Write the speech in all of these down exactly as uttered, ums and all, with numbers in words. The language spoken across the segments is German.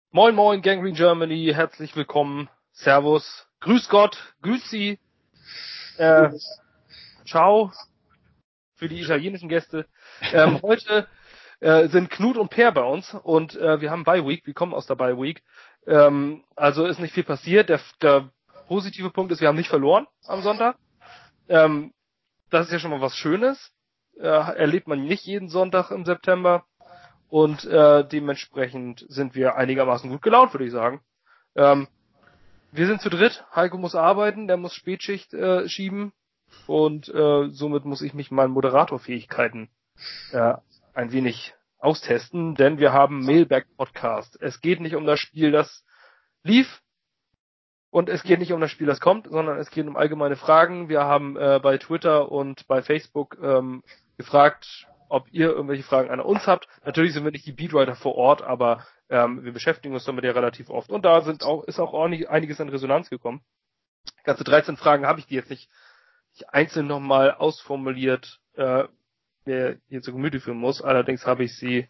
Moin Moin, Gangrene Germany, herzlich willkommen, Servus, Grüß Gott, Grüezi, äh, Ciao für die italienischen Gäste. Ähm, heute äh, sind Knut und Per bei uns und äh, wir haben Bye Week, wir kommen aus der Bye Week. Ähm, also ist nicht viel passiert. Der, der positive Punkt ist, wir haben nicht verloren am Sonntag. Ähm, das ist ja schon mal was Schönes. Äh, erlebt man nicht jeden Sonntag im September. Und äh, dementsprechend sind wir einigermaßen gut gelaunt, würde ich sagen. Ähm, wir sind zu dritt. Heiko muss arbeiten, der muss Spätschicht äh, schieben. Und äh, somit muss ich mich meinen Moderatorfähigkeiten äh, ein wenig austesten, denn wir haben Mailback-Podcast. Es geht nicht um das Spiel, das lief, und es geht nicht um das Spiel, das kommt, sondern es geht um allgemeine Fragen. Wir haben äh, bei Twitter und bei Facebook ähm, gefragt, ob ihr irgendwelche Fragen an uns habt. Natürlich sind wir nicht die Beatwriter vor Ort, aber ähm, wir beschäftigen uns damit ja relativ oft. Und da sind auch, ist auch ordentlich einiges an Resonanz gekommen. Ganze dreizehn Fragen habe ich die jetzt nicht, nicht einzeln nochmal ausformuliert, äh, mir hier zu Gemüte führen muss. Allerdings habe ich sie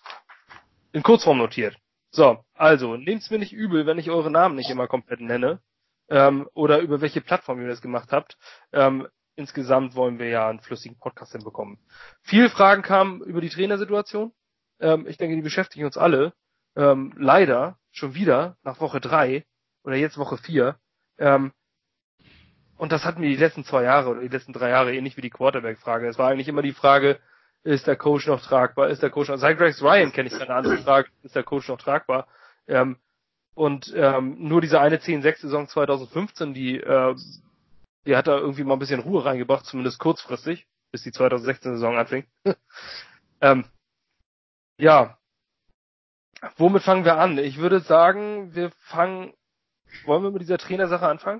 in Kurzform notiert. So, also, nehmt's mir nicht übel, wenn ich eure Namen nicht immer komplett nenne, ähm, oder über welche Plattform ihr das gemacht habt. Ähm, insgesamt wollen wir ja einen flüssigen Podcast hinbekommen. Viele Fragen kamen über die Trainersituation. Ähm, ich denke, die beschäftigen uns alle. Ähm, leider schon wieder nach Woche drei oder jetzt Woche vier. Ähm, und das hatten wir die letzten zwei Jahre oder die letzten drei Jahre ähnlich wie die Quarterback-Frage. Es war eigentlich immer die Frage, ist der Coach noch tragbar? Ist der Coach noch, seit Rex Ryan kenne ich eine andere Frage, ist der Coach noch tragbar? Ähm, und ähm, nur diese eine zehn sechs Saison zwanzig fünfzehn, die, äh, die hat da irgendwie mal ein bisschen Ruhe reingebracht, zumindest kurzfristig, bis die zwanzig sechzehn Saison anfing. ähm, ja, womit fangen wir an? Ich würde sagen, wir fangen, wollen wir mit dieser Trainersache anfangen?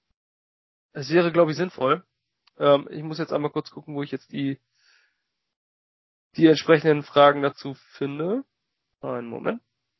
Es wäre, glaube ich, sinnvoll. Ähm, ich muss jetzt einmal kurz gucken, wo ich jetzt die die entsprechenden Fragen dazu finde. Einen Moment.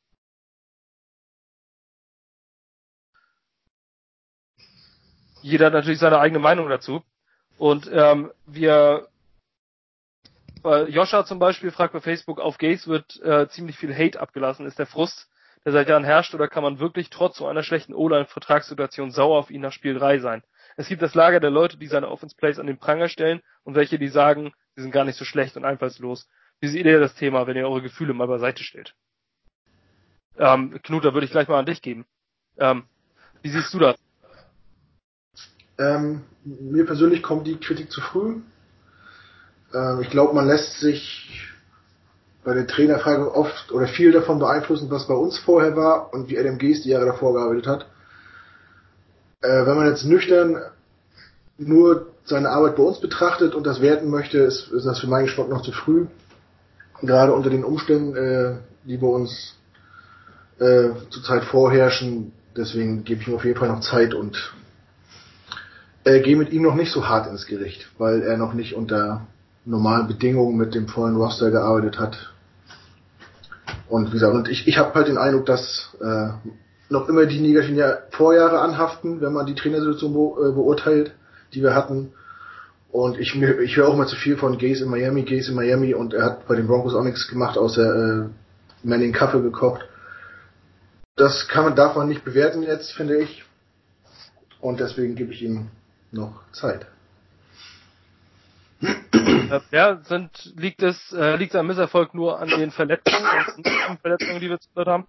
Jeder hat natürlich seine eigene Meinung dazu. Und ähm, wir, äh, Joscha zum Beispiel fragt bei Facebook, auf Gaze wird äh, ziemlich viel Hate abgelassen. Ist der Frust, der seit Jahren herrscht, oder kann man wirklich trotz so einer schlechten O-Line-Vertragssituation sauer auf ihn nach Spiel drei sein? Es gibt das Lager der Leute, die seine Offense-Plays an den Pranger stellen, und welche, die sagen, sie sind gar nicht so schlecht und einfallslos. Wie seht ihr das Thema, wenn ihr eure Gefühle mal beiseite stellt? Ähm, Knut, da würde ich gleich mal an dich geben. Ähm, wie siehst du das? Ähm, mir persönlich kommt die Kritik zu früh. Ähm, ich glaube, man lässt sich bei der Trainerfrage oft oder viel davon beeinflussen, was bei uns vorher war und wie Adam Gase die Jahre davor gearbeitet hat. Äh, wenn man jetzt nüchtern nur seine Arbeit bei uns betrachtet und das werten möchte, ist, ist das für meinen Geschmack noch zu früh. Gerade unter den Umständen, äh, die bei uns äh, zurzeit vorherrschen. Deswegen gebe ich ihm auf jeden Fall noch Zeit und äh, gehe mit ihm noch nicht so hart ins Gericht, weil er noch nicht unter normalen Bedingungen mit dem vollen Roster gearbeitet hat. Und wie gesagt, und ich, ich habe halt den Eindruck, dass äh, noch immer die negativen Vorjahre anhaften, wenn man die Trainersituation be- äh, beurteilt, die wir hatten. Und ich, ich höre auch mal zu viel von Gase in Miami, Gase in Miami, und er hat bei den Broncos auch nichts gemacht, außer äh, Manning Kaffee gekocht. Das kann man, darf man nicht bewerten jetzt, finde ich. Und deswegen gebe ich ihm noch Zeit. Ja, sind, liegt es, äh, liegt am Misserfolg nur an den Verletzungen und den Verletzungen, die wir zurzeit haben?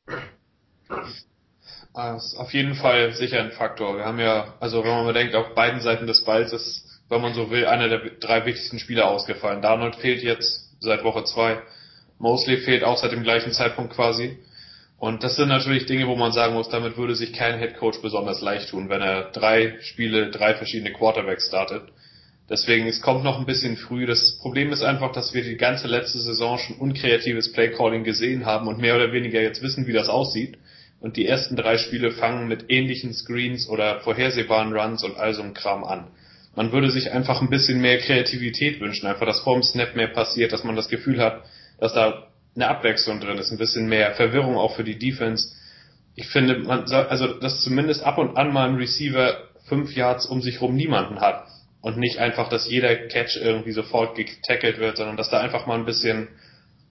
Das ist auf jeden Fall sicher ein Faktor. Wir haben ja, also wenn man mal denkt, auf beiden Seiten des Balls ist, wenn man so will, einer der drei wichtigsten Spieler ausgefallen. Darnold fehlt jetzt seit Woche zwei. Mosley fehlt auch seit dem gleichen Zeitpunkt quasi. Und das sind natürlich Dinge, wo man sagen muss, damit würde sich kein Headcoach besonders leicht tun, wenn er drei Spiele, drei verschiedene Quarterbacks startet. Deswegen, es kommt noch ein bisschen früh. Das Problem ist einfach, dass wir die ganze letzte Saison schon unkreatives Playcalling gesehen haben und mehr oder weniger jetzt wissen, wie das aussieht. Und die ersten drei Spiele fangen mit ähnlichen Screens oder vorhersehbaren Runs und all so einem Kram an. Man würde sich einfach ein bisschen mehr Kreativität wünschen, einfach, dass vorm Snap mehr passiert, dass man das Gefühl hat, dass da eine Abwechslung drin ist, ein bisschen mehr Verwirrung auch für die Defense. Ich finde, man soll, also, dass zumindest ab und an mal ein Receiver fünf Yards um sich rum niemanden hat. Und nicht einfach, dass jeder Catch irgendwie sofort getackelt wird, sondern dass da einfach mal ein bisschen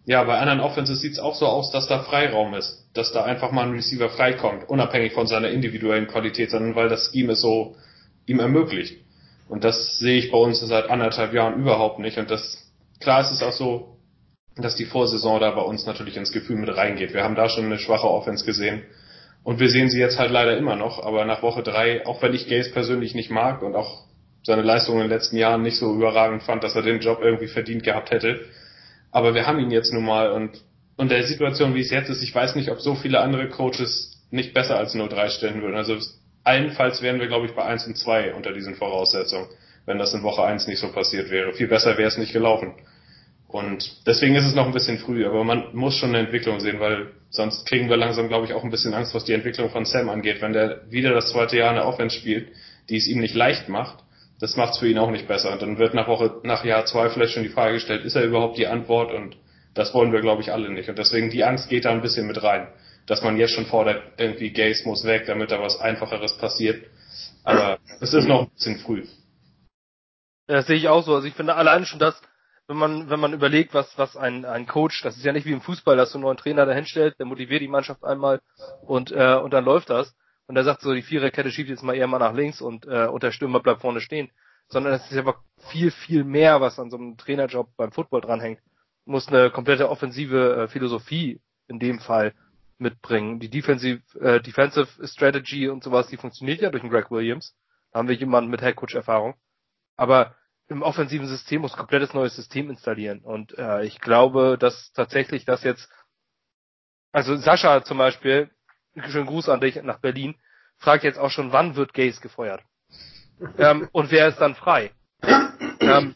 Ja, bei anderen Offenses sieht's auch so aus, dass da Freiraum ist, dass da einfach mal ein Receiver freikommt, unabhängig von seiner individuellen Qualität, sondern weil das Scheme es so ihm ermöglicht. Und das sehe ich bei uns seit anderthalb Jahren überhaupt nicht. Und das, klar ist es auch so, dass die Vorsaison da bei uns natürlich ins Gefühl mit reingeht. Wir haben da schon eine schwache Offense gesehen. Und wir sehen sie jetzt halt leider immer noch. Aber nach Woche drei, auch wenn ich Gase persönlich nicht mag und auch seine Leistungen in den letzten Jahren nicht so überragend fand, dass er den Job irgendwie verdient gehabt hätte. Aber wir haben ihn jetzt nun mal und, und der Situation, wie es jetzt ist, ich weiß nicht, ob so viele andere Coaches nicht besser als null drei stellen würden. Also allenfalls wären wir, glaube ich, bei eins und zwei unter diesen Voraussetzungen, wenn das in Woche eins nicht so passiert wäre. Viel besser wäre es nicht gelaufen. Und deswegen ist es noch ein bisschen früh, aber man muss schon eine Entwicklung sehen, weil sonst kriegen wir langsam, glaube ich, auch ein bisschen Angst, was die Entwicklung von Sam angeht. Wenn der wieder das zweite Jahr eine Offense spielt, die es ihm nicht leicht macht, das macht es für ihn auch nicht besser. Und dann wird nach Woche, nach Jahr zwei vielleicht schon die Frage gestellt, ist er überhaupt die Antwort? Und das wollen wir, glaube ich, alle nicht. Und deswegen die Angst geht da ein bisschen mit rein, dass man jetzt schon fordert, irgendwie Gase muss weg, damit da was Einfacheres passiert. Aber es ist noch ein bisschen früh. Ja, das sehe ich auch so. Also ich finde alleine schon das, wenn man, wenn man überlegt, was, was ein, ein Coach, das ist ja nicht wie im Fußball, dass du einen neuen Trainer da hinstellst, der motiviert die Mannschaft einmal und, äh, und dann läuft das. Und der sagt so, die Viererkette schiebt jetzt mal eher mal nach links und, äh, und der Stürmer bleibt vorne stehen. Sondern es ist aber viel, viel mehr, was an so einem Trainerjob beim Football dranhängt. Du musst eine komplette offensive äh, Philosophie in dem Fall mitbringen. Die Defensive, äh, Defensive Strategy und sowas, die funktioniert ja durch den Greg Williams. Da haben wir jemanden mit Headcoach-Erfahrung. Aber im offensiven System muss ein komplettes neues System installieren. Und äh, ich glaube, dass tatsächlich das jetzt, also Sascha zum Beispiel, schönen Gruß an dich nach Berlin, fragt jetzt auch schon, wann wird Gase gefeuert? ähm, und wer ist dann frei? ähm,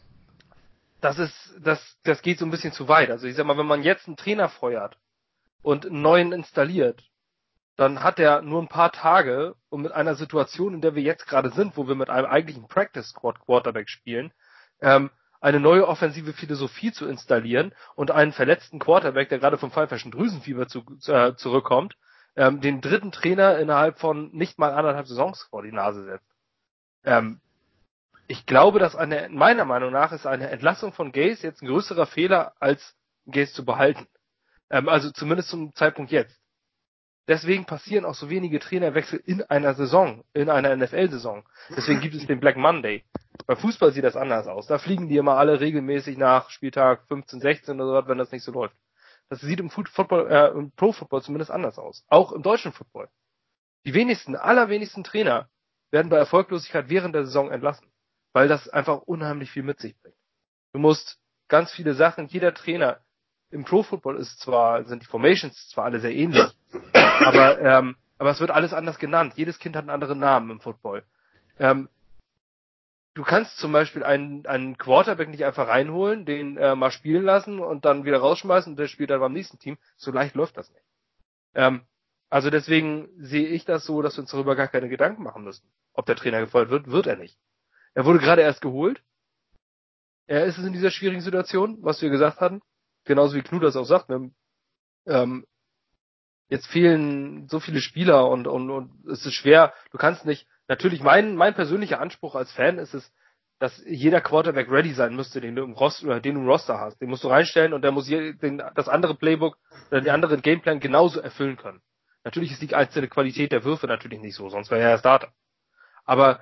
das ist, das, das geht so ein bisschen zu weit. Also ich sag mal, wenn man jetzt einen Trainer feuert und einen neuen installiert, dann hat er nur ein paar Tage, um mit einer Situation, in der wir jetzt gerade sind, wo wir mit einem eigentlichen Practice Squad Quarterback spielen, ähm, eine neue offensive Philosophie zu installieren und einen verletzten Quarterback, der gerade vom pfeiferschen Drüsenfieber zu, äh, zurückkommt, ähm, den dritten Trainer innerhalb von nicht mal anderthalb Saisons vor die Nase setzt. Ähm, ich glaube, dass eine, meiner Meinung nach ist eine Entlassung von Gase jetzt ein größerer Fehler, als Gase zu behalten. Ähm, also zumindest zum Zeitpunkt jetzt. Deswegen passieren auch so wenige Trainerwechsel in einer Saison, in einer N F L-Saison. Deswegen gibt es den Black Monday. Bei Fußball sieht das anders aus. Da fliegen die immer alle regelmäßig nach Spieltag fünfzehn, sechzehn oder so, wenn das nicht so läuft. Das sieht im Football, äh, im Pro-Football zumindest anders aus. Auch im deutschen Football. Die wenigsten, allerwenigsten Trainer werden bei Erfolglosigkeit während der Saison entlassen. Weil das einfach unheimlich viel mit sich bringt. Du musst ganz viele Sachen, jeder Trainer im Pro-Football ist zwar, sind die Formations zwar alle sehr ähnlich, aber, ähm, aber es wird alles anders genannt. Jedes Kind hat einen anderen Namen im Football. Ähm, du kannst zum Beispiel einen, einen Quarterback nicht einfach reinholen, den äh, mal spielen lassen und dann wieder rausschmeißen und der spielt dann beim nächsten Team. So leicht läuft das nicht. Ähm, also deswegen sehe ich das so, dass wir uns darüber gar keine Gedanken machen müssen. Ob der Trainer gefeuert wird, wird er nicht. Er wurde gerade erst geholt. Er ist es in dieser schwierigen Situation, was wir gesagt hatten. Genauso wie Knut das auch sagt. Ne? Ähm, jetzt fehlen so viele Spieler und, und, und es ist schwer. Du kannst nicht, natürlich mein, mein persönlicher Anspruch als Fan ist es, dass jeder Quarterback ready sein müsste, den du im Roster, den du im Roster hast. Den musst du reinstellen und der muss je, den, das andere Playbook oder den anderen Gameplan genauso erfüllen können. Natürlich ist die einzelne Qualität der Würfe natürlich nicht so, sonst wäre er ja Starter. Aber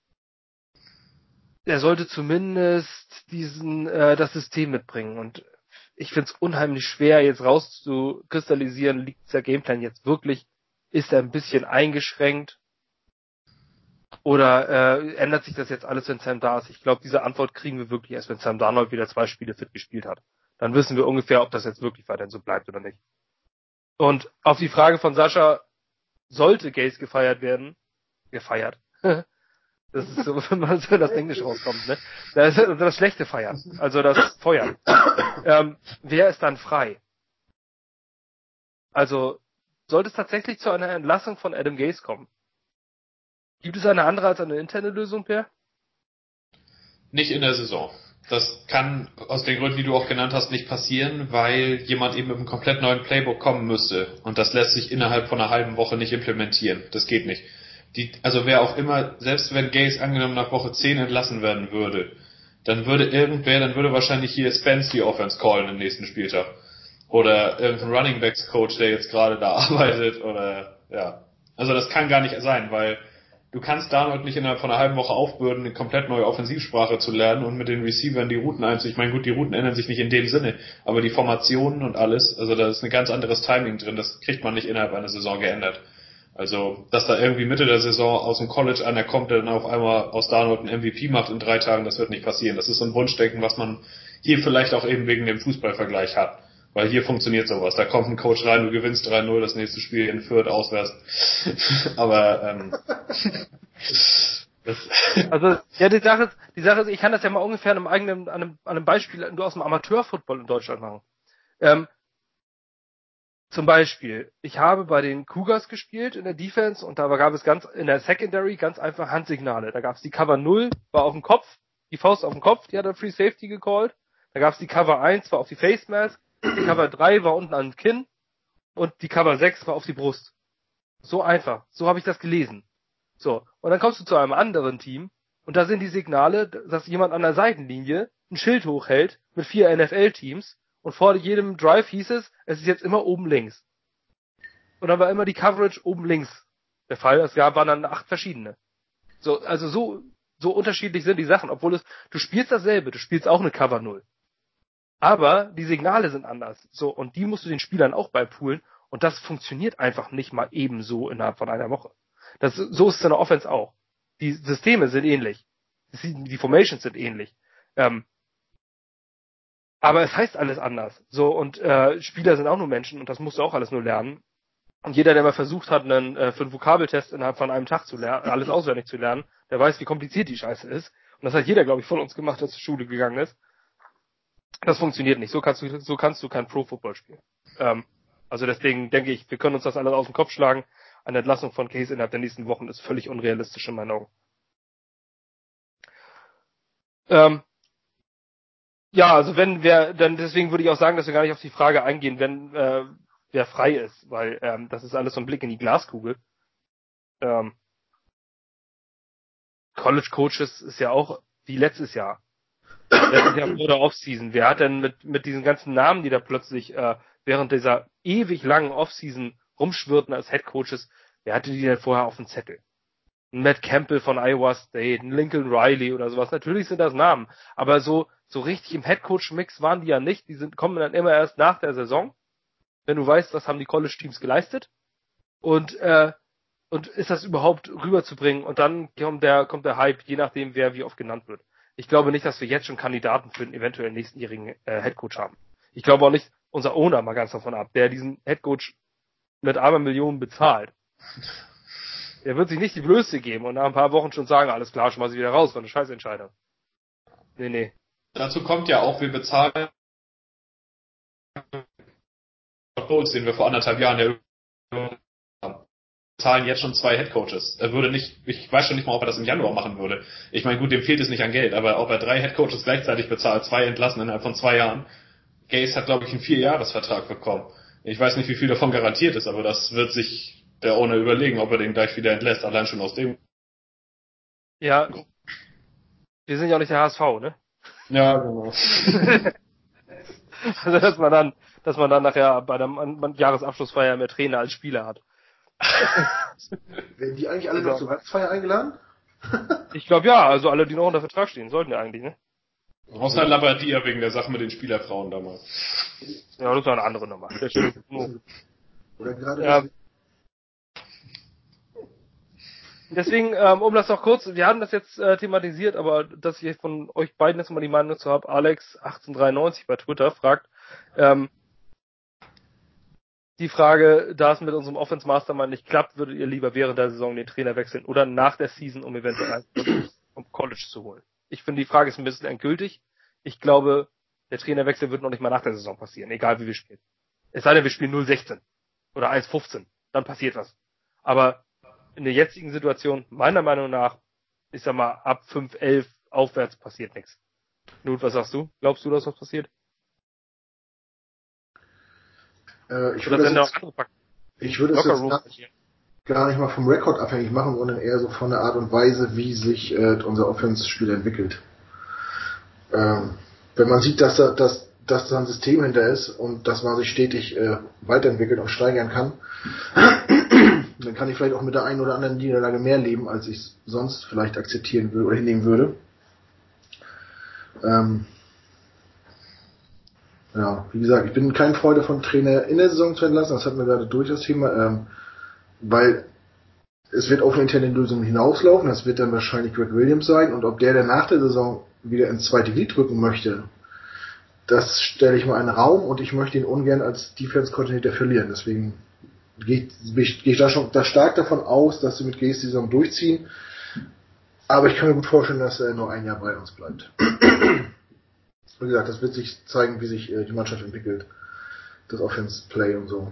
er sollte zumindest diesen äh, das System mitbringen und ich finde es unheimlich schwer jetzt rauszukristallisieren, liegt der Gameplan jetzt wirklich, ist er ein bisschen eingeschränkt oder äh, ändert sich das jetzt alles, wenn Sam da ist? Ich glaube, diese Antwort kriegen wir wirklich erst, wenn Sam Darnold wieder zwei Spiele fit gespielt hat. Dann wissen wir ungefähr, ob das jetzt wirklich weiterhin so bleibt oder nicht. Und auf die Frage von Sascha, sollte Gase gefeiert werden, gefeiert, das ist so, wenn man so das Englisch rauskommt, ne? Das ist das schlechte Feiern, also das Feuern. Ähm, wer ist dann frei? Also, sollte es tatsächlich zu einer Entlassung von Adam Gase kommen? Gibt es eine andere als eine interne Lösung, Per? Nicht in der Saison. Das kann aus den Gründen, die du auch genannt hast, nicht passieren, weil jemand eben mit einem komplett neuen Playbook kommen müsste. Und das lässt sich innerhalb von einer halben Woche nicht implementieren. Das geht nicht. Die, also wer auch immer, selbst wenn Gase angenommen nach Woche zehn entlassen werden würde, dann würde irgendwer, dann würde wahrscheinlich hier Spence die Offense callen im nächsten Spieltag. Oder irgendein Running Backs Coach, der jetzt gerade da arbeitet, oder, ja. Also das kann gar nicht sein, weil du kannst Darnold nicht innerhalb von einer halben Woche aufbürden, eine komplett neue Offensivsprache zu lernen und mit den Receivern die Routen einzuziehen. Ich meine, gut, die Routen ändern sich nicht in dem Sinne, aber die Formationen und alles, also da ist ein ganz anderes Timing drin, das kriegt man nicht innerhalb einer Saison geändert. Also, dass da irgendwie Mitte der Saison aus dem College einer kommt, der dann auf einmal aus Darnold einen M V P macht in drei Tagen, das wird nicht passieren. Das ist so ein Wunschdenken, was man hier vielleicht auch eben wegen dem Fußballvergleich hat. Weil hier funktioniert sowas. Da kommt ein Coach rein, du gewinnst drei null, das nächste Spiel in Fürth auswärts. Aber, ähm, das also, ja, die Sache ist, die Sache ist, ich kann das ja mal ungefähr an einem eigenen, an einem, an einem Beispiel nur aus dem Amateurfootball in Deutschland machen. Ähm, zum Beispiel, ich habe bei den Cougars gespielt in der Defense und da gab es ganz, in der Secondary ganz einfach Handsignale. Da gab es die Cover null, war auf dem Kopf, die Faust auf dem Kopf, die hat dann Free Safety gecallt. Da gab es die Cover eins, war auf die Face Mask. Die Cover drei war unten am Kinn und die Cover sechs war auf die Brust. So einfach. So habe ich das gelesen. So. Und dann kommst du zu einem anderen Team und da sind die Signale, dass jemand an der Seitenlinie ein Schild hochhält mit vier N F L-Teams und vor jedem Drive hieß es, es ist jetzt immer oben links. Und dann war immer die Coverage oben links der Fall. Es gab, waren dann acht verschiedene. So, also so, so unterschiedlich sind die Sachen, obwohl es, du spielst dasselbe, du spielst auch eine Cover null. Aber die Signale sind anders. So, und die musst du den Spielern auch beipoolen. Und das funktioniert einfach nicht mal ebenso innerhalb von einer Woche. Das, so ist es in der Offense auch. Die Systeme sind ähnlich. Die Formations sind ähnlich. Ähm, aber es heißt alles anders. So, und äh, Spieler sind auch nur Menschen und das musst du auch alles nur lernen. Und jeder, der mal versucht hat, einen, äh, für einen Vokabeltest innerhalb von einem Tag zu lernen, alles auswendig zu lernen, der weiß, wie kompliziert die Scheiße ist. Und das hat jeder, glaube ich, von uns gemacht, der zur Schule gegangen ist. Das funktioniert nicht. So kannst du, so kannst du kein Pro-Football spielen. Ähm, also deswegen denke ich, wir können uns das alles aus dem Kopf schlagen. Eine Entlassung von Case innerhalb der nächsten Wochen ist völlig unrealistisch in meinen Augen. Ähm, ja, also wenn wer, dann deswegen würde ich auch sagen, dass wir gar nicht auf die Frage eingehen, wenn äh, wer frei ist, weil ähm, das ist alles so ein Blick in die Glaskugel. Ähm, College Coaches ist ja auch wie letztes Jahr. Letztes Jahr vor der Offseason. Wer hat denn mit, mit diesen ganzen Namen, die da plötzlich äh, während dieser ewig langen Offseason rumschwirrten als Headcoaches, wer hatte die denn vorher auf dem Zettel? Ein Matt Campbell von Iowa State, ein Lincoln Riley oder sowas. Natürlich sind das Namen, aber so so richtig im Headcoach-Mix waren die ja nicht. Die sind kommen dann immer erst nach der Saison, wenn du weißt, was haben die College-Teams geleistet und äh, und ist das überhaupt rüberzubringen und dann kommt der kommt der Hype, je nachdem wer wie oft genannt wird. Ich glaube nicht, dass wir jetzt schon Kandidaten für den eventuell nächstenjährigen äh, Headcoach haben. Ich glaube auch nicht, unser Owner mal ganz davon ab, der diesen Headcoach mit armer Millionen bezahlt. Der wird sich nicht die Blöße geben und nach ein paar Wochen schon sagen, alles klar, schmeiß ich wieder raus, war eine Scheißentscheidung. Nee, nee. Dazu kommt ja auch, wir bezahlen Bowles, den wir vor anderthalb Jahren ja zahlen jetzt schon zwei Headcoaches. Er würde nicht, ich weiß schon nicht mal, ob er das im Januar machen würde. Ich meine, gut, dem fehlt es nicht an Geld, aber ob er drei Headcoaches gleichzeitig bezahlt, zwei entlassen innerhalb von zwei Jahren. Gaze hat, glaube ich, einen Vierjahresvertrag bekommen. Ich weiß nicht, wie viel davon garantiert ist, aber das wird sich der Owner überlegen, ob er den gleich wieder entlässt, allein schon aus dem. Ja, wir sind ja auch nicht der H S V, ne? Ja, genau. Also, dass man dann, dass man dann nachher bei der Jahresabschlussfeier mehr Trainer als Spieler hat. Werden die eigentlich alle noch zur Weihnachtsfeier eingeladen? Ich glaube ja, also alle, die noch unter Vertrag stehen, sollten ja eigentlich, ne? Außer Labadia wegen der Sache mit den Spielerfrauen damals. Ja, das ist eine andere Nummer. Oder gerade ja. Deswegen, ähm, um das noch kurz, wir haben das jetzt äh, thematisiert, aber dass ich von euch beiden jetzt mal die Meinung dazu habe, Alex achtzehnhundertdreiundneunzig bei Twitter fragt, ähm, die Frage, da es mit unserem Offense Mastermind nicht klappt, würdet ihr lieber während der Saison den Trainer wechseln oder nach der Season, um eventuell einen vom College zu holen? Ich finde, die Frage ist ein bisschen endgültig. Ich glaube, der Trainerwechsel wird noch nicht mal nach der Saison passieren, egal wie wir spielen. Es sei denn, wir spielen null sechzehn oder eins fünfzehn, dann passiert was. Aber in der jetzigen Situation, meiner Meinung nach, ich sag mal, ab fünf elf aufwärts passiert nichts. Nun, was sagst du? Glaubst du, dass was passiert? Äh, ich würde das, jetzt, ich würde das jetzt gar, gar nicht mal vom Rekord abhängig machen, sondern eher so von der Art und Weise, wie sich äh, unser Offense-Spiel entwickelt. ähm, wenn man sieht, dass da, dass, dass da ein System hinter ist und dass man sich stetig äh, weiterentwickeln und steigern kann, dann kann ich vielleicht auch mit der einen oder anderen Niederlage mehr leben, als ich es sonst vielleicht akzeptieren würde oder hinnehmen würde. Ähm, ja, wie gesagt, ich bin kein Freund davon, Trainer in der Saison zu entlassen, das hatten wir gerade durch das Thema, ähm, weil es wird auf eine interne Lösung hinauslaufen, das wird dann wahrscheinlich Greg Williams sein, und ob der dann nach der Saison wieder ins zweite Glied drücken möchte, das stelle ich mal in den Raum, und ich möchte ihn ungern als Defense-Koordinator verlieren, deswegen gehe ich, gehe ich da schon da stark davon aus, dass sie mit Gaze die Saison durchziehen, aber ich kann mir gut vorstellen, dass er nur ein Jahr bei uns bleibt. Wie gesagt, das wird sich zeigen, wie sich äh, die Mannschaft entwickelt. Das Offense-Play und so.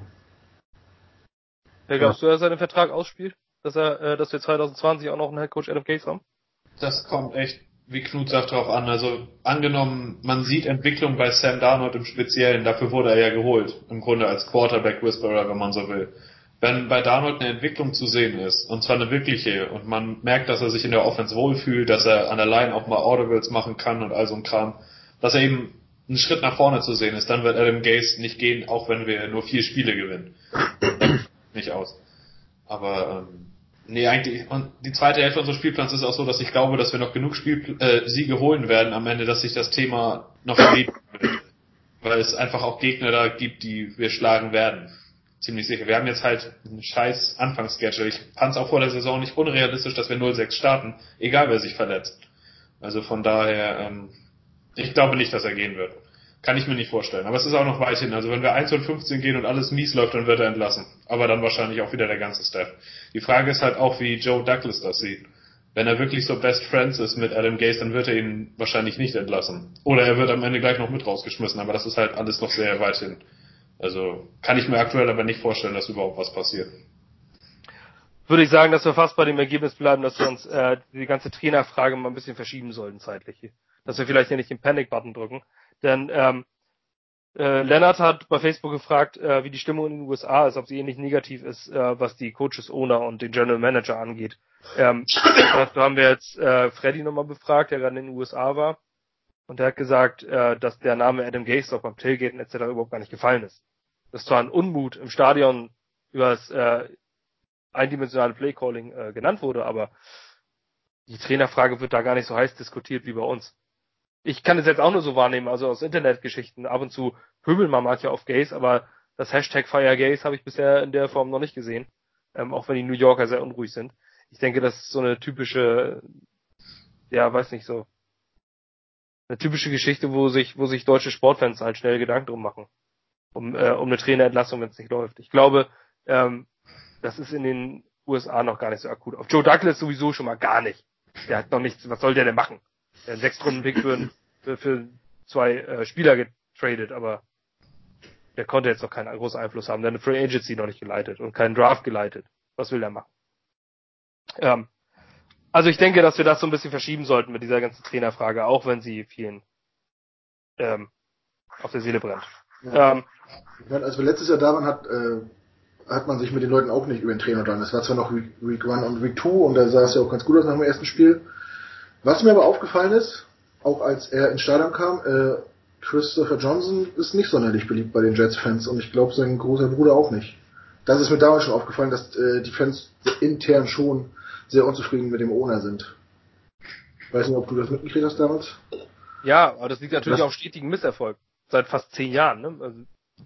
Ja, glaubst du, dass er den Vertrag ausspielt? Dass er, äh, dass wir zwanzig zwanzig auch noch einen Headcoach Adam Gase haben? Das kommt echt, wie Knut sagt, drauf an. Also angenommen, man sieht Entwicklung bei Sam Darnold im Speziellen, dafür wurde er ja geholt. Im Grunde als Quarterback-Whisperer, wenn man so will. Wenn bei Darnold eine Entwicklung zu sehen ist, und zwar eine wirkliche, und man merkt, dass er sich in der Offense wohlfühlt, dass er an der Line auch mal Audibles machen kann und all so ein Kram, dass er eben einen Schritt nach vorne zu sehen ist, dann wird Adam Gase nicht gehen, auch wenn wir nur vier Spiele gewinnen. Nicht aus. Aber ähm, nee, eigentlich, und die zweite Hälfte unseres Spielplans ist auch so, dass ich glaube, dass wir noch genug Spiel, äh, Siege holen werden am Ende, dass sich das Thema noch erledigen wird. Weil es einfach auch Gegner da gibt, die wir schlagen werden. Ziemlich sicher. Wir haben jetzt halt einen scheiß Anfangsschedule. Ich fand es auch vor der Saison nicht unrealistisch, dass wir null sechs starten, egal wer sich verletzt. Also von daher, ähm, ich glaube nicht, dass er gehen wird. Kann ich mir nicht vorstellen. Aber es ist auch noch weit hin. Also wenn wir eins und fünfzehn gehen und alles mies läuft, dann wird er entlassen. Aber dann wahrscheinlich auch wieder der ganze Staff. Die Frage ist halt auch, wie Joe Douglas das sieht. Wenn er wirklich so Best Friends ist mit Adam Gase, dann wird er ihn wahrscheinlich nicht entlassen. Oder er wird am Ende gleich noch mit rausgeschmissen. Aber das ist halt alles noch sehr weit hin. Also kann ich mir aktuell aber nicht vorstellen, dass überhaupt was passiert. Würde ich sagen, dass wir fast bei dem Ergebnis bleiben, dass wir uns äh, die ganze Trainerfrage mal ein bisschen verschieben sollten zeitlich. Dass wir vielleicht hier nicht den Panic-Button drücken. Denn ähm, äh, Lennart hat bei Facebook gefragt, äh, wie die Stimmung in den U S A ist, ob sie ähnlich negativ ist, äh, was die Coaches, Owner und den General Manager angeht. Ähm, dazu haben wir jetzt äh, Freddy nochmal befragt, der gerade in den U S A war. Und der hat gesagt, äh, dass der Name Adam Gase auch beim Tailgaten et cetera überhaupt gar nicht gefallen ist. Dass zwar ein Unmut im Stadion über das äh, eindimensionale Playcalling äh, genannt wurde, aber die Trainerfrage wird da gar nicht so heiß diskutiert wie bei uns. Ich kann es jetzt auch nur so wahrnehmen, also aus Internetgeschichten. Ab und zu pöbeln mal manche auf Gays, aber das Hashtag FireGays habe ich bisher in der Form noch nicht gesehen. Ähm, auch wenn die New Yorker sehr unruhig sind. Ich denke, das ist so eine typische, ja, weiß nicht so, eine typische Geschichte, wo sich, wo sich deutsche Sportfans halt schnell Gedanken drum machen. Um, äh, um eine Trainerentlassung, wenn es nicht läuft. Ich glaube, ähm, das ist in den U S A noch gar nicht so akut. Auf Joe Douglas sowieso schon mal gar nicht. Der hat noch nichts, was soll der denn machen? Der hat einen Sechs-Runden-Pick für, für, für zwei äh, Spieler getradet, aber der konnte jetzt noch keinen großen Einfluss haben. Der hat eine Free Agency noch nicht geleitet und keinen Draft geleitet. Was will der machen? Ähm, also ich denke, dass wir das so ein bisschen verschieben sollten mit dieser ganzen Trainerfrage, auch wenn sie vielen ähm, auf der Seele brennt. Ja. Ähm, Ich meine, als wir letztes Jahr da waren, hat, äh, hat man sich mit den Leuten auch nicht über den Trainer unterhalten. Es war zwar noch Week, Week eins und Week zwei und da sah es ja auch ganz gut aus nach dem ersten Spiel. Was mir aber aufgefallen ist, auch als er ins Stadion kam, äh, Christopher Johnson ist nicht sonderlich beliebt bei den Jets-Fans und ich glaube sein großer Bruder auch nicht. Das ist mir damals schon aufgefallen, dass äh, die Fans intern schon sehr unzufrieden mit dem Owner sind. Ich weiß nicht, ob du das mitgekriegt hast damals. ja, aber das liegt natürlich das auch stetigen Misserfolg. Seit fast zehn Jahren, ne? Also,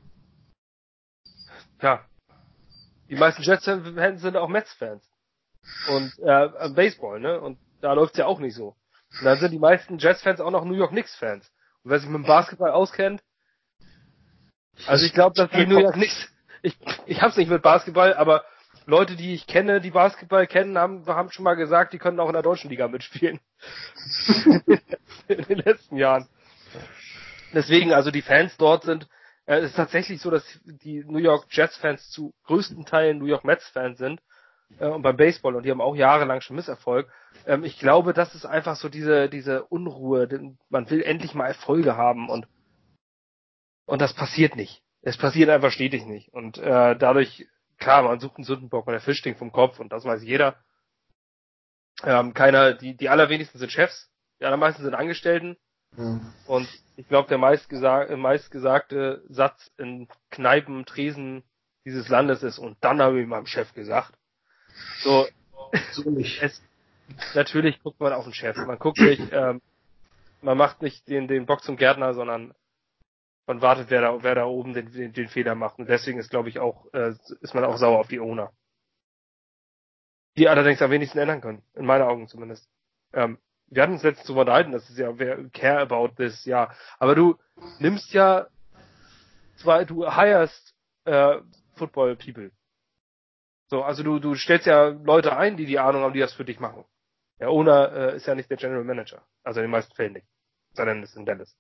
ja. Die meisten Jets-Fans sind auch Mets-Fans. Und äh, Baseball, ne? Und da läuft's ja auch nicht so. Und dann sind die meisten Jets-Fans auch noch New York Knicks-Fans. Und wer sich mit dem Basketball auskennt, also ich glaube, dass die New York Knicks, ich, ich hab's nicht mit Basketball, aber Leute, die ich kenne, die Basketball kennen, haben, haben schon mal gesagt, die können auch in der deutschen Liga mitspielen. In den letzten Jahren. Deswegen, also die Fans dort sind, äh, es ist tatsächlich so, dass die New York Jets-Fans zu größten Teilen New York Mets-Fans sind. Äh, und beim Baseball, und die haben auch jahrelang schon Misserfolg. Ähm, ich glaube, das ist einfach so diese, diese Unruhe. Denn man will endlich mal Erfolge haben und, und das passiert nicht. Es passiert einfach stetig nicht. Und äh, dadurch, klar, man sucht einen Sündenbock und der Fisch stinkt vom Kopf und das weiß jeder. Ähm, keiner, die, die allerwenigsten sind Chefs, die allermeisten sind Angestellten. Hm. Und ich glaube, der meistgesa- meistgesagte Satz in Kneipen, Tresen dieses Landes ist, und dann habe ich meinem Chef gesagt. So, So nicht. es, natürlich guckt man auf den Chef. Man guckt nicht, ähm, man macht nicht den, den Bock zum Gärtner, sondern man wartet, wer da, wer da oben den, den, den Fehler macht. Und deswegen ist, glaube ich, auch, äh, ist man auch sauer auf die Owner. Die allerdings am wenigsten ändern können. In meinen Augen zumindest. Ähm, wir hatten uns letztens drüber unterhalten, das ist ja, wer care about this, ja. Aber du nimmst ja, zwar, du hirest, äh, Football People. So, also du, du stellst ja Leute ein, die die Ahnung haben, die das für dich machen. Der Owner äh, ist ja nicht der General Manager. Also in den meisten Fällen nicht. Sondern ist in Dallas.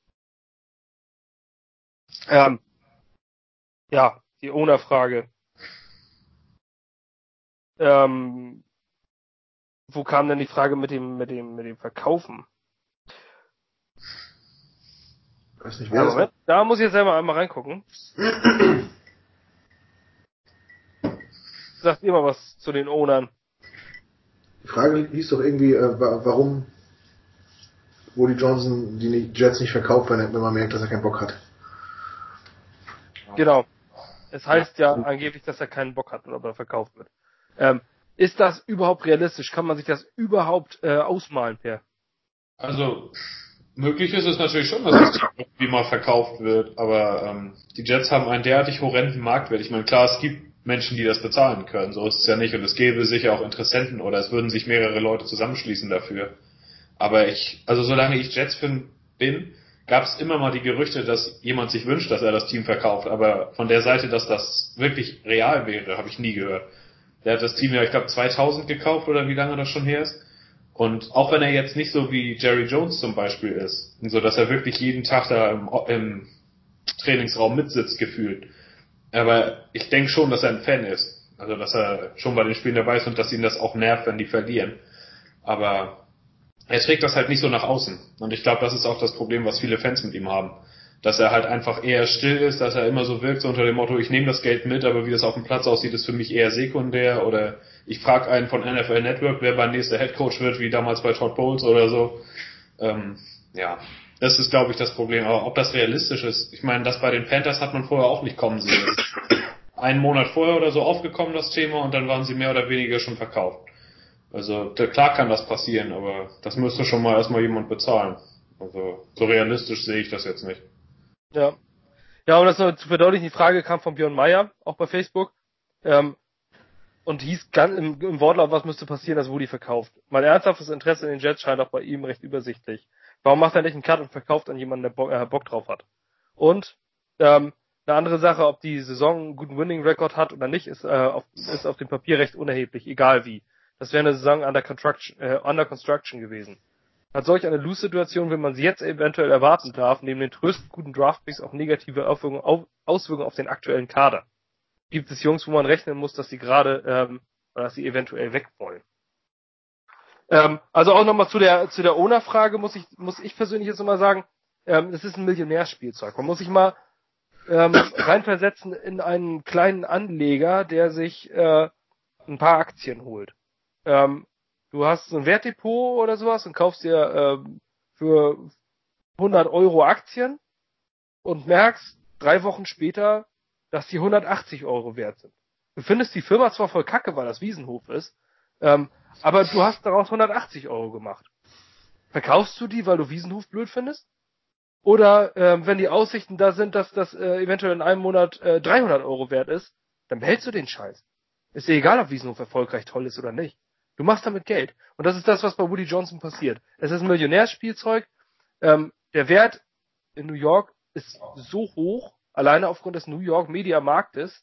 Ähm, ja, die Owner-Frage. Ähm, wo kam denn die Frage mit dem, mit dem, mit dem Verkaufen? Weiß nicht, Ja, wer das Moment, da muss ich jetzt selber einmal reingucken. Sagt ihr mal was zu den Ownern. Die Frage hieß doch irgendwie, äh, wa- warum Woody Johnson die Jets nicht verkauft, wenn, er, wenn man merkt, dass er keinen Bock hat. Genau. Es heißt ja angeblich, dass er keinen Bock hat oder ob er verkauft wird. Ähm, ist das überhaupt realistisch? Kann man sich das überhaupt äh, ausmalen, Per? Also, möglich ist es natürlich schon, dass das Team irgendwie mal verkauft wird, aber ähm, die Jets haben einen derartig horrenden Marktwert. Ich meine, klar, es gibt Menschen, die das bezahlen können, so ist es ja nicht, und es gäbe sicher auch Interessenten oder es würden sich mehrere Leute zusammenschließen dafür. Aber ich, also solange ich Jets-Fan bin, gab es immer mal die Gerüchte, dass jemand sich wünscht, dass er das Team verkauft, aber von der Seite, dass das wirklich real wäre, habe ich nie gehört. Der hat das Team ja, ich glaube, zweitausend gekauft oder wie lange das schon her ist. Und auch wenn er jetzt nicht so wie Jerry Jones zum Beispiel ist, so dass er wirklich jeden Tag da im, im Trainingsraum mitsitzt gefühlt, aber ich denke schon, dass er ein Fan ist. Also dass er schon bei den Spielen dabei ist und dass ihn das auch nervt, wenn die verlieren. Aber er trägt das halt nicht so nach außen. Und ich glaube, das ist auch das Problem, was viele Fans mit ihm haben. Dass er halt einfach eher still ist, dass er immer so wirkt, so unter dem Motto, ich nehme das Geld mit, aber wie das auf dem Platz aussieht, ist für mich eher sekundär. Oder ich frage einen von N F L Network, wer beim nächsten Headcoach wird, wie damals bei Todd Bowles oder so. Ähm, ja, das ist, glaube ich, das Problem. Aber ob das realistisch ist, ich meine, das bei den Panthers hat man vorher auch nicht kommen sehen. Einen Monat vorher oder so aufgekommen, das Thema, und dann waren sie mehr oder weniger schon verkauft. Also da, klar kann das passieren, aber das müsste schon mal erstmal jemand bezahlen. Also so realistisch sehe ich das jetzt nicht. Ja. Ja, um das noch zu verdeutlichen, die Frage kam von Björn Meyer, auch bei Facebook, ähm, und hieß ganz im, im Wortlaut, was müsste passieren, dass Woody verkauft. Mein ernsthaftes Interesse in den Jets scheint auch bei ihm recht übersichtlich. Warum macht er nicht einen Cut und verkauft an jemanden, der Bock, äh, Bock drauf hat? Und ähm, eine andere Sache, ob die Saison einen guten Winning-Record hat oder nicht, ist, äh, auf, ist auf dem Papier recht unerheblich, egal wie. Das wäre eine Saison under construction, äh, under construction gewesen. Hat solch eine Lose-Situation, wenn man sie jetzt eventuell erwarten darf, neben den tröstend guten Draftpicks auch negative Auswirkungen auf, Auswirkungen auf den aktuellen Kader? Gibt es Jungs, wo man rechnen muss, dass sie gerade, ähm, oder dass sie eventuell weg wollen? Ähm, also auch nochmal zu der zu der Owner-Frage muss ich muss ich persönlich jetzt nochmal sagen, ähm, es ist ein Millionärspielzeug. Man muss sich mal ähm, reinversetzen in einen kleinen Anleger, der sich äh, ein paar Aktien holt. Ähm, du hast so ein Wertdepot oder sowas und kaufst dir ähm, für hundert Euro Aktien und merkst drei Wochen später, dass die hundertachtzig Euro wert sind. Du findest die Firma zwar voll kacke, weil das Wiesenhof ist, ähm, aber du hast daraus hundertachtzig Euro gemacht. Verkaufst du die, weil du Wiesenhof blöd findest? Oder ähm, wenn die Aussichten da sind, dass das äh, eventuell in einem Monat äh, dreihundert Euro wert ist, dann behältst du den Scheiß. Ist dir egal, ob Wiesenhof erfolgreich toll ist oder nicht. Du machst damit Geld. Und das ist das, was bei Woody Johnson passiert. Es ist ein Millionärspielzeug. Ähm, der Wert in New York ist so hoch, alleine aufgrund des New York Media Marktes,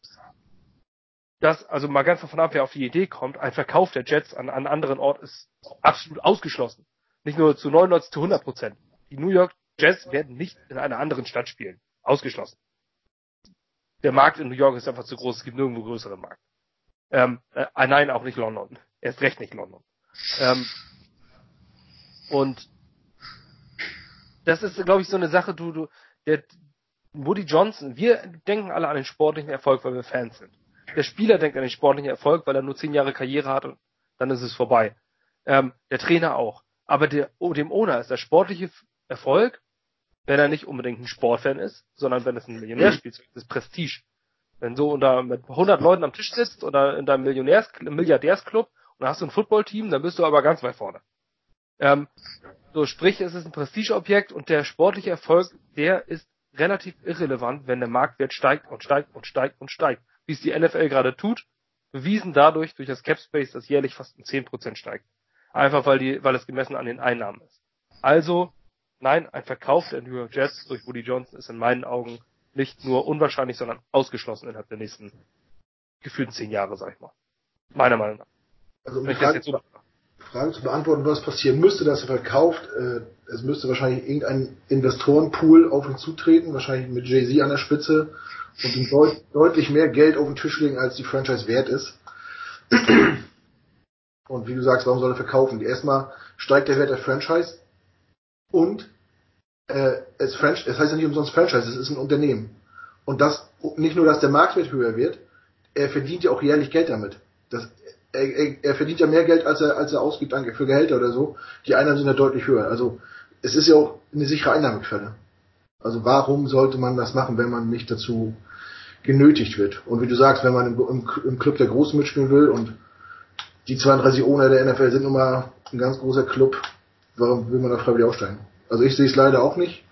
dass, also mal ganz davon ab, wer auf die Idee kommt, ein Verkauf der Jets an einen anderen Ort ist absolut ausgeschlossen. Nicht nur zu neunundneunzig, zu hundert Prozent. Die New York Jets werden nicht in einer anderen Stadt spielen. Ausgeschlossen. Der Markt in New York ist einfach zu groß, es gibt nirgendwo größeren Markt. Ähm, äh, nein, auch nicht London. Erst recht nicht London. Ähm, und das ist, glaube ich, so eine Sache, du, du, der Woody Johnson, wir denken alle an den sportlichen Erfolg, weil wir Fans sind. Der Spieler denkt an den sportlichen Erfolg, weil er nur zehn Jahre Karriere hat und dann ist es vorbei. Ähm, der Trainer auch. Aber der, oh, dem Owner ist der sportliche Erfolg, wenn er nicht unbedingt ein Sportfan ist, sondern wenn es ein Millionärspielzeug ist, das Prestige. Wenn so unter mit hundert Leuten am Tisch sitzt oder in deinem Millionärs Milliardärsclub und dann hast du ein Footballteam, dann bist du aber ganz weit vorne. Ähm, so sprich, es ist ein Prestigeobjekt und der sportliche Erfolg, der ist relativ irrelevant, wenn der Marktwert steigt und steigt und steigt und steigt. Wie es die N F L gerade tut, bewiesen dadurch durch das Capspace, das jährlich fast um zehn Prozent steigt. Einfach weil die, weil es gemessen an den Einnahmen ist. Also, nein, ein Verkauf der New York Jets durch Woody Johnson ist in meinen Augen nicht nur unwahrscheinlich, sondern ausgeschlossen innerhalb der nächsten gefühlten zehn Jahre, sag ich mal. Meiner Meinung nach. Also um Wenn die ich das Frage, jetzt so Frage zu beantworten, was passieren müsste, dass er verkauft, äh, es müsste wahrscheinlich irgendein Investorenpool auf ihn zutreten, wahrscheinlich mit Jay-Z an der Spitze und ihm deut- deutlich mehr Geld auf den Tisch legen, als die Franchise wert ist. Und wie du sagst, warum soll er verkaufen? Erstmal steigt der Wert der Franchise und äh, es, Franch- es heißt ja nicht umsonst Franchise, es ist ein Unternehmen. Und das nicht nur, dass der Marktwert höher wird, er verdient ja auch jährlich Geld damit. Das, er, er, er verdient ja mehr Geld, als er, als er ausgibt für Gehälter oder so. Die Einnahmen sind ja deutlich höher. Also es ist ja auch eine sichere Einnahmequelle. Also warum sollte man das machen, wenn man nicht dazu genötigt wird? Und wie du sagst, wenn man im, im, im Club der Großen mitspielen will und die zweiunddreißig Owner der N F L sind nun mal ein ganz großer Club, warum will man da freiwillig aufsteigen? Also ich sehe es leider auch nicht.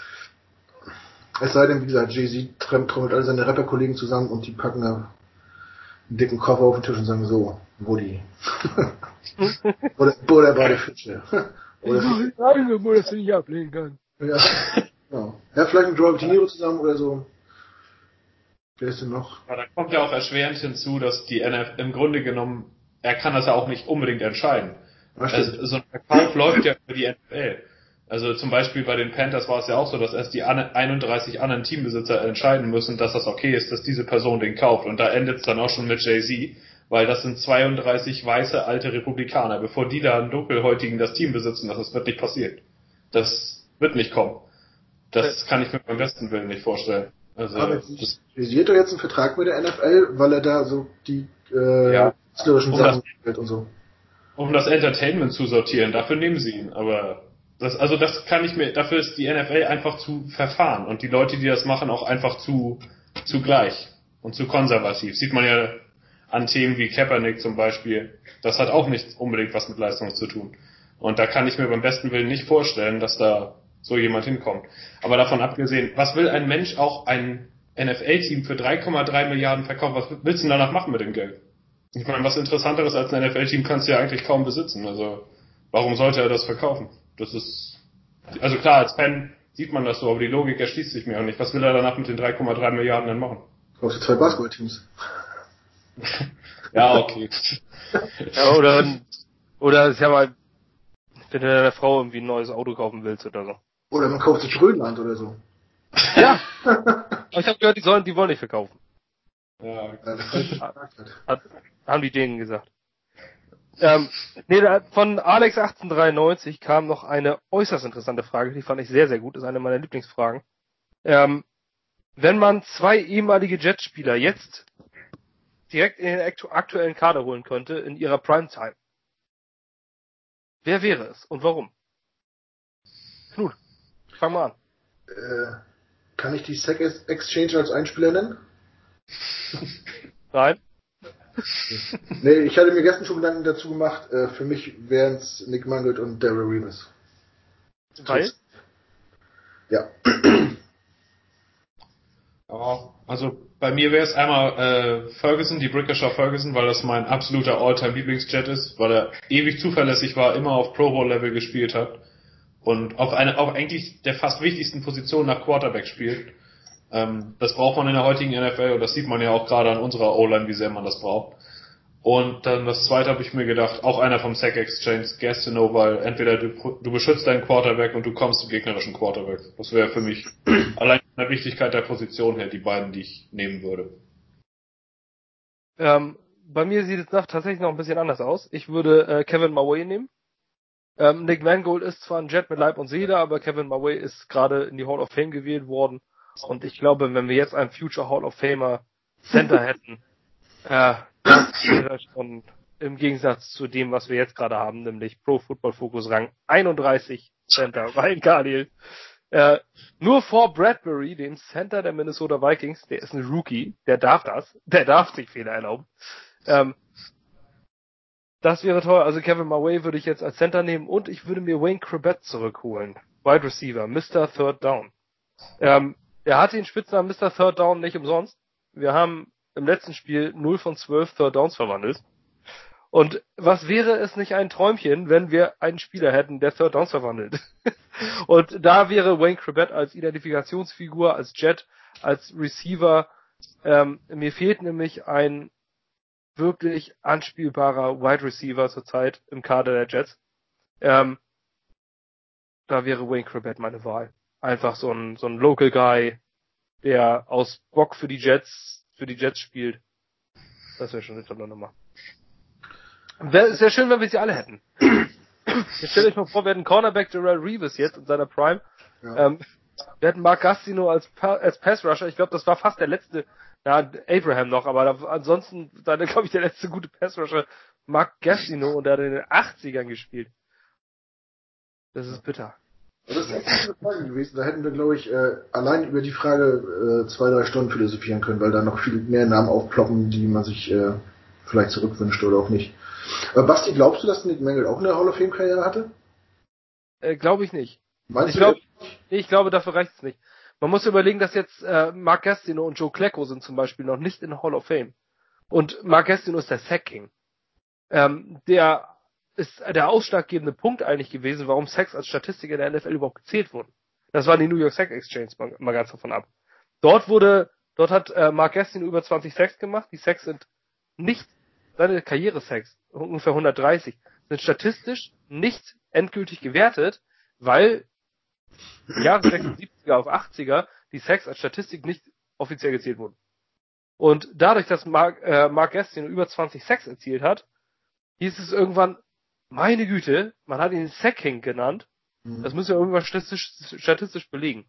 Es sei denn, wie gesagt, Jay-Z trommelt alle seine Rapper-Kollegen zusammen und die packen da einen dicken Koffer auf den Tisch und sagen so, Woody. oder, oder bei der Fische. Oder ich sagen, wo das nicht ablehnen kann. Ja, genau. Ja, vielleicht mit Robert De Niro zusammen oder so. Wer ist denn noch? Aber da kommt ja auch erschwerend hinzu, dass die N F L im Grunde genommen, er kann das ja auch nicht unbedingt entscheiden. Also, so ein Verkauf läuft ja über die N F L. Also zum Beispiel bei den Panthers war es ja auch so, dass erst die einunddreißig anderen Teambesitzer entscheiden müssen, dass das okay ist, dass diese Person den kauft. Und da endet es dann auch schon mit Jay-Z, weil das sind zweiunddreißig weiße alte Republikaner. Bevor die da einen Dunkelhäutigen das Team besitzen, das wird nicht passieren. Das wird nicht kommen. Das kann ich mir beim besten Willen nicht vorstellen. Also, Aber das visiert doch jetzt einen Vertrag mit der N F L, weil er da so die äh, ja, künstlerischen um Sachen das, und so. um das Entertainment zu sortieren, dafür nehmen sie ihn. Aber das, also das kann ich mir, dafür ist die N F L einfach zu verfahren und die Leute, die das machen, auch einfach zu, zu gleich und zu konservativ. Sieht man ja an Themen wie Kaepernick zum Beispiel. Das hat auch nicht unbedingt was mit Leistung zu tun. Und da kann ich mir beim besten Willen nicht vorstellen, dass da so jemand hinkommt. Aber davon abgesehen, was will ein Mensch auch ein N F L-Team für drei Komma drei Milliarden verkaufen? Was willst du denn danach machen mit dem Geld? Ich meine, was Interessanteres als ein N F L-Team kannst du ja eigentlich kaum besitzen. Also, warum sollte er das verkaufen? Das ist, also klar, als Fan sieht man das so, aber die Logik erschließt sich mir auch nicht. Was will er danach mit den drei Komma drei Milliarden denn machen? Kaufst du zwei Basketballteams. Ja, okay. Ja, oder, oder, ist ja mal, wenn du deiner Frau irgendwie ein neues Auto kaufen willst oder so. Oder man kauft sich Grönland oder so. Ja! Aber ich habe gehört, die sollen, die wollen nicht verkaufen. Ja, Hat, haben die denen gesagt. Ähm, nee, da, von Alex achtzehnhundertdreiundneunzig kam noch eine äußerst interessante Frage, die fand ich sehr, sehr gut, ist eine meiner Lieblingsfragen. Ähm, wenn man zwei ehemalige Jetspieler jetzt direkt in den aktu- aktuellen Kader holen könnte, in ihrer Primetime, wer wäre es und warum? Knut, fang mal an. Äh, kann ich die Sack Exchange als Einspieler nennen? Nein? Nee, ich hatte mir gestern schon Gedanken dazu gemacht. Äh, für mich wären es Nick Mangold und Darrell Reeves. Weil? Ja. Ja, also bei mir wäre es einmal äh, Ferguson, die Brickisher Ferguson, weil das mein absoluter All-Time-Lieblingsjet ist, weil er ewig zuverlässig war, immer auf Pro Bowl-Level gespielt hat und auf eine auf eigentlich der fast wichtigsten Position nach Quarterback spielt. Ähm, das braucht man in der heutigen N F L und das sieht man ja auch gerade an unserer O-Line, wie sehr man das braucht. Und dann das zweite habe ich mir gedacht, auch einer vom Sack Exchange, Gastineau, weil entweder du, du beschützt deinen Quarterback und du kommst zum gegnerischen Quarterback. Das wäre für mich allein von der Wichtigkeit der Position her die beiden, die ich nehmen würde. Ähm, bei mir sieht es noch, tatsächlich noch ein bisschen anders aus. Ich würde äh, Kevin Maway nehmen. Ähm, Nick Mangold ist zwar ein Jet mit Leib und Seele, aber Kevin Maway ist gerade in die Hall of Fame gewählt worden. Und ich glaube, wenn wir jetzt einen Future Hall of Famer Center hätten, äh, das wäre schon im Gegensatz zu dem, was wir jetzt gerade haben, nämlich Pro Football Focus Rang einunddreißig Center, Ryan Garneal. Äh, nur vor Bradbury, dem Center der Minnesota Vikings, der ist ein Rookie, der darf das, der darf sich Fehler erlauben. Ähm, das wäre toll. Also Kevin Murray würde ich jetzt als Center nehmen und ich würde mir Wayne Chrebet zurückholen. Wide Receiver, Mister Third Down. Ähm, er hatte den Spitznamen Mister Third Down nicht umsonst. Wir haben im letzten Spiel null von zwölf Third Downs verwandelt. Und was wäre es nicht ein Träumchen, wenn wir einen Spieler hätten, der Third Downs verwandelt? Und da wäre Wayne Chrebet als Identifikationsfigur, als Jet, als Receiver. Ähm, mir fehlt nämlich ein wirklich anspielbarer Wide Receiver zurzeit im Kader der Jets. Ähm, da wäre Wayne Chrebet meine Wahl. Einfach so ein, so ein Local Guy, der aus Bock für die Jets, für die Jets spielt. Das wäre schon eine tolle Nummer. Wäre sehr schön, wenn wir sie alle hätten. Jetzt stellt euch mal vor, wir hätten Cornerback Darrell Reeves jetzt in seiner Prime. Ja. Ähm, wir hätten Mark Gastineau als, pa- als Pass-Rusher. Ich glaube, das war fast der letzte, ja, Abraham noch, aber da, ansonsten war der, glaube ich, der letzte gute Pass-Rusher Mark Gastineau und der hat in den achtzigern gespielt. Das ist bitter. Das ist echt eine Frage gewesen. Da hätten wir, glaube ich, äh, allein über die Frage äh, zwei, drei Stunden philosophieren können, weil da noch viel mehr Namen aufploppen, die man sich äh, vielleicht zurückwünscht oder auch nicht. Aber Basti, glaubst du, dass Nick Mangold auch eine Hall of Fame Karriere hatte? Äh, glaube ich nicht. Meinst ich du? Glaub, nee, ich glaube, dafür reicht es nicht. Man muss überlegen, dass jetzt äh, Mark Gastineau und Joe Klecko sind zum Beispiel noch nicht in Hall of Fame. Und Mark Gastineau ist der Sack King. Ähm, der ist der ausschlaggebende Punkt eigentlich gewesen, warum Sacks als Statistik in der N F L überhaupt gezählt wurden. Das war die New York Sack Exchange, mal, mal ganz davon ab. Dort wurde, dort hat äh, Mark Gastineau über zwanzig Sacks gemacht. Die Sacks sind nicht seine Karriere-Sacks, ungefähr hundertdreißig, sind statistisch nicht endgültig gewertet, weil im Jahre sechsundsiebziger auf achtziger die Sacks als Statistik nicht offiziell gezählt wurden. Und dadurch, dass Mark, äh, Mark Gastineau über zwanzig Sacks erzielt hat, hieß es irgendwann, meine Güte, man hat ihn Sack King genannt. Mhm. Das müssen wir irgendwann statistisch, statistisch belegen.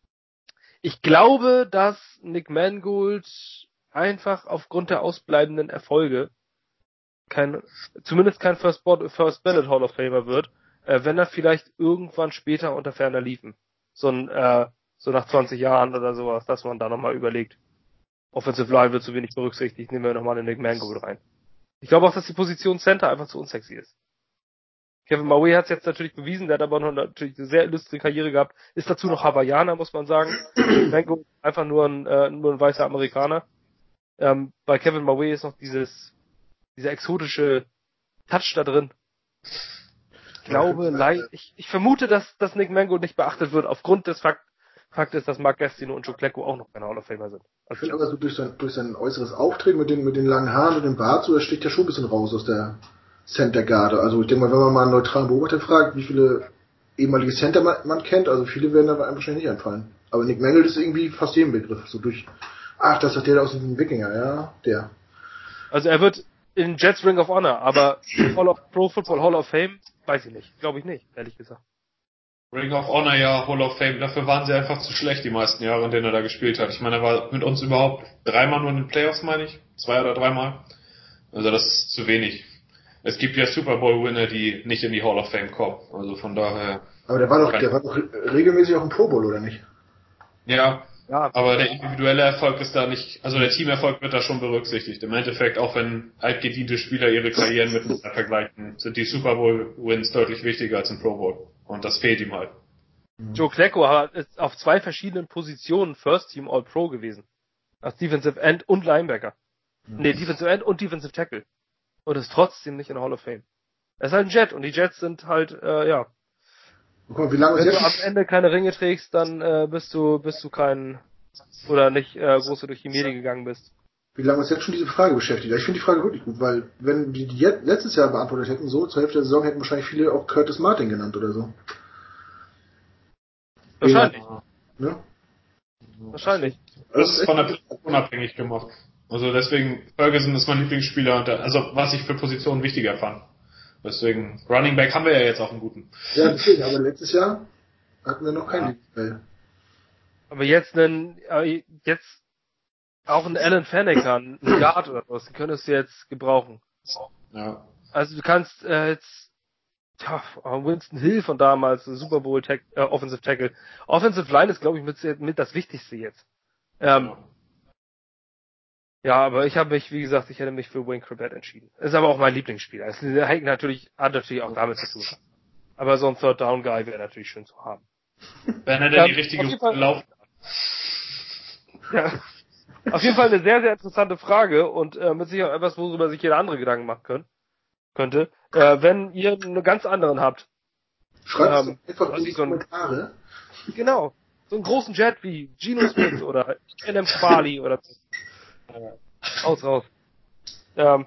Ich glaube, dass Nick Mangold einfach aufgrund der ausbleibenden Erfolge kein, zumindest kein First, Board, First Ballot Hall of Famer wird, äh, wenn er vielleicht irgendwann später unter ferner liefen. So ein, äh, so nach zwanzig Jahren oder sowas, dass man da nochmal überlegt. Offensive Line wird zu wenig berücksichtigt, nehmen wir nochmal den Nick Mangold rein. Ich glaube auch, dass die Position Center einfach zu unsexy ist. Kevin Murray hat es jetzt natürlich bewiesen, der hat aber noch natürlich eine sehr illustre Karriere gehabt, ist dazu noch Hawaiianer, muss man sagen. Mangold einfach nur ein, äh, nur ein weißer Amerikaner. Ähm, bei Kevin Murray ist noch dieses, dieser exotische Touch da drin. Ich glaube, leid, ich, ich vermute, dass, dass Nick Mangold nicht beachtet wird, aufgrund des Fakt, Faktes, dass Mark Gastineau und Joe Klecko auch noch keine Hall of Famer sind. Also ich finde aber so durch sein, durch sein äußeres Auftreten mit den, mit den langen Haaren und dem Bart, so, er sticht ja schon ein bisschen raus aus der Center-Garde. Also ich denke mal, wenn man mal einen neutralen Beobachter fragt, wie viele ehemalige Center man, man kennt, also viele werden da wahrscheinlich nicht einfallen. Aber Nick Mangold ist irgendwie fast jedem Begriff, so durch, ach, das ist der aus dem Wikinger, ja, der. Also er wird in Jets Ring of Honor, aber Hall of Pro Football Hall of Fame, weiß ich nicht. Glaube ich nicht, ehrlich gesagt. Ring of Honor, ja, Hall of Fame, dafür waren sie einfach zu schlecht die meisten Jahre, in denen er da gespielt hat. Ich meine, er war mit uns überhaupt dreimal nur in den Playoffs, meine ich. Zwei oder dreimal. Also das ist zu wenig. Es gibt ja Super Bowl-Winner, die nicht in die Hall of Fame kommen. Also von daher. Aber der war doch, der war doch regelmäßig auch im Pro Bowl, oder nicht? Ja, ja, aber der individuelle Erfolg ist da nicht, also der Teamerfolg wird da schon berücksichtigt. Im Endeffekt, auch wenn altgediente Spieler ihre Karrieren miteinander vergleichen, sind die Super Bowl-Wins deutlich wichtiger als ein Pro Bowl. Und das fehlt ihm halt. Joe Klecko ist auf zwei verschiedenen Positionen First Team All-Pro gewesen. Als Defensive End und Linebacker. Mhm. Nee, Defensive End und Defensive Tackle. Und ist trotzdem nicht in der Hall of Fame. Er ist halt ein Jet und die Jets sind halt, äh, ja. Guck, wie lange Wenn du am Ende keine Ringe trägst, dann äh, bist du bist du kein, oder nicht äh, groß durch die Medien gegangen bist. Wie lange uns jetzt schon diese Frage beschäftigt? Ich finde die Frage wirklich gut, weil wenn wir die jetzt, letztes Jahr beantwortet hätten, so zur Hälfte der Saison, hätten wahrscheinlich viele auch Curtis Martin genannt oder so. Wahrscheinlich. Ne? Wahrscheinlich. Das ist von der Position unabhängig gemacht. Also deswegen, Ferguson ist mein Lieblingsspieler, also was ich für Positionen wichtiger fand. Deswegen, Running Back haben wir ja jetzt auch einen guten. Ja, deswegen, aber letztes Jahr hatten wir noch keinen Lieblingsspieler. Aber jetzt einen, jetzt auch einen Alan Faneca, einen Guard oder was, den könntest du jetzt gebrauchen. Ja. Also du kannst äh, jetzt tja, Winston Hill von damals, Super Bowl Tag, äh, Offensive Tackle. Offensive Line ist, glaube ich, mit, mit das Wichtigste jetzt. Ähm, ja. ja, aber ich habe mich, wie gesagt, ich hätte mich für Wayne Chrebet entschieden. Ist aber auch mein Lieblingsspieler. Es hängt natürlich, hat natürlich auch damit zu tun. Aber so ein Third Down Guy wäre natürlich schön zu haben. Wenn er denn die richtige Lauf Ja. Auf jeden Fall eine sehr, sehr interessante Frage und äh, mit Sicherheit etwas, worüber sich jeder andere Gedanken machen können, könnte. Äh, wenn ihr einen ganz anderen habt. Schreibt ähm, es einfach in die so ein, Kommentare. Genau. So einen großen Jet wie Geno Smith oder N M Quali oder so. Äh, raus, raus. Ähm,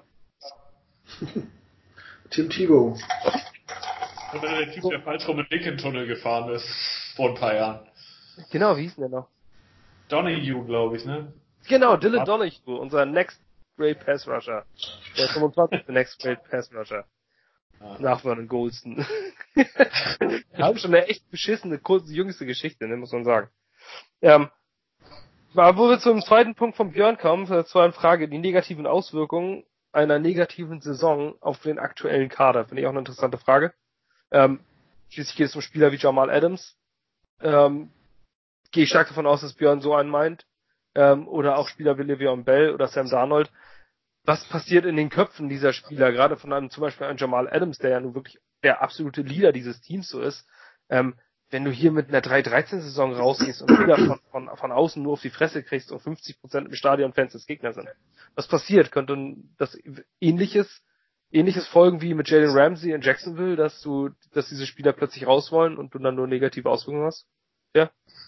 Tim Tebow. Oder der Typ, der falsch rum im Lincoln-Tunnel gefahren ist, vor ein paar Jahren. Genau, wie hieß denn der noch? Donahue, glaube ich, ne? Genau, Dylan Donahue, unser Next Great Pass Rusher. Der fünfundzwanzigste Next Great Pass Rusher. Ja. Nach Vernon Goldston. Wir haben schon eine echt beschissene, kurze, jüngste Geschichte, ne, muss man sagen. Ähm, aber wo wir zum zweiten Punkt von Björn kommen, das war eine Frage, die negativen Auswirkungen einer negativen Saison auf den aktuellen Kader. Finde ich auch eine interessante Frage. Ähm, schließlich geht es um Spieler wie Jamal Adams. Ähm, gehe ich stark davon aus, dass Björn so einen meint. Ähm, oder auch Spieler wie Le'Veon Bell oder Sam Darnold. Was passiert in den Köpfen dieser Spieler, gerade von einem, zum Beispiel einem Jamal Adams, der ja nun wirklich der absolute Leader dieses Teams so ist, ähm, wenn du hier mit einer drei dreizehn Saison rausgehst und wieder von, von, von außen nur auf die Fresse kriegst und fünfzig Prozent im Stadion-Fans des Gegners sind. Was passiert? Könnte das ähnliches, ähnliches folgen wie mit Jalen Ramsey in Jacksonville, dass du, dass diese Spieler plötzlich raus wollen und du dann nur negative Auswirkungen hast? Ja?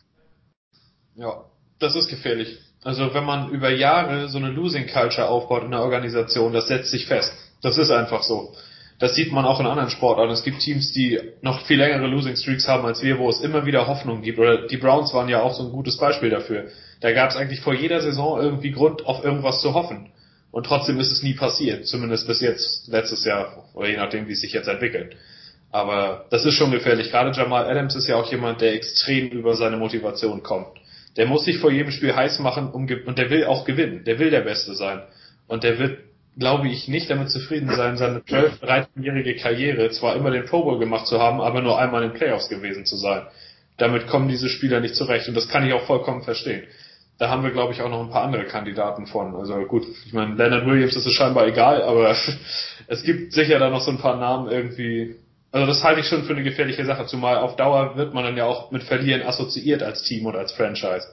Ja, das ist gefährlich. Also wenn man über Jahre so eine Losing Culture aufbaut in der Organisation, das setzt sich fest. Das ist einfach so. Das sieht man auch in anderen Sportarten. Es gibt Teams, die noch viel längere Losing Streaks haben als wir, wo es immer wieder Hoffnung gibt. Oder die Browns waren ja auch so ein gutes Beispiel dafür. Da gab es eigentlich vor jeder Saison irgendwie Grund, auf irgendwas zu hoffen. Und trotzdem ist es nie passiert. Zumindest bis jetzt, letztes Jahr, oder je nachdem, wie es sich jetzt entwickelt. Aber das ist schon gefährlich. Gerade Jamal Adams ist ja auch jemand, der extrem über seine Motivation kommt. Der muss sich vor jedem Spiel heiß machen, um und der will auch gewinnen. Der will der Beste sein. Und der wird, glaube ich, nicht damit zufrieden sein, seine zwölf-, dreizehnjährige Karriere zwar immer den Pro Bowl gemacht zu haben, aber nur einmal in den Playoffs gewesen zu sein. Damit kommen diese Spieler nicht zurecht. Und das kann ich auch vollkommen verstehen. Da haben wir, glaube ich, auch noch ein paar andere Kandidaten von. Also gut, ich meine, Leonard Williams ist es scheinbar egal, aber es gibt sicher da noch so ein paar Namen irgendwie. Also das halte ich schon für eine gefährliche Sache, zumal auf Dauer wird man dann ja auch mit Verlieren assoziiert als Team und als Franchise.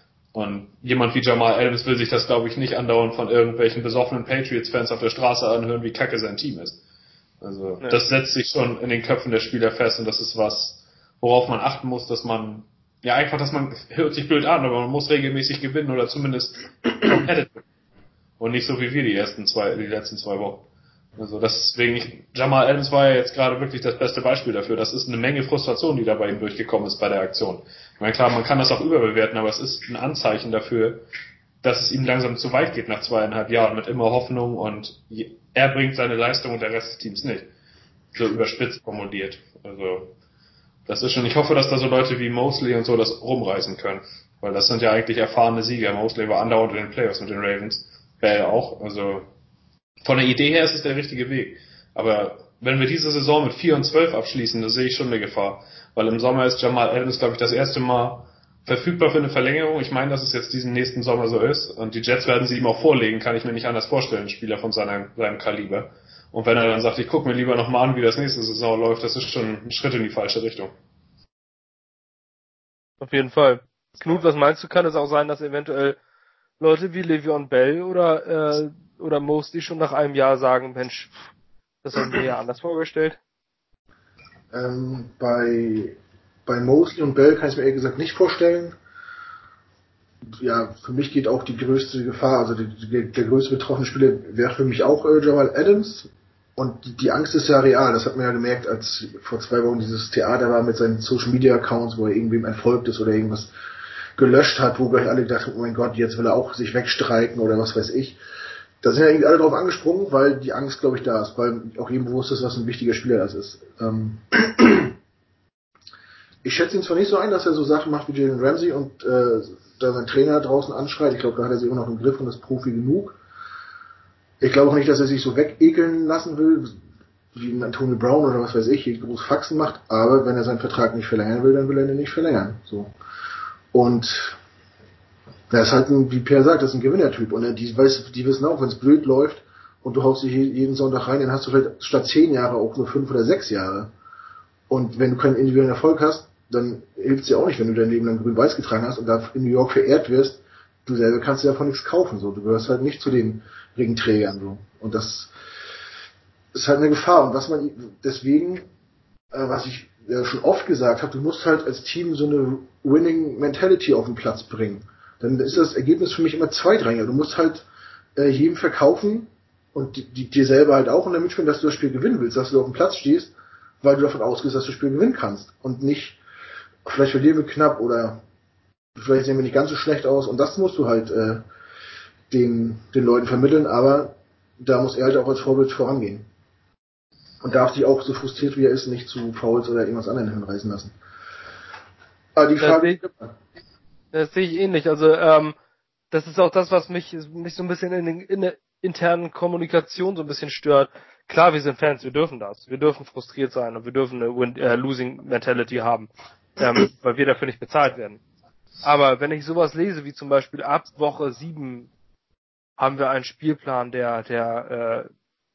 Und jemand wie Jamal Adams will sich das, glaube ich, nicht andauernd von irgendwelchen besoffenen Patriots-Fans auf der Straße anhören, wie kacke sein Team ist. Also ja. Das setzt sich schon in den Köpfen der Spieler fest und das ist was, worauf man achten muss, dass man, ja einfach, dass man, hört sich blöd an, aber man muss regelmäßig gewinnen oder zumindest competitive. Und nicht so wie wir die ersten zwei, die letzten zwei Wochen. Also deswegen, Jamal Adams war ja jetzt gerade wirklich das beste Beispiel dafür. Das ist eine Menge Frustration, die da bei ihm durchgekommen ist bei der Aktion. Ich meine, klar, man kann das auch überbewerten, aber es ist ein Anzeichen dafür, dass es ihm langsam zu weit geht nach zweieinhalb Jahren mit immer Hoffnung und er bringt seine Leistung und der Rest des Teams nicht. So überspitzt formuliert. Also das ist schon, ich hoffe, dass da so Leute wie Mosley und so das rumreißen können. Weil das sind ja eigentlich erfahrene Sieger. Mosley war andauernd in den Playoffs mit den Ravens. Bell auch, also von der Idee her ist es der richtige Weg. Aber wenn wir diese Saison mit vier und zwölf abschließen, da sehe ich schon eine Gefahr. Weil im Sommer ist Jamal Adams, glaube ich, das erste Mal verfügbar für eine Verlängerung. Ich meine, dass es jetzt diesen nächsten Sommer so ist. Und die Jets werden sie ihm auch vorlegen, kann ich mir nicht anders vorstellen, ein Spieler von seiner, seinem Kaliber. Und wenn er dann sagt, ich gucke mir lieber nochmal an, wie das nächste Saison läuft, das ist schon ein Schritt in die falsche Richtung. Auf jeden Fall. Knut, was meinst du, kann es auch sein, dass eventuell Leute wie Le'Veon Bell oder äh, oder Mosley schon nach einem Jahr sagen, Mensch, das haben wir ja anders vorgestellt? Ähm, bei bei Mosley und Bell kann ich mir ehrlich gesagt nicht vorstellen. Ja, für mich geht auch die größte Gefahr, also die, die, der größte betroffene Spieler wäre für mich auch äh, Jamal Adams. Und die, die Angst ist ja real, das hat man ja gemerkt, als vor zwei Wochen dieses Theater war mit seinen Social Media Accounts, wo er irgendwem entfolgt ist oder irgendwas gelöscht hat, wo gleich alle gedacht haben, oh mein Gott, jetzt will er auch sich wegstreiken oder was weiß ich. Da sind ja irgendwie alle drauf angesprungen, weil die Angst, glaube ich, da ist, weil auch jedem bewusst ist, was ein wichtiger Spieler das ist. Ähm ich schätze ihn zwar nicht so ein, dass er so Sachen macht wie Jalen Ramsey und äh, da sein Trainer draußen anschreit. Ich glaube, da hat er sich immer noch im Griff und ist Profi genug. Ich glaube auch nicht, dass er sich so wegekeln lassen will. wie ein Antonio Brown oder was weiß ich, hier groß Faxen macht, aber wenn er seinen Vertrag nicht verlängern will, dann will er ihn nicht verlängern. So. Und er ist halt ein, wie Per sagt, das ist ein Gewinnertyp. Und die, weiß, die wissen auch, wenn es blöd läuft und du haust dich jeden Sonntag rein, dann hast du vielleicht statt zehn Jahre auch nur fünf oder sechs Jahre. Und wenn du keinen individuellen Erfolg hast, dann hilft es dir auch nicht, wenn du dein Leben lang grün-weiß getragen hast und da in New York verehrt wirst. Du selber kannst dir davon nichts kaufen. So. Du gehörst halt nicht zu den Ringträgern. So. Und das ist halt eine Gefahr. Und was man deswegen, äh, was ich ja schon oft gesagt habe, du musst halt als Team so eine Winning Mentality auf den Platz bringen. Dann ist das Ergebnis für mich immer zweitrangig. Du musst halt äh, jedem verkaufen und die, die, dir selber halt auch und damit spielen, dass du das Spiel gewinnen willst, dass du auf dem Platz stehst, weil du davon ausgehst, dass du das Spiel gewinnen kannst und nicht, vielleicht verlieren wir knapp oder vielleicht sehen wir nicht ganz so schlecht aus und das musst du halt äh, den, den Leuten vermitteln, aber da muss er halt auch als Vorbild vorangehen. Und darf sich auch so frustriert wie er ist, nicht zu Fouls oder irgendwas anderem hinreißen lassen. Aber die Frage... Das sehe ich ähnlich. Also ähm, das ist auch das, was mich, mich so ein bisschen in, den, in der internen Kommunikation so ein bisschen stört. Klar, wir sind Fans, wir dürfen das. Wir dürfen frustriert sein und wir dürfen eine Win- äh, Losing-Mentality haben, ähm, weil wir dafür nicht bezahlt werden. Aber wenn ich sowas lese, wie zum Beispiel ab Woche sieben haben wir einen Spielplan, der der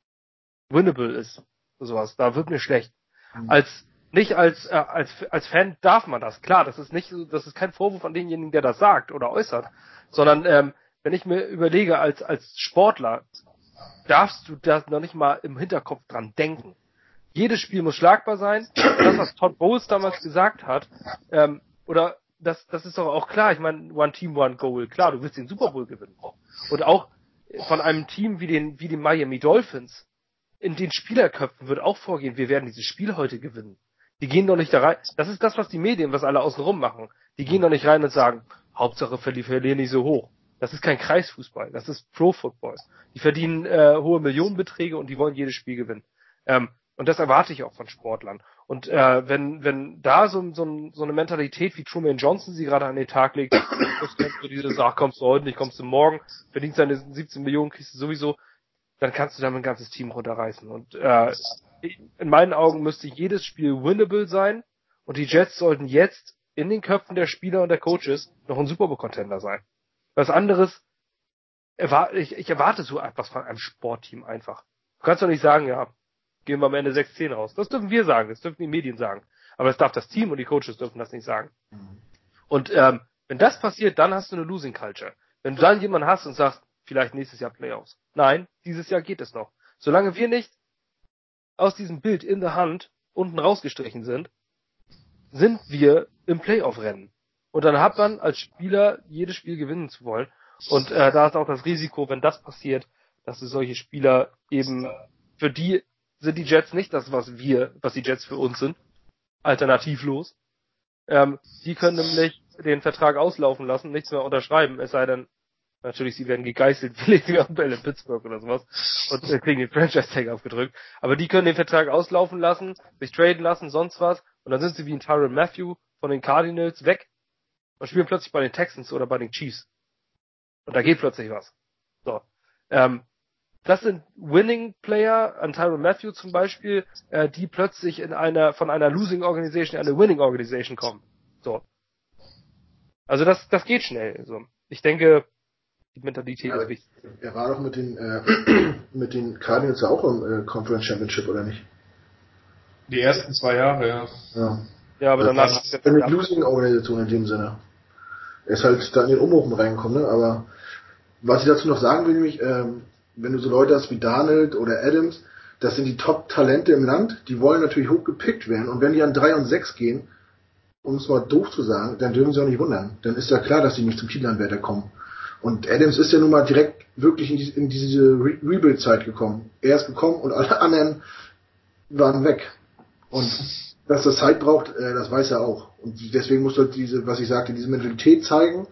äh, winnable ist, sowas, da wird mir schlecht. Mhm. Als Nicht als äh, als als Fan darf man das, klar, das ist nicht, das ist kein Vorwurf an denjenigen, der das sagt oder äußert, sondern ähm, wenn ich mir überlege, als als Sportler darfst du da noch nicht mal im Hinterkopf dran denken. Jedes Spiel muss schlagbar sein. Das, was Todd Bowles damals gesagt hat, ähm, oder das das ist doch auch klar. Ich meine, One Team, One Goal. Klar, du willst den Super Bowl gewinnen. Und auch von einem Team wie den wie den Miami Dolphins, in den Spielerköpfen wird auch vorgehen, wir werden dieses Spiel heute gewinnen. Die gehen doch nicht da rein. Das ist das, was die Medien, was alle außenrum machen. Die gehen doch nicht rein und sagen, Hauptsache verlieren nicht so hoch. Das ist kein Kreisfußball, das ist Pro-Football. Die verdienen äh, hohe Millionenbeträge und die wollen jedes Spiel gewinnen. Ähm, und das erwarte ich auch von Sportlern. Und äh, wenn wenn da so, so, so eine Mentalität wie Truman Johnson sie gerade an den Tag legt, das kennst du dieses, ach, kommst du heute nicht, kommst du morgen, verdienst deine siebzehn Millionen, kriegst du sowieso, dann kannst du damit ein ganzes Team runterreißen. Und äh, in meinen Augen müsste jedes Spiel winnable sein und die Jets sollten jetzt in den Köpfen der Spieler und der Coaches noch ein Super Bowl-Contender sein. Was anderes, erwarte, ich, ich erwarte so etwas von einem Sportteam einfach. Du kannst doch nicht sagen, ja, gehen wir am Ende sechs zehn raus. Das dürfen wir sagen, das dürfen die Medien sagen. Aber das darf das Team und die Coaches dürfen das nicht sagen. Und ähm, wenn das passiert, dann hast du eine Losing Culture. Wenn du dann jemanden hast und sagst, vielleicht nächstes Jahr Playoffs. Nein, dieses Jahr geht es noch. Solange wir nicht aus diesem Bild in der Hand unten rausgestrichen sind, sind wir im Playoff-Rennen. Und dann hat man als Spieler jedes Spiel gewinnen zu wollen. Und äh, da ist auch das Risiko, wenn das passiert, dass es solche Spieler eben, für die sind die Jets nicht das, was wir, was die Jets für uns sind, alternativlos. Ähm, die können nämlich den Vertrag auslaufen lassen, nichts mehr unterschreiben, es sei denn, natürlich, sie werden gegeißelt, wie Le'Veon Bell in Pittsburgh oder sowas, und äh, kriegen den Franchise-Tag aufgedrückt. Aber die können den Vertrag auslaufen lassen, sich traden lassen, sonst was, und dann sind sie wie ein Tyrann Mathieu von den Cardinals weg und spielen plötzlich bei den Texans oder bei den Chiefs. Und da geht plötzlich was. So. Ähm, das sind Winning-Player, an Tyrann Mathieu zum Beispiel, äh, die plötzlich in einer, von einer Losing-Organisation in eine Winning-Organisation kommen. So. Also das, das geht schnell. So. Ich denke, die Mentalität ja, ist wichtig. Er war doch mit den äh, mit den Cardinals ja auch im äh, Conference Championship, oder nicht? Die ersten zwei Jahre, ja. Ja, ja aber danach das ist eine Losing-Organisation in dem Sinne. Er ist halt da in den Umbruch reingekommen, ne? Aber was ich dazu noch sagen will, nämlich, ähm, wenn du so Leute hast wie Darnold oder Adams, das sind die Top-Talente im Land, die wollen natürlich hochgepickt werden. Und wenn die an drei und sechs gehen, um es mal doof zu sagen, dann dürfen sie auch nicht wundern. Dann ist ja klar, dass sie nicht zum Titelanwärter kommen. Und Adams ist ja nun mal direkt wirklich in, die, in diese Re- Rebuild-Zeit gekommen. Er ist gekommen und alle anderen waren weg. Und dass das Zeit braucht, äh, das weiß er auch. Und deswegen musst du halt diese, was ich sagte, diese Mentalität zeigen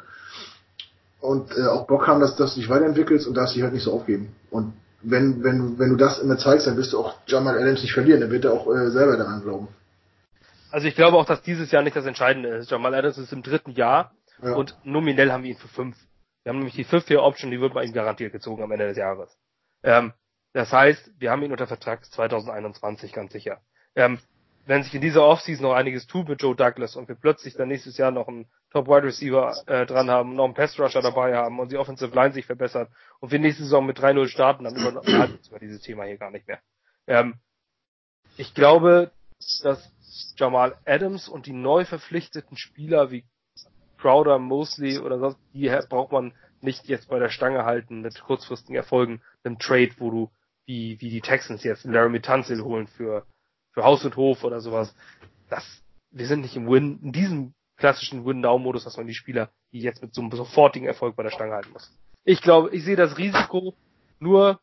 und äh, auch Bock haben, dass, dass du dich weiterentwickelst und darfst dich halt nicht so aufgeben. Und wenn, wenn, wenn du das immer zeigst, dann wirst du auch Jamal Adams nicht verlieren, dann wird er auch äh, selber daran glauben. Also ich glaube auch, dass dieses Jahr nicht das Entscheidende ist. Jamal Adams ist im dritten Jahr Ja. und nominell haben wir ihn für fünf. Wir haben nämlich die Fifth-Year-Option, die wird bei ihm garantiert gezogen am Ende des Jahres. Ähm, Das heißt, wir haben ihn unter Vertrag zwanzig einundzwanzig, ganz sicher. Ähm, wenn sich in dieser Offseason noch einiges tut mit Joe Douglas und wir plötzlich dann nächstes Jahr noch einen Top-Wide-Receiver äh, dran haben, noch einen Pass-Rusher dabei haben und die Offensive Line sich verbessert und wir nächste Saison mit drei null starten, dann überhalten wir dieses Thema hier gar nicht mehr. Ähm, ich glaube, dass Jamal Adams und die neu verpflichteten Spieler wie Crowder, Mosley oder sonst, die braucht man nicht jetzt bei der Stange halten mit kurzfristigen Erfolgen, einem Trade, wo du wie, wie die Texans jetzt Laramie Tunsil holen für, für Haus und Hof oder sowas. Das, wir sind nicht im Win, in diesem klassischen Win-Now-Modus, dass man die Spieler, die jetzt mit so einem sofortigen Erfolg bei der Stange halten muss. Ich glaube, ich sehe das Risiko nur,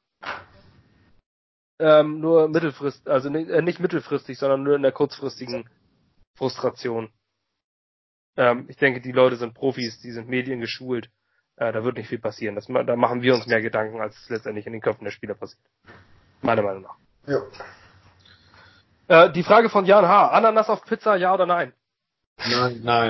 ähm, nur mittelfristig, also nicht, äh, nicht mittelfristig, sondern nur in der kurzfristigen Frustration. Ähm, ich denke, die Leute sind Profis, die sind mediengeschult. Äh, da wird nicht viel passieren. Das, da machen wir uns mehr Gedanken, als es letztendlich in den Köpfen der Spieler passiert. Meiner Meinung nach. Ja. Äh, die Frage von Jan H. Ananas auf Pizza, ja oder nein? Nein. Nein.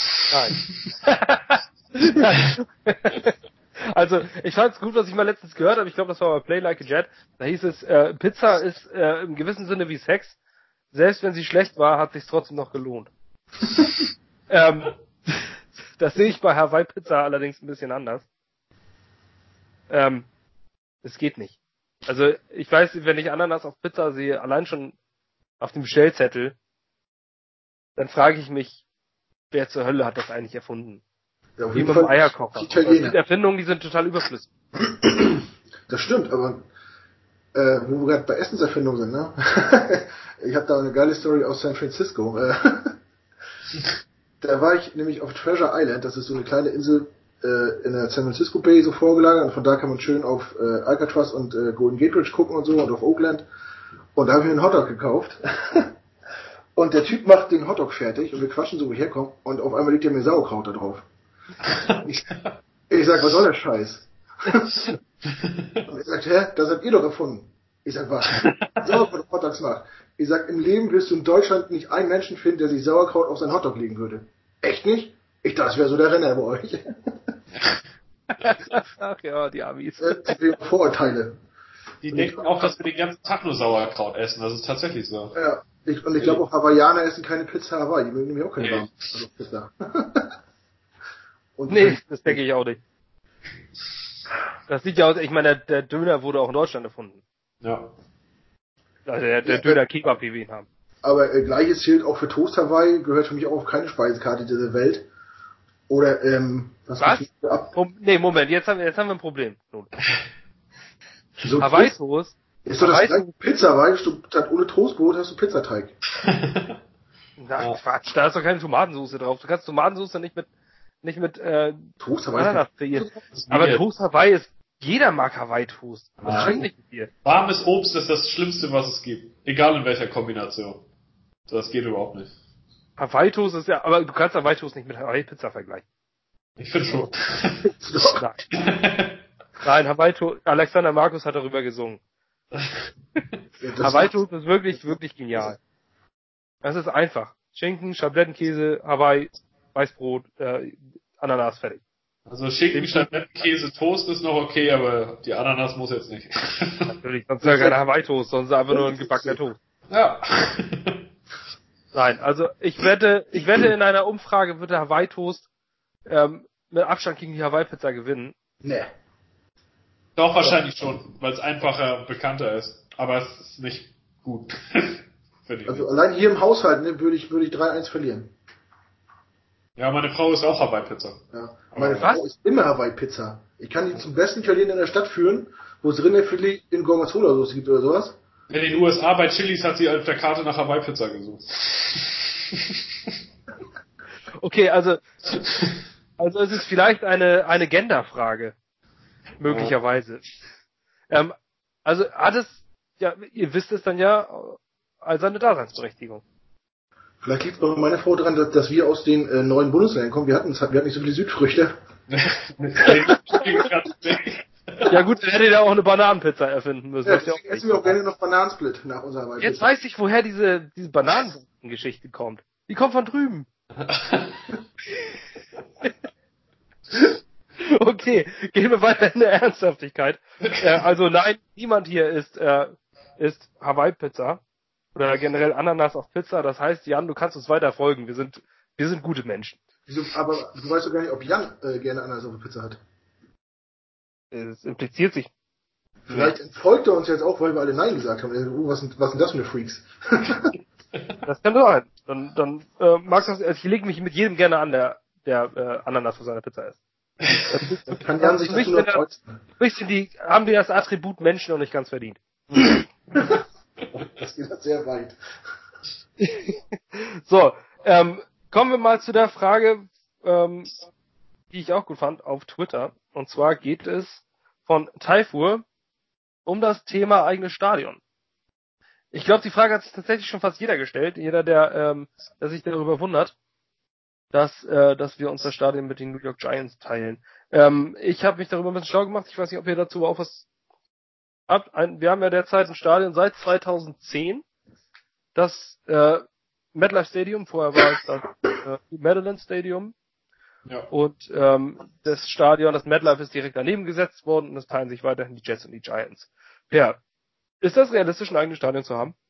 Nein. Also, ich fand es gut, was ich mal letztens gehört habe. Ich glaube, das war bei Play Like a Jet. Da hieß es, äh, Pizza ist äh, im gewissen Sinne wie Sex. Selbst wenn sie schlecht war, hat sich trotzdem noch gelohnt. ähm, das sehe ich bei Hawaii Pizza allerdings ein bisschen anders. Ähm, es geht nicht. Also, ich weiß, wenn ich Ananas auf Pizza sehe, allein schon auf dem Bestellzettel, dann frage ich mich, wer zur Hölle hat das eigentlich erfunden? Ja, auf Wie jeden mit dem Fall Eierkocher. die Italiener. Das sind Erfindungen, die sind total überflüssig. Das stimmt, aber äh, wo wir gerade bei Essenserfindungen sind, ne? Ich habe da eine geile Story aus San Francisco. Äh, da war ich nämlich auf Treasure Island, das ist so eine kleine Insel äh, in der San Francisco Bay so vorgelagert und von da kann man schön auf äh, Alcatraz und äh, Golden Gate Bridge gucken und so und auf Oakland. Und da habe ich mir einen Hotdog gekauft. Und der Typ macht den Hotdog fertig und wir quatschen so, wo ich herkomme und auf einmal liegt er mir Sauerkraut da drauf. Ich, ich sag, was soll der Scheiß? Und er sagt, hä, das habt ihr doch erfunden. Ich sag, was? Sauerkraut auf Hotdogs macht. Ich sag, im Leben wirst du in Deutschland nicht einen Menschen finden, der sich Sauerkraut auf seinen Hotdog legen würde. Echt nicht? Ich dachte, das wäre so der Renner bei euch. Ach ja, die Amis. Äh, Vorurteile. Die denken auch, dass wir den ganzen Tag nur Sauerkraut essen. Das ist tatsächlich so. Ja, ich, und ich glaube auch Hawaiianer essen keine Pizza Hawaii. Die mögen nämlich auch keine warme also Pizza. Und Nee, das denke ich auch nicht. Das sieht ja aus, ich meine, der, der Döner wurde auch in Deutschland erfunden. Ja. Also der, der Döner Kebab, wie wir ihn haben. Aber äh, gleiches gilt auch für Toast Hawaii, gehört für mich auch auf keine Speisekarte dieser Welt. Oder, ähm, was? Was? Ab? Mom- nee, Moment, jetzt haben wir, jetzt haben wir ein Problem. Nun. So Hawaii Toast. ist doch das Hawaii gleiche Pizza, weißt du, statt ohne Toastbrot hast du Pizzateig. Na, Ja. Quatsch, da ist doch keine Tomatensauce drauf. Du kannst Tomatensauce nicht mit, nicht mit, äh, Toast Hawaii Ananas ist kreieren. ist Aber weird. Toast Hawaii ist, jeder mag Hawaii Toast. Was Nein. stimmt nicht mit dir? Warmes Obst ist das Schlimmste, was es gibt. Egal in welcher Kombination. Das geht überhaupt nicht. Hawaii Toast ist ja, aber du kannst Hawaii Toast nicht mit Hawaii Pizza vergleichen. Ich finde schon. doch. Nein. Nein, Hawaii Toast, Alexander Markus hat darüber gesungen. Ja, das Hawaii macht- Toast ist wirklich, wirklich genial. Das ist einfach. Schinken, Schablettenkäse, Hawaii, Weißbrot, äh, Ananas, fertig. Also Schinken, Schablettenkäse, Toast ist noch okay, aber die Ananas muss jetzt nicht. Natürlich, sonst ist ja keine Hawaii Toast, sonst ist einfach nur ein gebackener Toast. Ja. Nein, also ich wette, ich wette in einer Umfrage wird der Hawaii Toast ähm, mit Abstand gegen die Hawaii Pizza gewinnen. Nee. Doch, wahrscheinlich schon, weil es einfacher, bekannter ist. Aber es ist nicht gut. Finde ich Also nicht. allein hier im Haushalt ne, würde ich, würde ich drei eins verlieren. Ja, meine Frau ist auch Hawaii-Pizza. Ja. Meine Was? Frau ist immer Hawaii-Pizza. Ich kann die zum besten Italiener in der Stadt führen, wo es Rinderfilet in Gorgonzola-Soße gibt oder sowas. In den U S A bei Chili's hat sie auf der Karte nach Hawaii-Pizza gesucht. Okay, also also es ist vielleicht eine eine Genderfrage möglicherweise. Ähm, also hat es ja, ihr wisst es dann ja als eine Daseinsberechtigung. Vielleicht liegt es bei meiner Frau daran, dass, dass wir aus den äh, neuen Bundesländern kommen. Wir hatten, wir hatten nicht so viele Südfrüchte. Ja gut, dann hätte ihr ja auch eine Bananenpizza erfinden müssen. Ja, was ja auch deswegen essen wir auch gerne noch Bananensplit nach unserer Hawaii-Pizza. Jetzt weiß ich, woher diese diese Bananengeschichte kommt. Die kommt von drüben. Okay, gehen wir weiter in der Ernsthaftigkeit. Äh, also nein, niemand hier ist, äh, ist Hawaii-Pizza oder generell Ananas auf Pizza. Das heißt, Jan, du kannst uns weiter folgen. Wir sind, wir sind gute Menschen. Wieso, aber du weißt doch gar nicht, ob Jan äh, gerne Ananas auf der Pizza hat. Es impliziert sich. Vielleicht entfolgt er uns jetzt auch, weil wir alle Nein gesagt haben. Uh, was sind, was sind das für eine Freaks? Das kann sein. Dann, dann äh, magst du das, also ich lege mich mit jedem gerne an, der, der äh, Ananas auf seiner Pizza isst. Dann kann Jan sich dazu noch äußern. Bisschen die, haben wir das Attribut Menschen noch nicht ganz verdient. Das geht halt sehr weit. So, ähm, kommen wir mal zu der Frage, ähm, die ich auch gut fand, auf Twitter. Und zwar geht es von Taifur um das Thema eigenes Stadion. Ich glaube, die Frage hat sich tatsächlich schon fast jeder gestellt. Jeder, der, ähm, der sich darüber wundert, dass, äh, dass wir uns das Stadion mit den New York Giants teilen. Ähm, ich habe mich darüber ein bisschen schlau gemacht. Ich weiß nicht, ob ihr dazu auch was habt. Ein, wir haben ja derzeit ein Stadion seit zweitausendzehn. Das äh, MetLife Stadium, vorher war es das äh, Meadowlands Stadium. Ja. Und ähm, das Stadion, das MetLife, ist direkt daneben gesetzt worden und es teilen sich weiterhin die Jets und die Giants. Ja, ist das realistisch, ein eigenes Stadion zu haben?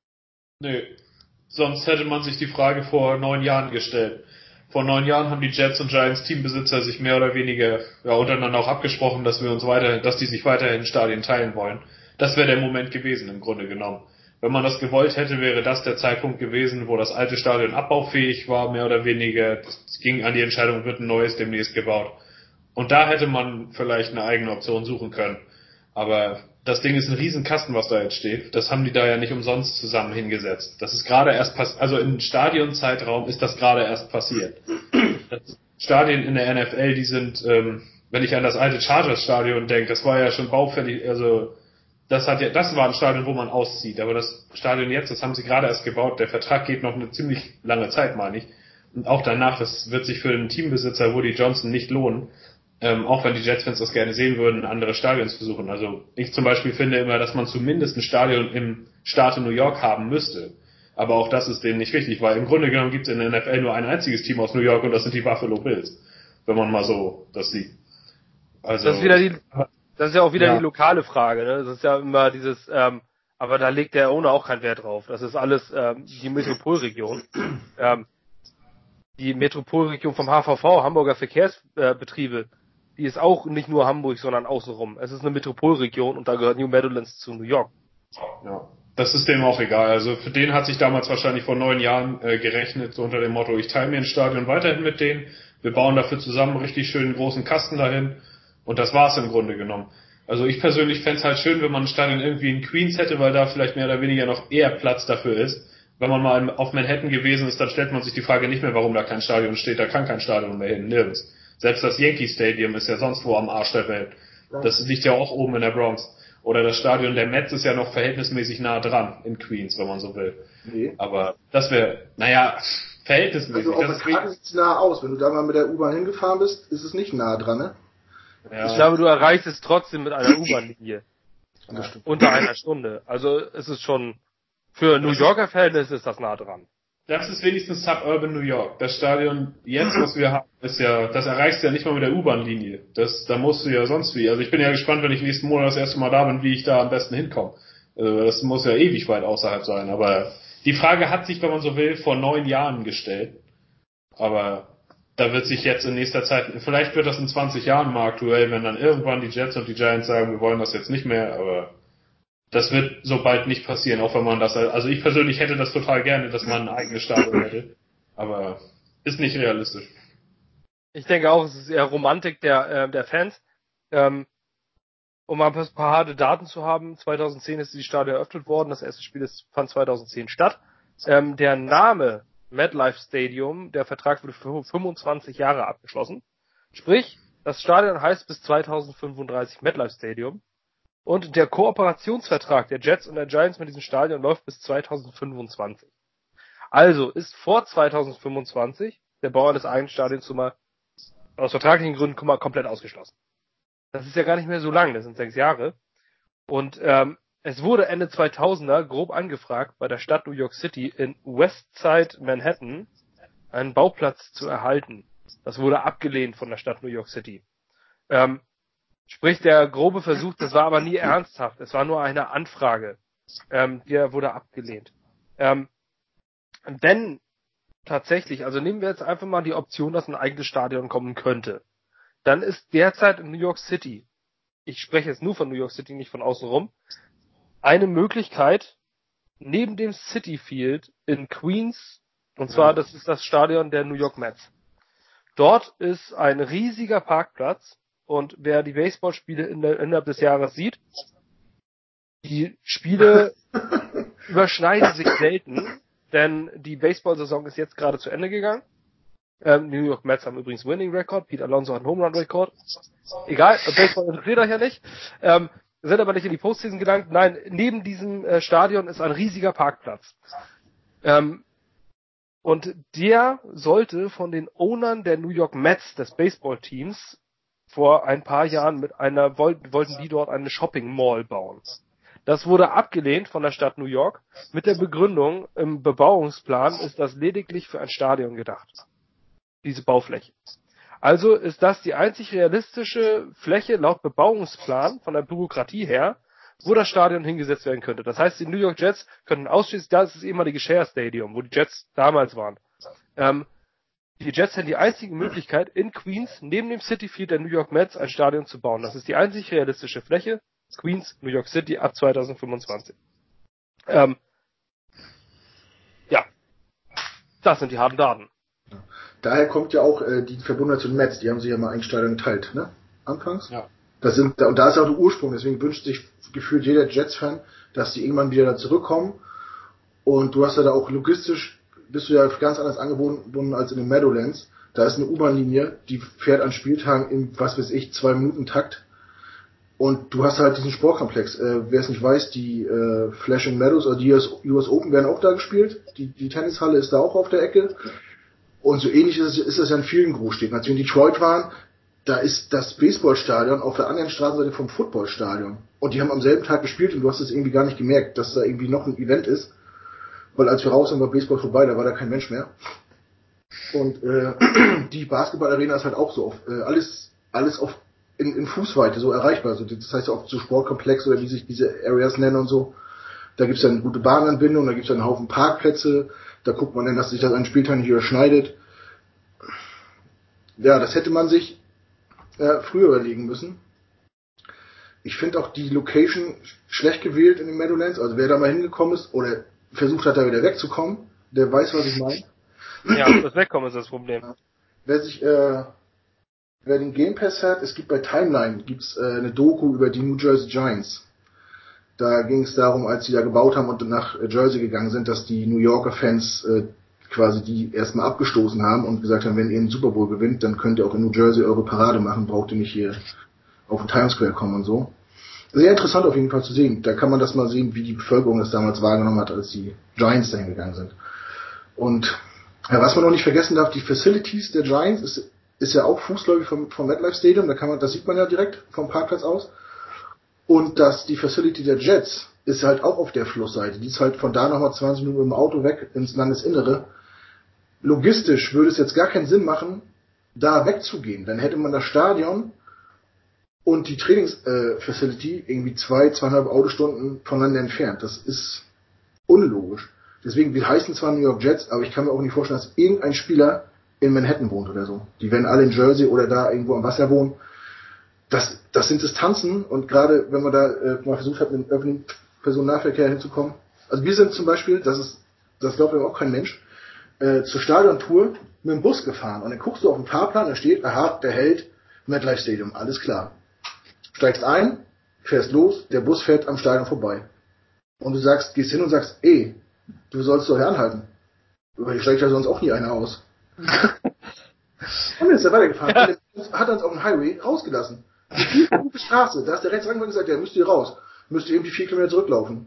Nee. Sonst hätte man sich die Frage vor neun Jahren gestellt. Vor neun Jahren haben die Jets und Giants Teambesitzer sich mehr oder weniger ja, untereinander auch abgesprochen, dass wir uns weiterhin, dass die sich weiterhin Stadien teilen wollen. Das wäre der Moment gewesen, im Grunde genommen. Wenn man das gewollt hätte, wäre das der Zeitpunkt gewesen, wo das alte Stadion abbaufähig war, mehr oder weniger. Es ging an die Entscheidung, wird ein neues demnächst gebaut. Und da hätte man vielleicht eine eigene Option suchen können. Aber das Ding ist ein Riesenkasten, was da jetzt steht. Das haben die da ja nicht umsonst zusammen hingesetzt. Das ist gerade erst passiert, also im Stadionzeitraum ist das gerade erst passiert. Das Stadien in der N F L, die sind, ähm, wenn ich an das alte Chargers-Stadion denke, das war ja schon baufällig, also das hat ja, das war ein Stadion, wo man auszieht. Aber das Stadion jetzt, das haben sie gerade erst gebaut. Der Vertrag geht noch eine ziemlich lange Zeit, meine ich. Und auch danach, das wird sich für den Teambesitzer Woody Johnson nicht lohnen. Ähm, auch wenn die Jets-Fans das gerne sehen würden, andere Stadions besuchen. Also ich zum Beispiel finde immer, dass man zumindest ein Stadion im Staate New York haben müsste. Aber auch das ist denen nicht wichtig, weil im Grunde genommen gibt es in der N F L nur ein einziges Team aus New York und das sind die Buffalo Bills. Wenn man mal so das sieht. Also Das ist wieder die, das ist ja auch wieder ja. die lokale Frage, ne? Das ist ja immer dieses, ähm, aber da legt der Owner auch keinen Wert drauf. Das ist alles ähm, die Metropolregion. Ähm, die Metropolregion vom H V V, Hamburger Verkehrsbetriebe, äh, die ist auch nicht nur Hamburg, sondern außenrum. Es ist eine Metropolregion und da gehört New Meadowlands zu New York. Ja, das ist dem auch egal. Also für den hat sich damals wahrscheinlich vor neun Jahren äh, gerechnet, so unter dem Motto, ich teile mir ein Stadion weiterhin mit denen, wir bauen dafür zusammen einen richtig schönen großen Kasten dahin und das war's im Grunde genommen. Also ich persönlich fände es halt schön, wenn man ein Stadion irgendwie in Queens hätte, weil da vielleicht mehr oder weniger noch eher Platz dafür ist. Wenn man mal auf Manhattan gewesen ist, dann stellt man sich die Frage nicht mehr, warum da kein Stadion steht, da kann kein Stadion mehr hin, nirgends. Selbst das Yankee Stadium ist ja sonst wo am Arsch der Welt. Das liegt ja auch oben in der Bronx. Oder das Stadion der Mets ist ja noch verhältnismäßig nah dran in Queens, wenn man so will. Nee. Aber das wäre, naja, verhältnismäßig. Also auf das der Karte sieht es nah aus. Wenn du da mal mit der U-Bahn hingefahren bist, ist es nicht nah dran, ne? ja. Ich glaube, du erreichst es trotzdem mit einer U-Bahn-Linie. Ja. Unter einer Stunde. Also es ist schon, für New Yorker Verhältnisse ist das nah dran. Das ist wenigstens Suburban New York. Das Stadion jetzt, was wir haben, ist ja, das erreichst du ja nicht mal mit der U-Bahn-Linie. Das, da musst du ja sonst wie. Also ich bin ja gespannt, wenn ich nächsten Monat das erste Mal da bin, wie ich da am besten hinkomme. Also das muss ja ewig weit außerhalb sein. Aber die Frage hat sich, wenn man so will, vor neun Jahren gestellt. Aber da wird sich jetzt in nächster Zeit, vielleicht wird das in zwanzig Jahren mal aktuell, wenn dann irgendwann die Jets und die Giants sagen, wir wollen das jetzt nicht mehr, aber das wird so bald nicht passieren, auch wenn man das, also ich persönlich hätte das total gerne, dass man ein eigenes Stadion hätte, aber ist nicht realistisch. Ich denke auch, es ist eher Romantik der, äh, der Fans. Ähm, um mal ein paar harte Daten zu haben, zweitausendzehn ist die Stadion eröffnet worden, das erste Spiel ist, fand zweitausendzehn statt. Ähm, der Name MetLife Stadium, der Vertrag wurde für fünfundzwanzig Jahre abgeschlossen. Sprich, das Stadion heißt bis zweitausendfünfunddreißig MetLife Stadium. Und der Kooperationsvertrag der Jets und der Giants mit diesem Stadion läuft bis zweitausendfünfundzwanzig. Also ist vor zweitausendfünfundzwanzig der Bau eines eigenen Stadions zumal aus vertraglichen Gründen komplett ausgeschlossen. Das ist ja gar nicht mehr so lang, das sind sechs Jahre. Und ähm, es wurde Ende zweitausender grob angefragt, bei der Stadt New York City in Westside Manhattan einen Bauplatz zu erhalten. Das wurde abgelehnt von der Stadt New York City. Ähm, sprich, der grobe Versuch, das war aber nie ernsthaft. Es war nur eine Anfrage. Ähm, die wurde abgelehnt. Ähm, wenn tatsächlich, also nehmen wir jetzt einfach mal die Option, dass ein eigenes Stadion kommen könnte, dann ist derzeit in New York City, ich spreche jetzt nur von New York City, nicht von außen rum, eine Möglichkeit, neben dem Citi Field in Queens, und zwar, das ist das Stadion der New York Mets. Dort ist ein riesiger Parkplatz, und wer die Baseballspiele in der, innerhalb des Jahres sieht, die Spiele überschneiden sich selten, denn die Baseball-Saison ist jetzt gerade zu Ende gegangen. Ähm, New York Mets haben übrigens Winning Record, Pete Alonso hat einen Home Run Record. Egal, Baseball interessiert euch ja nicht. Ähm, sind aber nicht in die Postseason gelangt. Nein, neben diesem äh, Stadion ist ein riesiger Parkplatz. Ähm, und der sollte von den Ownern der New York Mets, des Baseballteams, vor ein paar Jahren mit einer, wollten, wollten die dort eine Shopping Mall bauen. Das wurde abgelehnt von der Stadt New York mit der Begründung, im Bebauungsplan ist das lediglich für ein Stadion gedacht. Diese Baufläche. Also ist das die einzig realistische Fläche laut Bebauungsplan von der Bürokratie her, wo das Stadion hingesetzt werden könnte. Das heißt, die New York Jets könnten ausschließlich, das ist das ehemalige Share Stadium, wo die Jets damals waren. Ähm, die Jets hätten die einzige Möglichkeit, in Queens, neben dem Citi Field der New York Mets, ein Stadion zu bauen. Das ist die einzig realistische Fläche. Queens, New York City, ab zwanzig fünfundzwanzig. Ähm, ja, das sind die harten Daten. Daher kommt ja auch äh, die Verbundenheit zu den Mets, die haben sich ja mal ein Stadion geteilt, ne? Anfangs. Ja. Das sind, und da ist auch der Ursprung, deswegen wünscht sich gefühlt jeder Jets-Fan, dass die irgendwann wieder da zurückkommen. Und du hast ja da auch logistisch, bist du ja ganz anders angebunden als in den Meadowlands. Da ist eine U-Bahn-Linie, die fährt an Spieltagen im, was weiß ich, zwei Minuten Takt. Und du hast halt diesen Sportkomplex. Äh, wer es nicht weiß, die äh, Flashing Meadows oder die U S Open werden auch da gespielt. Die, die Tennishalle ist da auch auf der Ecke. Und so ähnlich ist es, ist es ja in vielen Großstädten. Als wir in Detroit waren, da ist das Baseballstadion auf der anderen Straßenseite vom Footballstadion. Und die haben am selben Tag gespielt und du hast es irgendwie gar nicht gemerkt, dass da irgendwie noch ein Event ist. Weil als wir raus sind, war Baseball vorbei, da war da kein Mensch mehr. Und äh, die Basketballarena ist halt auch so auf äh, alles alles auf in, in Fußweite so erreichbar. Also das heißt auch so Sportkomplex oder wie sich diese Areas nennen und so. Da gibt's dann eine gute Bahnanbindung, da gibt's dann einen Haufen Parkplätze. Da guckt man dann, dass sich das an Spieltag nicht überschneidet. Ja, das hätte man sich äh, früher überlegen müssen. Ich finde auch die Location schlecht gewählt in den Meadowlands. Also wer da mal hingekommen ist oder versucht hat, da wieder wegzukommen, der weiß, was ich meine. Ja, das Wegkommen ist das Problem. Ja. Wer sich, äh, wer den Game Pass hat, es gibt bei Timeline gibt's äh, eine Doku über die New Jersey Giants. Da ging es darum, als sie da gebaut haben und nach Jersey gegangen sind, dass die New Yorker Fans äh, quasi die erstmal abgestoßen haben und gesagt haben, wenn ihr einen Super Bowl gewinnt, dann könnt ihr auch in New Jersey eure Parade machen, braucht ihr nicht hier auf den Times Square kommen und so. Sehr interessant auf jeden Fall zu sehen. Da kann man das mal sehen, wie die Bevölkerung das damals wahrgenommen hat, als die Giants dahin gegangen sind. Und ja, was man noch nicht vergessen darf, die Facilities der Giants ist, ist ja auch fußläufig vom, vom MetLife Stadium, da kann man, das sieht man ja direkt vom Parkplatz aus. Und dass die Facility der Jets ist halt auch auf der Flussseite. Die ist halt von da nochmal zwanzig Minuten mit dem Auto weg ins Landesinnere. Logistisch würde es jetzt gar keinen Sinn machen, da wegzugehen. Dann hätte man das Stadion und die Trainingsfacility äh, irgendwie zwei, zweieinhalb Autostunden voneinander entfernt. Das ist unlogisch. Deswegen, wir heißen zwar New York Jets, aber ich kann mir auch nicht vorstellen, dass irgendein Spieler in Manhattan wohnt oder so. Die werden alle in Jersey oder da irgendwo am Wasser wohnen. Das, das sind Distanzen und gerade wenn man da äh, mal versucht hat, mit dem öffentlichen Personennahverkehr hinzukommen. Also wir sind zum Beispiel, das ist, das glaubt ja auch kein Mensch, äh, zur Stadiontour mit dem Bus gefahren und dann guckst du auf den Fahrplan, da steht, aha, der hält MetLife Stadium, alles klar. Steigst ein, fährst los, der Bus fährt am Stadion vorbei. Und du sagst, gehst hin und sagst, ey, du sollst doch hier anhalten. Hier steigt ja sonst auch nie einer aus. Und dann ist er weitergefahren. Ja. Und hat uns auf dem Highway rausgelassen. Die gute Straße, da ist der Rechtsrangbahn gesagt, ja, müsst ihr raus. Müsst ihr irgendwie vier Kilometer zurücklaufen.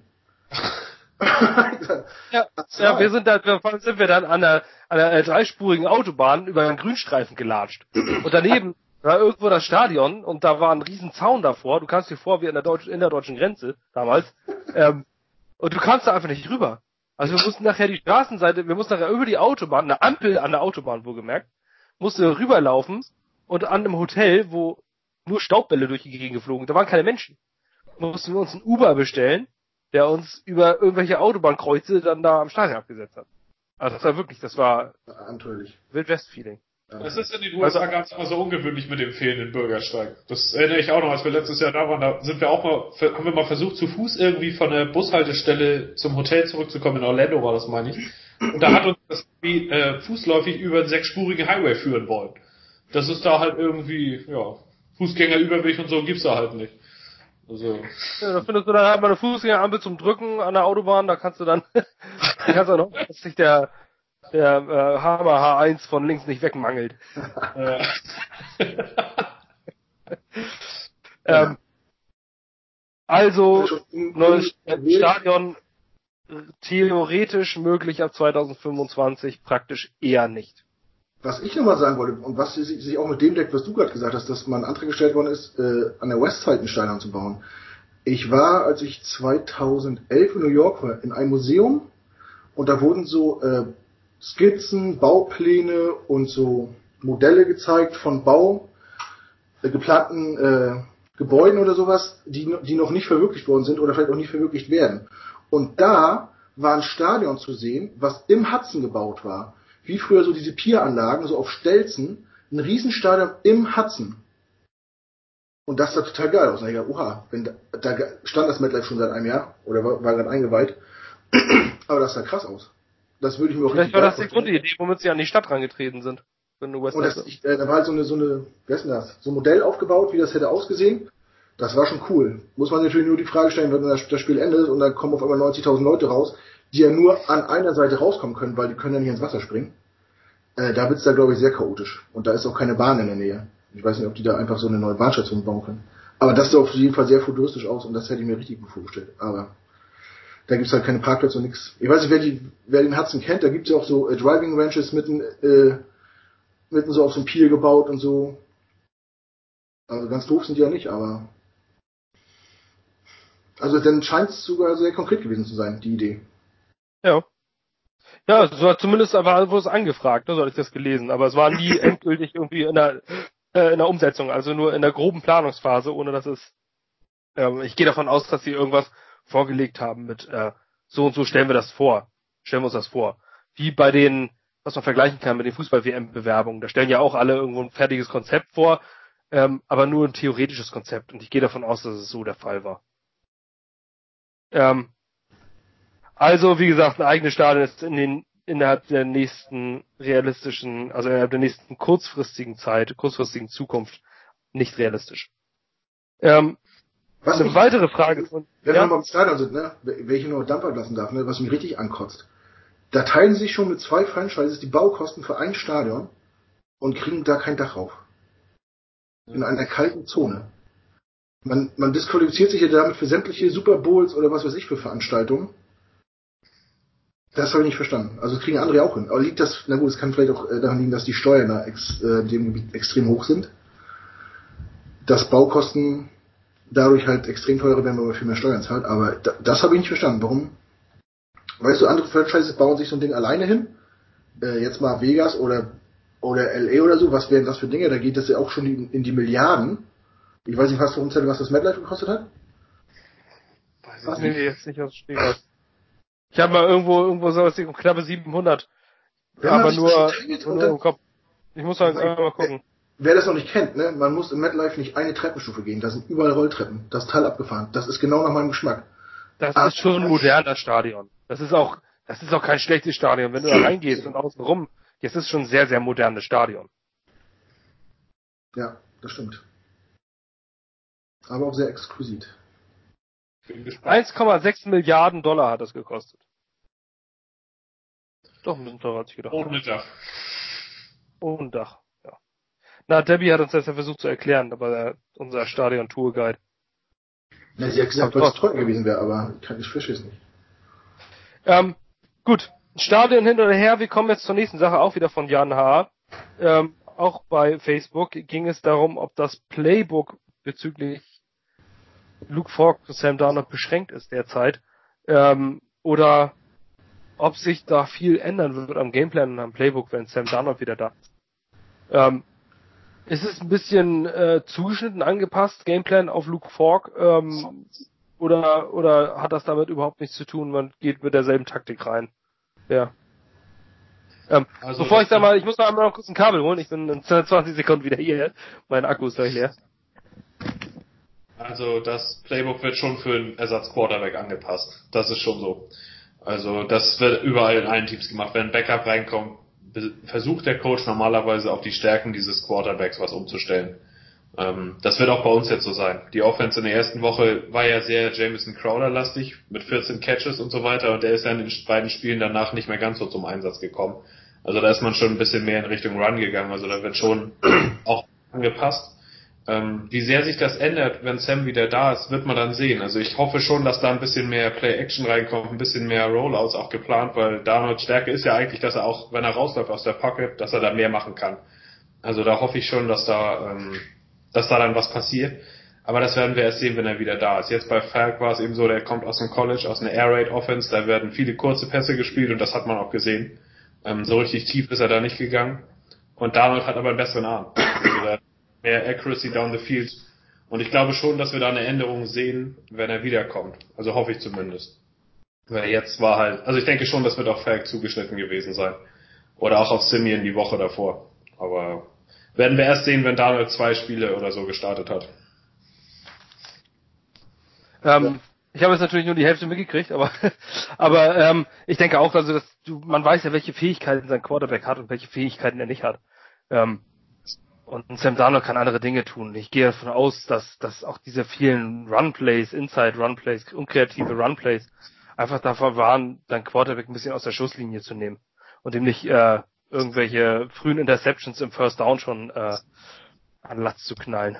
ja, ja, wir sind da, wir sind wir dann an einer, an einer dreispurigen Autobahn über einen Grünstreifen gelatscht. Und daneben war irgendwo das Stadion und da war ein riesen Zaun davor. Du kannst dir vor, wie in der, Deutsch, in der deutschen Grenze damals. Ähm, und du kannst da einfach nicht rüber. Also wir mussten nachher die Straßenseite, wir mussten nachher über die Autobahn, eine Ampel an der Autobahn wohlgemerkt, musste rüberlaufen und an einem Hotel, wo nur Staubbälle durch die Gegend geflogen. Da waren keine Menschen. Da mussten wir uns einen Uber bestellen, der uns über irgendwelche Autobahnkreuze dann da am Stadion abgesetzt hat. Also das war wirklich, das war abenteuerlich. Wild-West-Feeling. Das ist in den U S A also, ganz mal so ungewöhnlich mit dem fehlenden Bürgersteig. Das erinnere ich auch noch, als wir letztes Jahr da waren, da sind wir auch mal, haben wir mal versucht, zu Fuß irgendwie von der Bushaltestelle zum Hotel zurückzukommen. In Orlando war das, meine ich. Und da hat uns das wie äh, fußläufig über einen sechsspurigen Highway führen wollen. Das ist da halt irgendwie, ja, Fußgängerüberweg und so gibt's da halt nicht. Also. Ja, da findest du dann halt mal eine Fußgängerampel zum Drücken an der Autobahn, da kannst du dann, da kannst du dann hoffen, dass sich der der äh, Hammer H eins von links nicht wegmangelt. ähm, also, neues Stadion theoretisch möglich ab zwanzig fünfundzwanzig, praktisch eher nicht. Was ich nochmal sagen wollte, und was sich auch mit dem deckt, was du gerade gesagt hast, dass man ein Antrag gestellt worden ist, äh, an der Westside ein Stadion zu bauen. Ich war, als ich zweitausendelf in New York war, in einem Museum und da wurden so äh, Skizzen, Baupläne und so Modelle gezeigt von Bau, äh, geplanten äh, Gebäuden oder sowas, die, die noch nicht verwirklicht worden sind oder vielleicht auch nicht verwirklicht werden. Und da war ein Stadion zu sehen, was im Hudson gebaut war. Wie früher so diese Pieranlagen, so auf Stelzen, ein Riesenstadion im Hudson. Und das sah total geil aus. Und ich dachte, oha, wenn da, da stand das MetLife schon seit einem Jahr oder war, war gerade eingeweiht. Aber das sah krass aus. Das würde ich mir auch Vielleicht richtig war das die Grundidee, womit sie an die Stadt rangetreten sind. Wenn du und das, ich, äh, da war halt so eine, so eine, wie heißt denn das? So ein Modell aufgebaut, wie das hätte ausgesehen. Das war schon cool. Muss man natürlich nur die Frage stellen, wenn das, das Spiel endet und dann kommen auf einmal neunzigtausend Leute raus, die ja nur an einer Seite rauskommen können, weil die können ja nicht ins Wasser springen. Äh, da wird's da, glaube ich, sehr chaotisch. Und da ist auch keine Bahn in der Nähe. Ich weiß nicht, ob die da einfach so eine neue Bahnstation bauen können. Aber das sah auf jeden Fall sehr futuristisch aus und das hätte ich mir richtig gut vorgestellt. Aber da gibt's halt keine Parkplätze und nix. Ich weiß nicht, wer, die, wer den Hudson kennt, da gibt's ja auch so äh, Driving Ranches mitten, äh, mitten so auf so einem Pier gebaut und so. Also ganz doof sind die ja nicht, aber also dann scheint es sogar sehr konkret gewesen zu sein, die Idee. Ja. Ja, es war zumindest aber wurde es angefragt, ne, so hatte ich das gelesen, aber es war nie endgültig irgendwie in der äh, in der Umsetzung, also nur in der groben Planungsphase, ohne dass es ähm, ich gehe davon aus, dass sie irgendwas vorgelegt haben mit äh, so und so stellen wir das vor. Stellen wir uns das vor. Wie bei den, was man vergleichen kann mit den Fußball-W M-Bewerbungen. Da stellen ja auch alle irgendwo ein fertiges Konzept vor, ähm, aber nur ein theoretisches Konzept. Und ich gehe davon aus, dass es so der Fall war. Ähm, also, wie gesagt, ein eigenes Stadion ist in den, innerhalb der nächsten realistischen, also innerhalb der nächsten kurzfristigen Zeit, kurzfristigen Zukunft nicht realistisch. Ähm, Was eine mich, weitere Frage von, wenn ja? wir mal im Stadion sind, ne, welche nur Dampfer lassen darf, ne, was mich richtig ankotzt. Da teilen sie sich schon mit zwei Franchises die Baukosten für ein Stadion und kriegen da kein Dach rauf. In einer kalten Zone. Man, man disqualifiziert sich ja damit für sämtliche Super Bowls oder was weiß ich für Veranstaltungen. Das habe ich nicht verstanden. Also das kriegen andere auch hin. Aber liegt das, na gut, es kann vielleicht auch daran liegen, dass die Steuern da ex, äh, in dem Gebiet extrem hoch sind. Dass Baukosten dadurch halt extrem teurer werden, weil man viel mehr Steuern zahlt. Aber da, das habe ich nicht verstanden. Warum? Weißt du, andere Franchises bauen sich so ein Ding alleine hin. Äh, jetzt mal Vegas oder oder L A oder so. Was wären das für Dinge? Da geht das ja auch schon in, in die Milliarden. Ich weiß nicht, was du umzählen, was das MetLife gekostet hat? Weiß ich nee, jetzt nicht aus Stegreif. Ich habe mal irgendwo irgendwo sowas um knappe siebenhundert. Wenn aber nur, nur, nur im Kopf. Ich muss halt einfach mal gucken. Wer das noch nicht kennt, ne, man muss im MetLife nicht eine Treppenstufe gehen. Da sind überall Rolltreppen. Das ist Teil abgefahren. Das ist genau nach meinem Geschmack. Das ah, ist schon ein modernes Stadion. Das ist auch, das ist auch kein schlechtes Stadion. Wenn du da reingehst und außen rum, das ist schon ein sehr, sehr modernes Stadion. Ja, das stimmt. Aber auch sehr exquisit. eins Komma sechs Milliarden Dollar hat das gekostet. Doch ein bisschen teurer als ich gedacht. Ohne Dach. Ohne Dach, ja. Na, Debbie hat uns das ja versucht zu erklären, aber der, unser Stadion-Tour-Guide. Na, sie hat gesagt, was teuer gewesen wäre, aber ich, kann, ich verstehe es nicht. Ähm, gut. Stadion hin oder her, wir kommen jetzt zur nächsten Sache, auch wieder von Jan H. Ähm, auch bei Facebook ging es darum, ob das Playbook bezüglich Luke Falk und Sam Darnold beschränkt ist derzeit. Ähm, oder ob sich da viel ändern wird am Gameplan und am Playbook, wenn Sam Darnold wieder da ist. Ähm, Ist es ein bisschen äh, zugeschnitten, angepasst, Gameplan auf Luke Falk, ähm, oder oder hat das damit überhaupt nichts zu tun? Man geht mit derselben Taktik rein. Ja. Ähm, also bevor ich da mal, ich muss mal einmal noch kurz ein Kabel holen. Ich bin in zwanzig Sekunden wieder hier. Mein Akku ist gleich leer. Also das Playbook wird schon für einen Ersatz-Quarterback angepasst. Das ist schon so. Also das wird überall in allen Teams gemacht. Wenn ein Backup reinkommt, versucht der Coach normalerweise auf die Stärken dieses Quarterbacks was umzustellen. Ähm, das wird auch bei uns jetzt so sein. Die Offense in der ersten Woche war ja sehr Jamison Crowder-lastig mit vierzehn Catches und so weiter und der ist ja in den beiden Spielen danach nicht mehr ganz so zum Einsatz gekommen. Also da ist man schon ein bisschen mehr in Richtung Run gegangen. Also da wird schon auch angepasst. Ähm, wie sehr sich das ändert, wenn Sam wieder da ist, wird man dann sehen. Also ich hoffe schon, dass da ein bisschen mehr Play-Action reinkommt, ein bisschen mehr Rollouts auch geplant, weil Darnold Stärke ist ja eigentlich, dass er auch, wenn er rausläuft aus der Pocket, dass er da mehr machen kann. Also da hoffe ich schon, dass da, ähm, dass da dann was passiert. Aber das werden wir erst sehen, wenn er wieder da ist. Jetzt bei Falk war es eben so, der kommt aus dem College, aus einer Air Raid Offense, da werden viele kurze Pässe gespielt und das hat man auch gesehen. Ähm, so richtig tief ist er da nicht gegangen. Und Darnold hat aber einen besseren Arm. Also der mehr Accuracy down the field. Und ich glaube schon, dass wir da eine Änderung sehen, wenn er wiederkommt. Also hoffe ich zumindest. Weil jetzt war halt, also ich denke schon, das wird auf Falk zugeschnitten gewesen sein. Oder auch auf Simeon die Woche davor. Aber werden wir erst sehen, wenn Darnold zwei Spiele oder so gestartet hat. Ähm, ja. Ich habe jetzt natürlich nur die Hälfte mitgekriegt, aber aber ähm, ich denke auch, also dass du, man weiß ja, welche Fähigkeiten sein Quarterback hat und welche Fähigkeiten er nicht hat. Ähm, und Sam Darnold kann andere Dinge tun. Ich gehe davon aus, dass dass auch diese vielen Run-Plays, Inside-Run-Plays, unkreative Run-Plays einfach davon waren, dein Quarterback ein bisschen aus der Schusslinie zu nehmen und ihm nicht äh, irgendwelche frühen Interceptions im First Down schon äh, an Latz zu knallen.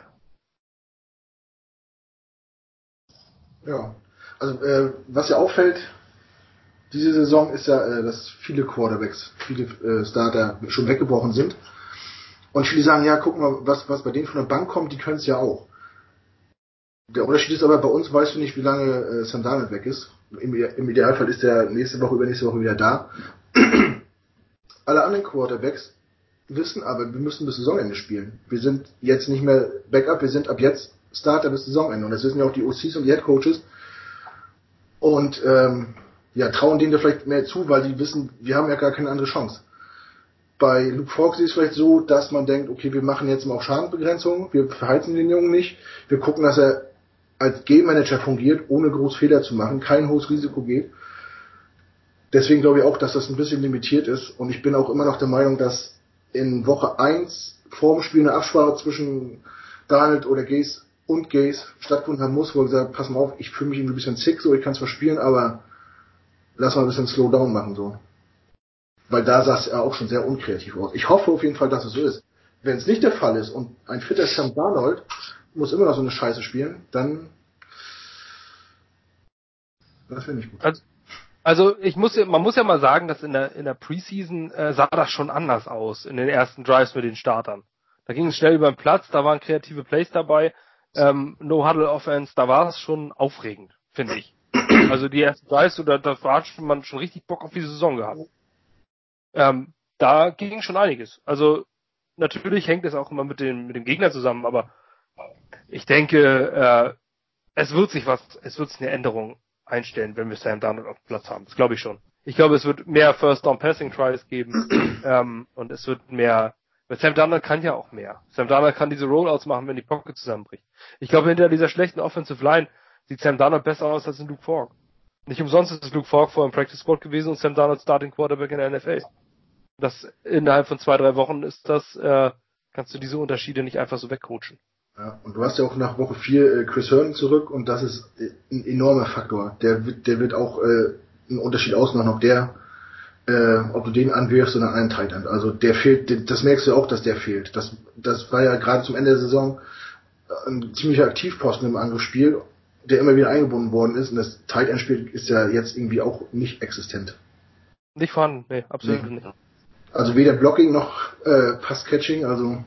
Ja, also äh, was ja auffällt, diese Saison ist ja, äh, dass viele Quarterbacks, viele äh, Starter schon weggebrochen sind. Und viele sagen, ja, guck mal, was, was bei denen von der Bank kommt, die können es ja auch. Der Unterschied ist aber, bei uns weißt du nicht, wie lange äh, Sam Darnold weg ist. Im, Im Idealfall ist der nächste Woche, übernächste Woche wieder da. Alle anderen Quarterbacks wissen aber, wir müssen bis Saisonende spielen. Wir sind jetzt nicht mehr Backup, wir sind ab jetzt Starter bis Saisonende. Und das wissen ja auch die O Cs und die Head Coaches. Und ähm, ja, trauen denen da vielleicht mehr zu, weil die wissen, wir haben ja gar keine andere Chance. Bei Luke Falk ist es vielleicht so, dass man denkt, okay, wir machen jetzt mal auch Schadenbegrenzung, wir verheizen den Jungen nicht, wir gucken, dass er als Game Manager fungiert, ohne groß Fehler zu machen, kein hohes Risiko geht. Deswegen glaube ich auch, dass das ein bisschen limitiert ist und ich bin auch immer noch der Meinung, dass in Woche eins vorm Spiel eine Absprache zwischen Darnold oder Gase und Gase stattgefunden haben muss, wo er gesagt, pass mal auf, ich fühle mich irgendwie ein bisschen sick, so, ich kann zwar spielen, aber lass mal ein bisschen Slowdown machen, so. Weil da sah es ja auch schon sehr unkreativ aus. Ich hoffe auf jeden Fall, dass es so ist. Wenn es nicht der Fall ist und ein fitter Sam Darnold muss immer noch so eine Scheiße spielen, dann das wäre nicht gut. Also, also ich muss ja, man muss ja mal sagen, dass in der in der Preseason äh, sah das schon anders aus in den ersten Drives mit den Startern. Da ging es schnell über den Platz, da waren kreative Plays dabei, ähm, No-Huddle-Offense, da war es schon aufregend, finde ich. Also die ersten Drives, da, da war man schon richtig Bock auf die Saison gehabt. Ähm, da ging schon einiges. Also natürlich hängt es auch immer mit dem mit dem Gegner zusammen, aber ich denke, äh, es wird sich was, es wird sich eine Änderung einstellen, wenn wir Sam Darnold auf dem Platz haben. Das glaube ich schon. Ich glaube, es wird mehr First Down Passing Tries geben ähm, und es wird mehr. Weil Sam Darnold kann ja auch mehr. Sam Darnold kann diese Rollouts machen, wenn die Pocket zusammenbricht. Ich glaube, hinter dieser schlechten Offensive Line sieht Sam Darnold besser aus als in Luke Falk. Nicht umsonst ist Luke Falk vor im Practice Squad gewesen und Sam Darnold Starting Quarterback in der N F L. Das innerhalb von zwei, drei Wochen ist das, äh, kannst du diese Unterschiede nicht einfach so wegcoachen. Ja, und du hast ja auch nach Woche vier äh, Chris Herndon zurück und das ist äh, ein enormer Faktor. Der wird, der wird auch äh, einen Unterschied ausmachen, ob der, äh, ob du den anwirfst oder einen Tight End. Also der fehlt, das merkst du auch, dass der fehlt. Das, das war ja gerade zum Ende der Saison ein ziemlicher Aktivposten im Angriffsspiel, der immer wieder eingebunden worden ist. Und das Tight End Spiel ist ja jetzt irgendwie auch nicht existent. Nicht vorhanden, nee, absolut nee. nicht. Also weder Blocking noch äh, Pass-Catching, also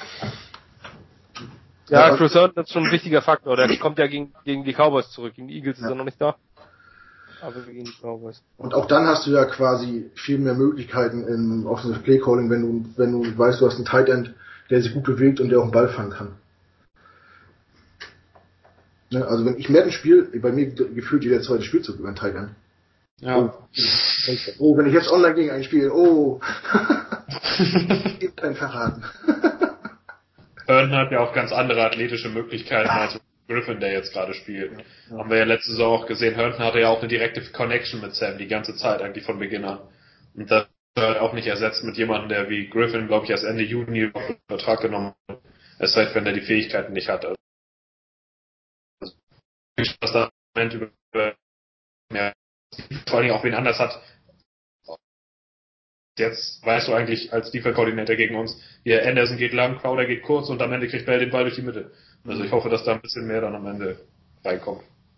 ja, ja, Chris Herndon ist schon ein wichtiger Faktor. Der kommt ja gegen, gegen die Cowboys zurück. Gegen die Eagles ja. Ist er noch nicht da. Aber gegen die Cowboys. Und auch dann hast du ja quasi viel mehr Möglichkeiten im Offensive Play Calling, wenn du, wenn du weißt, du hast einen Tight End, der sich gut bewegt und der auch einen Ball fangen kann. Ne, also wenn ich Madden spiele, bei mir gefühlt jeder zweite Spielzug über einen Tight End. Ja. Oh, oh, wenn ich jetzt online gegen einen spiele, oh. Gibt kein Verraten. Herndon hat ja auch ganz andere athletische Möglichkeiten als Griffin, der jetzt gerade spielt. Ja, ja. Haben wir ja letzte Saison auch gesehen. Herndon hatte ja auch eine direkte Connection mit Sam die ganze Zeit, eigentlich von Beginn an. Und das wird auch nicht ersetzt mit jemandem, der wie Griffin, glaube ich, erst Ende Juni auf den Vertrag genommen hat. Es sei denn, wenn er die Fähigkeiten nicht hat. Also, was da im Moment über, ja, vor allen Dingen auch wen anders hat. Jetzt weißt du eigentlich als Defense-Coordinator gegen uns, hier Anderson geht lang, Crowder geht kurz und am Ende kriegt Bell den Ball durch die Mitte. Also ich hoffe, dass da ein bisschen mehr dann am Ende reinkommt.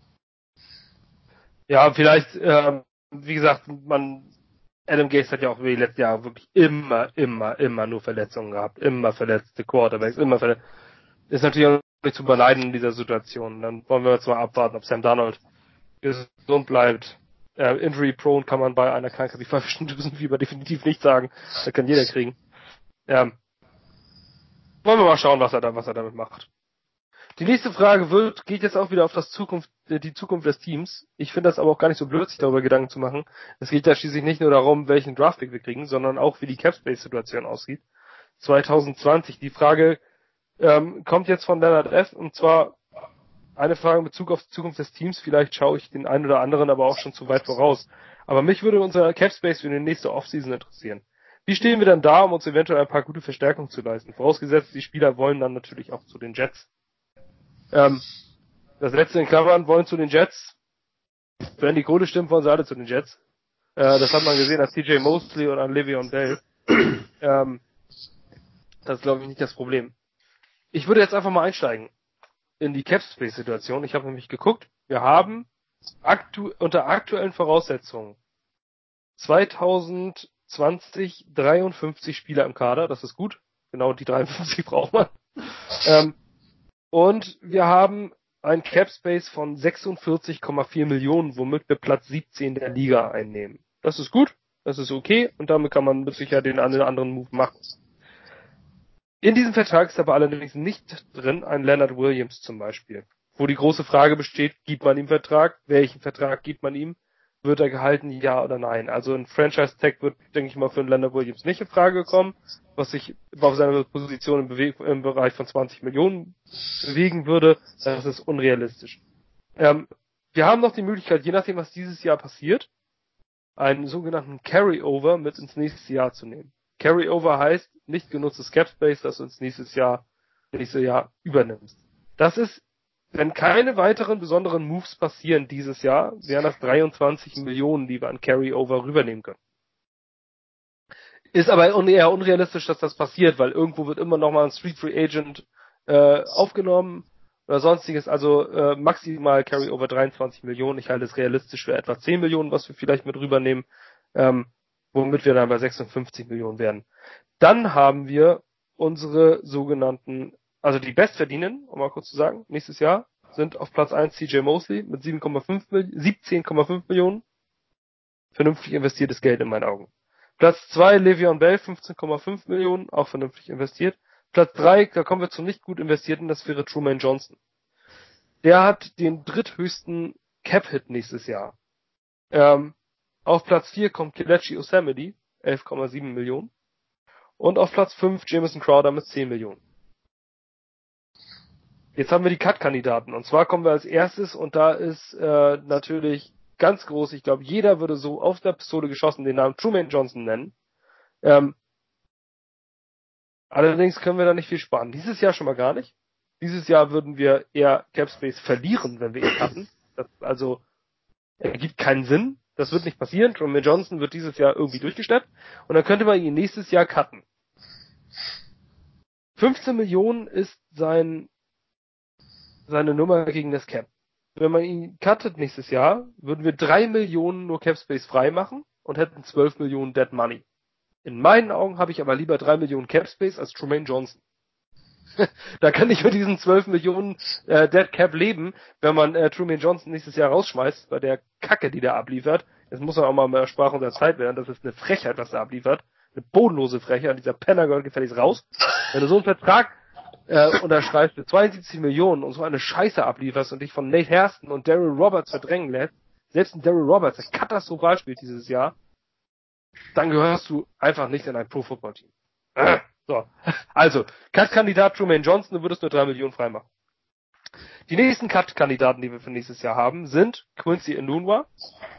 Ja, vielleicht, ähm, wie gesagt, man, Adam Gase hat ja auch wie letztes Jahr wirklich immer, immer, immer nur Verletzungen gehabt. Immer verletzte Quarterbacks, immer verletzt. Ist natürlich auch nicht zu beneiden in dieser Situation. Dann wollen wir jetzt mal abwarten, ob Sam Darnold gesund bleibt. Äh, Injury-prone kann man bei einer Krankheit wie verwischten Drüsenfieber definitiv nicht sagen. Das kann jeder kriegen. Ähm, wollen wir mal schauen, was er da, was er damit macht. Die nächste Frage wird, geht jetzt auch wieder auf das Zukunft, die Zukunft des Teams. Ich finde das aber auch gar nicht so blöd, sich darüber Gedanken zu machen. Es geht ja schließlich nicht nur darum, welchen Draftpick wir kriegen, sondern auch, wie die Cap-Space-Situation aussieht. zwanzig zwanzig. Die Frage ähm, kommt jetzt von Leonard F. Und zwar eine Frage in Bezug auf die Zukunft des Teams. Vielleicht schaue ich den einen oder anderen aber auch schon zu weit voraus. Aber mich würde unser Cap-Space für die nächste Offseason interessieren. Wie stehen wir dann da, um uns eventuell ein paar gute Verstärkungen zu leisten? Vorausgesetzt, die Spieler wollen dann natürlich auch zu den Jets. Ähm, das letzte in Klammern, wollen zu den Jets. Wenn die Kohle stimmt, wollen sie alle zu den Jets. Äh, das hat man gesehen an T J Mosley und an Le'Veon Bell. Ähm, das ist, glaube ich, nicht das Problem. Ich würde jetzt einfach mal einsteigen in die Cap-Space-Situation. Ich habe nämlich geguckt, wir haben aktu- unter aktuellen Voraussetzungen zwanzig zwanzig dreiundfünfzig Spieler im Kader. Das ist gut. Genau die dreiundfünfzig braucht man. Ähm, und wir haben ein Cap-Space von sechsundvierzig Komma vier Millionen, womit wir Platz siebzehn der Liga einnehmen. Das ist gut, das ist okay und damit kann man mit Sicherheit den anderen Move machen. In diesem Vertrag ist aber allerdings nicht drin ein Leonard Williams zum Beispiel, wo die große Frage besteht, gibt man ihm Vertrag, welchen Vertrag gibt man ihm, wird er gehalten, ja oder nein. Also ein Franchise-Tag wird, denke ich mal, für einen Leonard Williams nicht in Frage kommen, was sich auf seiner Position im, Bewe- im Bereich von zwanzig Millionen bewegen würde. Das ist unrealistisch. Ähm, wir haben noch die Möglichkeit, je nachdem, was dieses Jahr passiert, einen sogenannten Carry-Over mit ins nächste Jahr zu nehmen. Carry-Over heißt nicht genutztes Cap-Space, das du ins nächstes Jahr, nächste Jahr übernimmst. Das ist, wenn keine weiteren besonderen Moves passieren dieses Jahr, wären das dreiundzwanzig Millionen, die wir an Carry-Over rübernehmen können. Ist aber eher unrealistisch, dass das passiert, weil irgendwo wird immer noch mal ein Street Free Agent äh, aufgenommen oder sonstiges. Also äh, maximal Carry-Over dreiundzwanzig Millionen. Ich halte es realistisch für etwa zehn Millionen, was wir vielleicht mit rübernehmen, ähm, womit wir dann bei sechsundfünfzig Millionen werden. Dann haben wir unsere sogenannten, also die Bestverdienenden, um mal kurz zu sagen, nächstes Jahr sind auf Platz eins T J Mosley mit sieben Komma fünf, siebzehn Komma fünf Millionen. Vernünftig investiertes Geld in meinen Augen. Platz zwei Le'Veon Bell, fünfzehn Komma fünf Millionen, auch vernünftig investiert. Platz drei, da kommen wir zum nicht gut investierten, das wäre Truman Johnson. Der hat den dritthöchsten Cap-Hit nächstes Jahr. Ähm, auf Platz vier kommt Kelechi Osemele, elf Komma sieben Millionen. Und auf Platz fünf Jamison Crowder mit zehn Millionen. Jetzt haben wir die Cut-Kandidaten. Und zwar kommen wir als erstes, und da ist äh, natürlich ganz groß, ich glaube, jeder würde so auf der Pistole geschossen den Namen Truman Johnson nennen. Ähm, allerdings können wir da nicht viel sparen. Dieses Jahr schon mal gar nicht. Dieses Jahr würden wir eher Capspace verlieren, wenn wir ihn cutten. Das also ergibt keinen Sinn. Das wird nicht passieren. Truman Johnson wird dieses Jahr irgendwie durchgesteppt. Und dann könnte man ihn nächstes Jahr cutten. fünfzehn Millionen ist sein seine Nummer gegen das Cap. Wenn man ihn cuttet nächstes Jahr, würden wir drei Millionen nur Capspace frei machen und hätten zwölf Millionen Dead Money. In meinen Augen habe ich aber lieber drei Millionen Capspace als Truman Johnson. Da kann ich mit diesen zwölf Millionen äh, Dead Cap leben, wenn man äh, Truman Johnson nächstes Jahr rausschmeißt, bei der Kacke, die der abliefert. Jetzt muss man auch mal mehr Sprache unserer Zeit werden. Das ist eine Frechheit, was er abliefert. Eine bodenlose Frechheit. Dieser Penner gehört gefälligst raus. Wenn du so einen Vertrag äh, unterschreibst für zweiundsiebzig Millionen und so eine Scheiße ablieferst und dich von Nate Hairston und Daryl Roberts verdrängen lässt, selbst ein Daryl Roberts, der katastrophal spielt dieses Jahr, dann gehörst du einfach nicht in ein Pro-Football-Team. Äh, so. Also, Cut-Kandidat Truman Johnson, du würdest nur drei Millionen freimachen. Die nächsten Cut-Kandidaten, die wir für nächstes Jahr haben, sind Quincy Enunwa,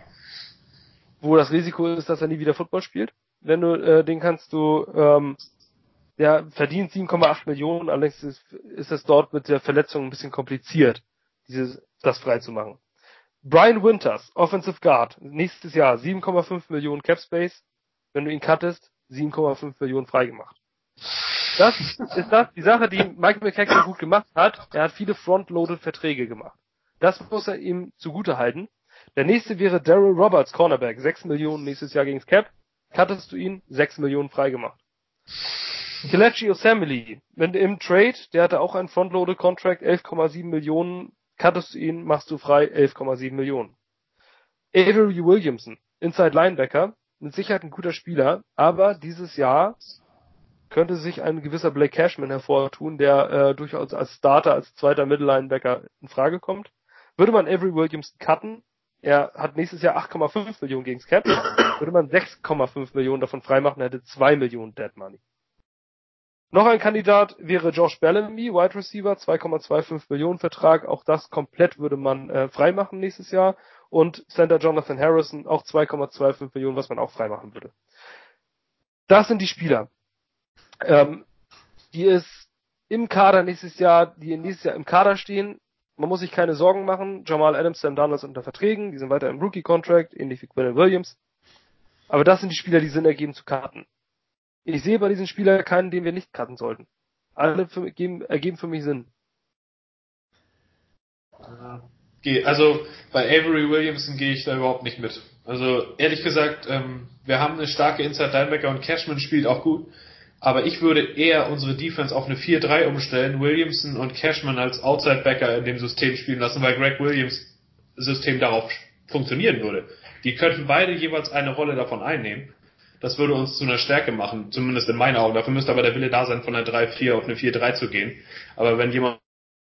wo das Risiko ist, dass er nie wieder Football spielt. Wenn du, äh, den kannst du, ähm, der verdient sieben Komma acht Millionen, allerdings ist, ist es dort mit der Verletzung ein bisschen kompliziert, dieses, das freizumachen. Brian Winters, Offensive Guard, nächstes Jahr sieben Komma fünf Millionen Cap Space. Wenn du ihn cuttest, sieben Komma fünf Millionen freigemacht. Das ist das, die Sache, die Mike McCackey gut gemacht hat. Er hat viele Front-Loaded Verträge gemacht. Das muss er ihm zugute halten. Der nächste wäre Daryl Roberts, Cornerback, sechs Millionen nächstes Jahr gegens Cap. Cuttest du ihn, sechs Millionen freigemacht. Kelechi Osemele, wenn du im Trade, der hatte auch einen Front-Loaded Contract, elf Komma sieben Millionen, cuttest du ihn, machst du frei, elf Komma sieben Millionen. Avery Williamson, Inside Linebacker, mit Sicherheit ein guter Spieler, aber dieses Jahr könnte sich ein gewisser Blake Cashman hervortun, der äh, durchaus als Starter, als zweiter Middle-Linebacker in Frage kommt. Würde man Avery Williamson cutten, er hat nächstes Jahr acht Komma fünf Millionen gegens Cap, würde man sechs Komma fünf Millionen davon freimachen, er hätte zwei Millionen Dead Money. Noch ein Kandidat wäre Josh Bellamy, Wide Receiver, zwei Komma fünfundzwanzig Millionen Vertrag, auch das komplett würde man äh, freimachen nächstes Jahr. Und Center Jonathan Harrison, auch zwei Komma fünfundzwanzig Millionen, was man auch freimachen würde. Das sind die Spieler, ähm, die es im Kader nächstes Jahr, die nächstes Jahr im Kader stehen. Man muss sich keine Sorgen machen. Jamal Adams, Sam Darnold sind unter Verträgen, die sind weiter im Rookie-Contract, ähnlich wie Quinnen Williams. Aber das sind die Spieler, die Sinn ergeben zu cutten. Ich sehe bei diesen Spielern keinen, den wir nicht cutten sollten. Alle für, geben, ergeben für mich Sinn. Also bei Avery Williamson gehe ich da überhaupt nicht mit. Also ehrlich gesagt, ähm, wir haben eine starke Inside-Linebacker und Cashman spielt auch gut. Aber ich würde eher unsere Defense auf eine vier drei umstellen, Williamson und Cashman als Outside-Backer in dem System spielen lassen, weil Greg Williams System darauf funktionieren würde. Die könnten beide jeweils eine Rolle davon einnehmen. Das würde uns zu einer Stärke machen, zumindest in meinen Augen. Dafür müsste aber der Wille da sein, von einer drei vier auf eine vier drei zu gehen. Aber wenn jemand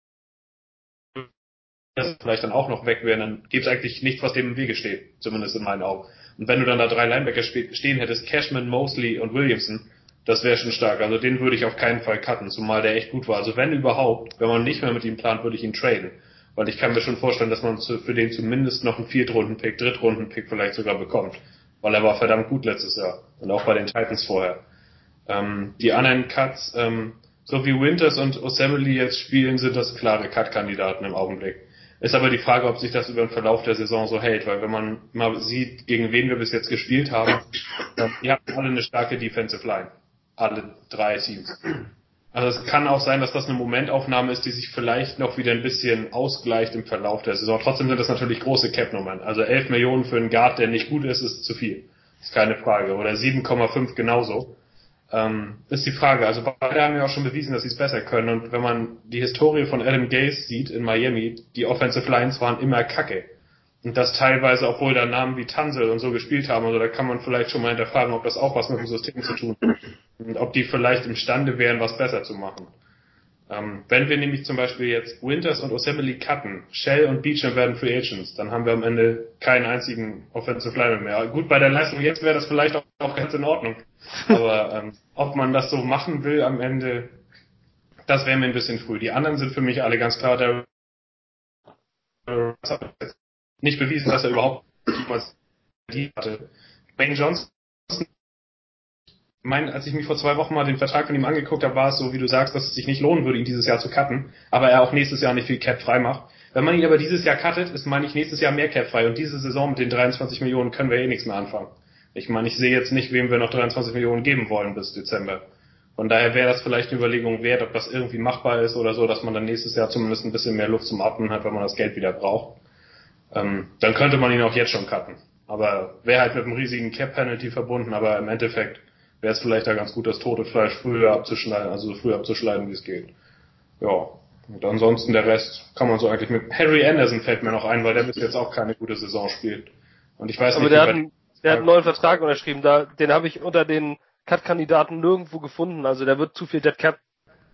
das vielleicht dann auch noch weg wäre, dann gibt es eigentlich nichts, was dem im Wege steht, zumindest in meinen Augen. Und wenn du dann da drei Linebacker stehen hättest, Cashman, Mosley und Williamson, das wäre schon stark. Also den würde ich auf keinen Fall cutten, zumal der echt gut war. Also wenn überhaupt, wenn man nicht mehr mit ihm plant, würde ich ihn traden. Weil ich kann mir schon vorstellen, dass man für den zumindest noch einen Viertrunden-Pick, Drittrunden-Pick vielleicht sogar bekommt. Weil er war verdammt gut letztes Jahr. Und auch bei den Titans vorher. Ähm, die anderen Cuts, ähm, so wie Winters und Osemele jetzt spielen, sind das klare Cut-Kandidaten im Augenblick. Ist aber die Frage, ob sich das über den Verlauf der Saison so hält, weil wenn man mal sieht, gegen wen wir bis jetzt gespielt haben, dann, ihr habt alle eine starke Defensive Line. Alle drei Teams. Also es kann auch sein, dass das eine Momentaufnahme ist, die sich vielleicht noch wieder ein bisschen ausgleicht im Verlauf der Saison. Trotzdem sind das natürlich große Cap-Nummern. Also elf Millionen für einen Guard, der nicht gut ist, ist zu viel. Ist keine Frage. Oder sieben Komma fünf genauso. Ähm, ist die Frage. Also beide haben ja auch schon bewiesen, dass sie es besser können. Und wenn man die Historie von Adam Gase sieht in Miami, die Offensive Lines waren immer kacke. Und das teilweise, obwohl da Namen wie Tunsil und so gespielt haben. Also da kann man vielleicht schon mal hinterfragen, ob das auch was mit dem System zu tun hat. Und ob die vielleicht imstande wären, was besser zu machen. Ähm, wenn wir nämlich zum Beispiel jetzt Winters und Osemele cutten, Shell und Beecham werden Free Agents, dann haben wir am Ende keinen einzigen Offensive Lineman mehr. Gut, bei der Leistung jetzt wäre das vielleicht auch, auch ganz in Ordnung. Aber ähm, ob man das so machen will am Ende, das wäre mir ein bisschen früh. Die anderen sind für mich alle ganz klar, der nicht bewiesen, dass er überhaupt jemals die hatte. Wayne Johnson, mein, als ich mich vor zwei Wochen mal den Vertrag von ihm angeguckt habe, war es so, wie du sagst, dass es sich nicht lohnen würde, ihn dieses Jahr zu cutten, aber er auch nächstes Jahr nicht viel Cap frei macht. Wenn man ihn aber dieses Jahr cuttet, ist, meine ich, nächstes Jahr mehr Cap frei und diese Saison mit den dreiundzwanzig Millionen können wir eh nichts mehr anfangen. Ich meine, ich sehe jetzt nicht, wem wir noch dreiundzwanzig Millionen geben wollen bis Dezember. Von daher wäre das vielleicht eine Überlegung wert, ob das irgendwie machbar ist oder so, dass man dann nächstes Jahr zumindest ein bisschen mehr Luft zum Atmen hat, wenn man das Geld wieder braucht. Ähm, dann könnte man ihn auch jetzt schon cutten. Aber wäre halt mit einem riesigen Cap-Penalty verbunden, aber im Endeffekt wäre es vielleicht da ganz gut, das tote Fleisch früher abzuschneiden, also so früh abzuschneiden, wie es geht. Ja. Und ansonsten der Rest kann man so eigentlich mit Harry Anderson fällt mir noch ein, weil der bis jetzt auch keine gute Saison spielt. Und ich weiß aber nicht, der wie hat, einen, der hat einen neuen Vertrag unterschrieben, da, den habe ich unter den Cut-Kandidaten nirgendwo gefunden, also der wird zu viel Dead Cap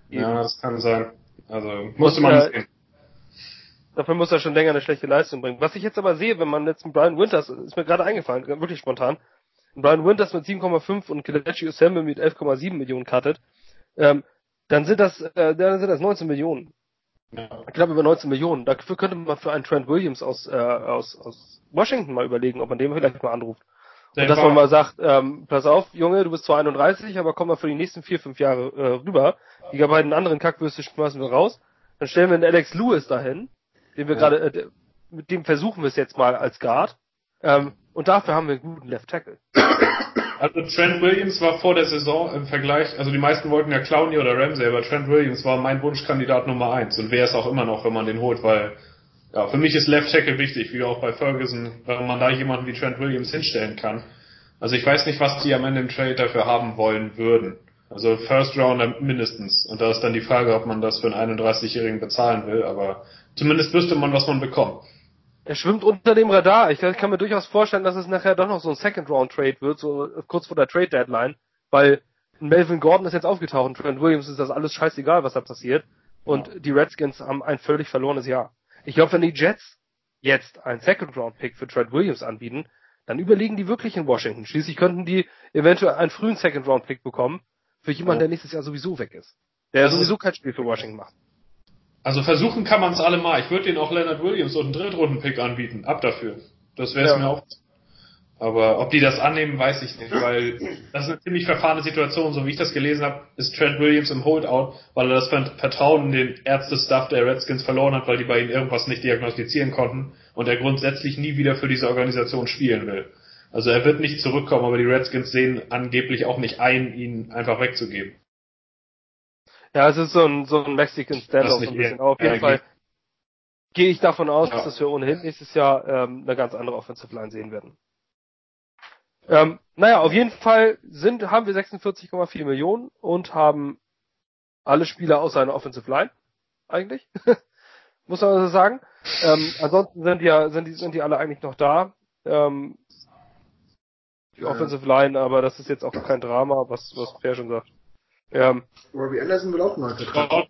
Ja, das kann sein. Also, musste man nicht sehen. Dafür muss er schon länger eine schlechte Leistung bringen. Was ich jetzt aber sehe, wenn man jetzt mit Brian Winters, ist mir gerade eingefallen, wirklich spontan, Brian Winters mit sieben Komma fünf und Kelechi Osembe mit elf Komma sieben Millionen cuttet, ähm, dann sind das, äh, dann sind das neunzehn Millionen. Ja. Ich glaube über neunzehn Millionen. Dafür könnte man für einen Trent Williams aus, äh, aus, aus Washington mal überlegen, ob man den vielleicht mal anruft. Und dass man mal sagt, ähm, pass auf, Junge, du bist zwar einunddreißig, aber komm mal für die nächsten vier, fünf Jahre äh, rüber. Die beiden anderen Kackwürste schmeißen wir raus. Dann stellen wir einen Alex Lewis dahin, den wir ja. gerade, äh, mit dem versuchen wir es jetzt mal als Guard. Ähm, und dafür haben wir einen guten Left Tackle. Also Trent Williams war vor der Saison im Vergleich, also die meisten wollten ja Clowney oder Ramsey, aber Trent Williams war mein Wunschkandidat Nummer eins und wäre es auch immer noch, wenn man den holt, weil ja, für mich ist Left Tackle wichtig, wie auch bei Ferguson, wenn man da jemanden wie Trent Williams hinstellen kann. Also ich weiß nicht, was die am Ende im Trade dafür haben wollen würden. Also First Rounder mindestens. Und da ist dann die Frage, ob man das für einen einunddreißigjährigen bezahlen will, aber zumindest wüsste man, was man bekommt. Er schwimmt unter dem Radar. Ich kann mir durchaus vorstellen, dass es nachher doch noch so ein Second-Round-Trade wird, so kurz vor der Trade-Deadline, weil Melvin Gordon ist jetzt aufgetaucht und Trent Williams ist das alles scheißegal, was da passiert. Und ja. Die Redskins haben ein völlig verlorenes Jahr. Ich glaube, wenn die Jets jetzt einen Second-Round-Pick für Trent Williams anbieten, dann überlegen die wirklich in Washington. Schließlich könnten die eventuell einen frühen Second-Round-Pick bekommen für jemanden, der nächstes Jahr sowieso weg ist. Der also sowieso kein Spiel für Washington macht. Also versuchen kann man es allemal. Ich würde denen auch Leonard Williams und einen Drittrunden-Pick anbieten. Ab dafür. Das wäre es ja. mir auch. Aber ob die das annehmen, weiß ich nicht, weil das ist eine ziemlich verfahrene Situation. So wie ich das gelesen habe, ist Trent Williams im Holdout, weil er das Vertrauen in den Ärzte-Staff der Redskins verloren hat, weil die bei ihm irgendwas nicht diagnostizieren konnten und er grundsätzlich nie wieder für diese Organisation spielen will. Also er wird nicht zurückkommen, aber die Redskins sehen angeblich auch nicht ein, ihn einfach wegzugeben. Ja, es ist so ein, so ein Mexican Standoff so ein bisschen. Aber auf jeden Fall gehe ich davon aus, ja. dass wir ohnehin nächstes Jahr ähm, eine ganz andere Offensive Line sehen werden. Ähm, naja, auf jeden Fall sind, haben wir sechsundvierzig Komma vier Millionen und haben alle Spieler außer einer Offensive Line, eigentlich. Muss man so sagen. Ähm, ansonsten sind die, sind die, sind die alle eigentlich noch da. Ähm, die Offensive Line, aber das ist jetzt auch kein Drama, was, was Per schon sagt. Ähm, Robbie Anderson will auch einen neuen Vertrag.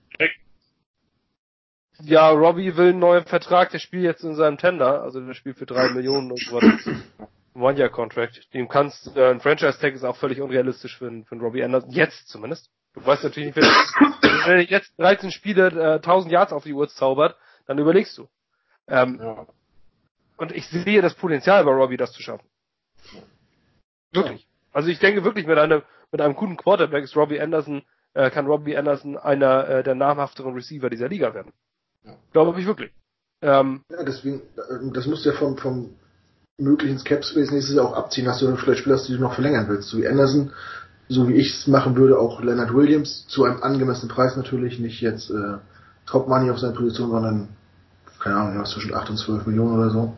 Ja, Robbie will einen neuen Vertrag, der spielt jetzt in seinem Tender, also der spielt für drei Millionen und so weiter. One-Year-Contract. Dem kannst, äh, ein Franchise-Tag ist auch völlig unrealistisch für einen, für einen Robbie Anderson. Jetzt zumindest. Du weißt natürlich nicht, wenn er jetzt dreizehn Spiele, äh, tausend Yards auf die Uhr zaubert, dann überlegst du. Ähm, ja. Und ich sehe das Potenzial bei Robbie, das zu schaffen. Wirklich. Ja. Also ich denke wirklich, mit einem, mit einem guten Quarterback ist Robbie Anderson, äh, kann Robbie Anderson einer äh, der namhafteren Receiver dieser Liga werden. Ja. Glaube ich wirklich. Ähm, ja, deswegen, das musst du ja vom, vom möglichen Cap-Space nächstes Jahr auch abziehen, dass du vielleicht Spieler hast, die du noch verlängern willst. So wie Anderson, so wie ich es machen würde, auch Leonard Williams, zu einem angemessenen Preis natürlich, nicht jetzt äh, Top Money auf seiner Position, sondern, keine Ahnung, was zwischen acht und zwölf Millionen oder so.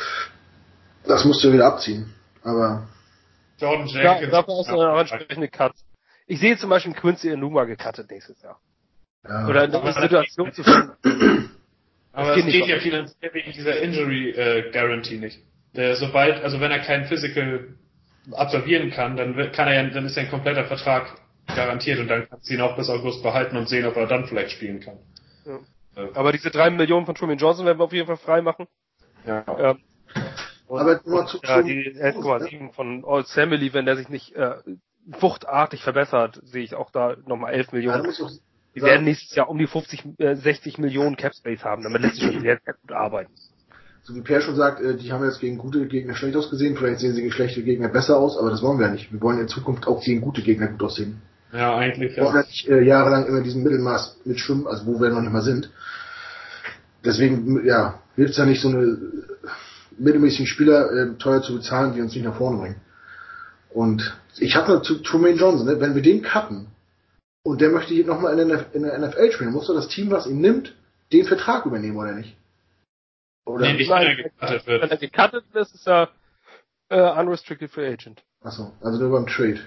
Das musst du ja wieder abziehen. Aber Jordan Jenkins. Ja, dafür ist eine entsprechende Cut. Ich sehe zum Beispiel Quincy Enunwa gecuttet nächstes Jahr. Ja. Oder in der Situation zu finden. Aber es geht ja finanziell wegen dieser Injury äh, Guarantee nicht. Der sobald, also wenn er kein Physical absolvieren kann, dann kann er ja, dann ist ja ein kompletter Vertrag garantiert und dann kannst du ihn auch bis August behalten und sehen, ob er dann vielleicht spielen kann. Ja. Ja. Aber diese drei Millionen von Truman Johnson werden wir auf jeden Fall frei machen. Ja. Ähm, und, aber nur zu, ja, die elf Komma sieben von Old Family, wenn der sich nicht äh, wuchtartig verbessert, sehe ich auch da nochmal elf Millionen. Ja, die werden nächstes Jahr um die fünfzig, äh, sechzig Millionen Cap Space haben. Damit lässt sich schon sehr, sehr gut arbeiten. So wie Per schon sagt, äh, die haben jetzt gegen gute Gegner schlecht ausgesehen. Vielleicht sehen sie gegen schlechte Gegner besser aus, aber das wollen wir ja nicht. Wir wollen in Zukunft auch gegen gute Gegner gut aussehen. Ja, eigentlich. Wir wollen ja nicht äh, jahrelang immer diesen Mittelmaß mitschwimmen, also wo wir noch nicht mal sind. Deswegen, ja, hilft es ja nicht, so eine mittelmäßigen Spieler äh, teuer zu bezahlen, die uns nicht nach vorne bringen. Und ich hatte zu Truman Johnson, ne, wenn wir den cutten und der möchte hier nochmal in, in der N F L spielen, muss doch das Team, was ihn nimmt, den Vertrag übernehmen, oder nicht? Oder nee, nicht, wenn er gecuttet wird. Wenn er gecuttet wird, ist es ja äh, Unrestricted Free Agent. Achso, also nur beim Trade.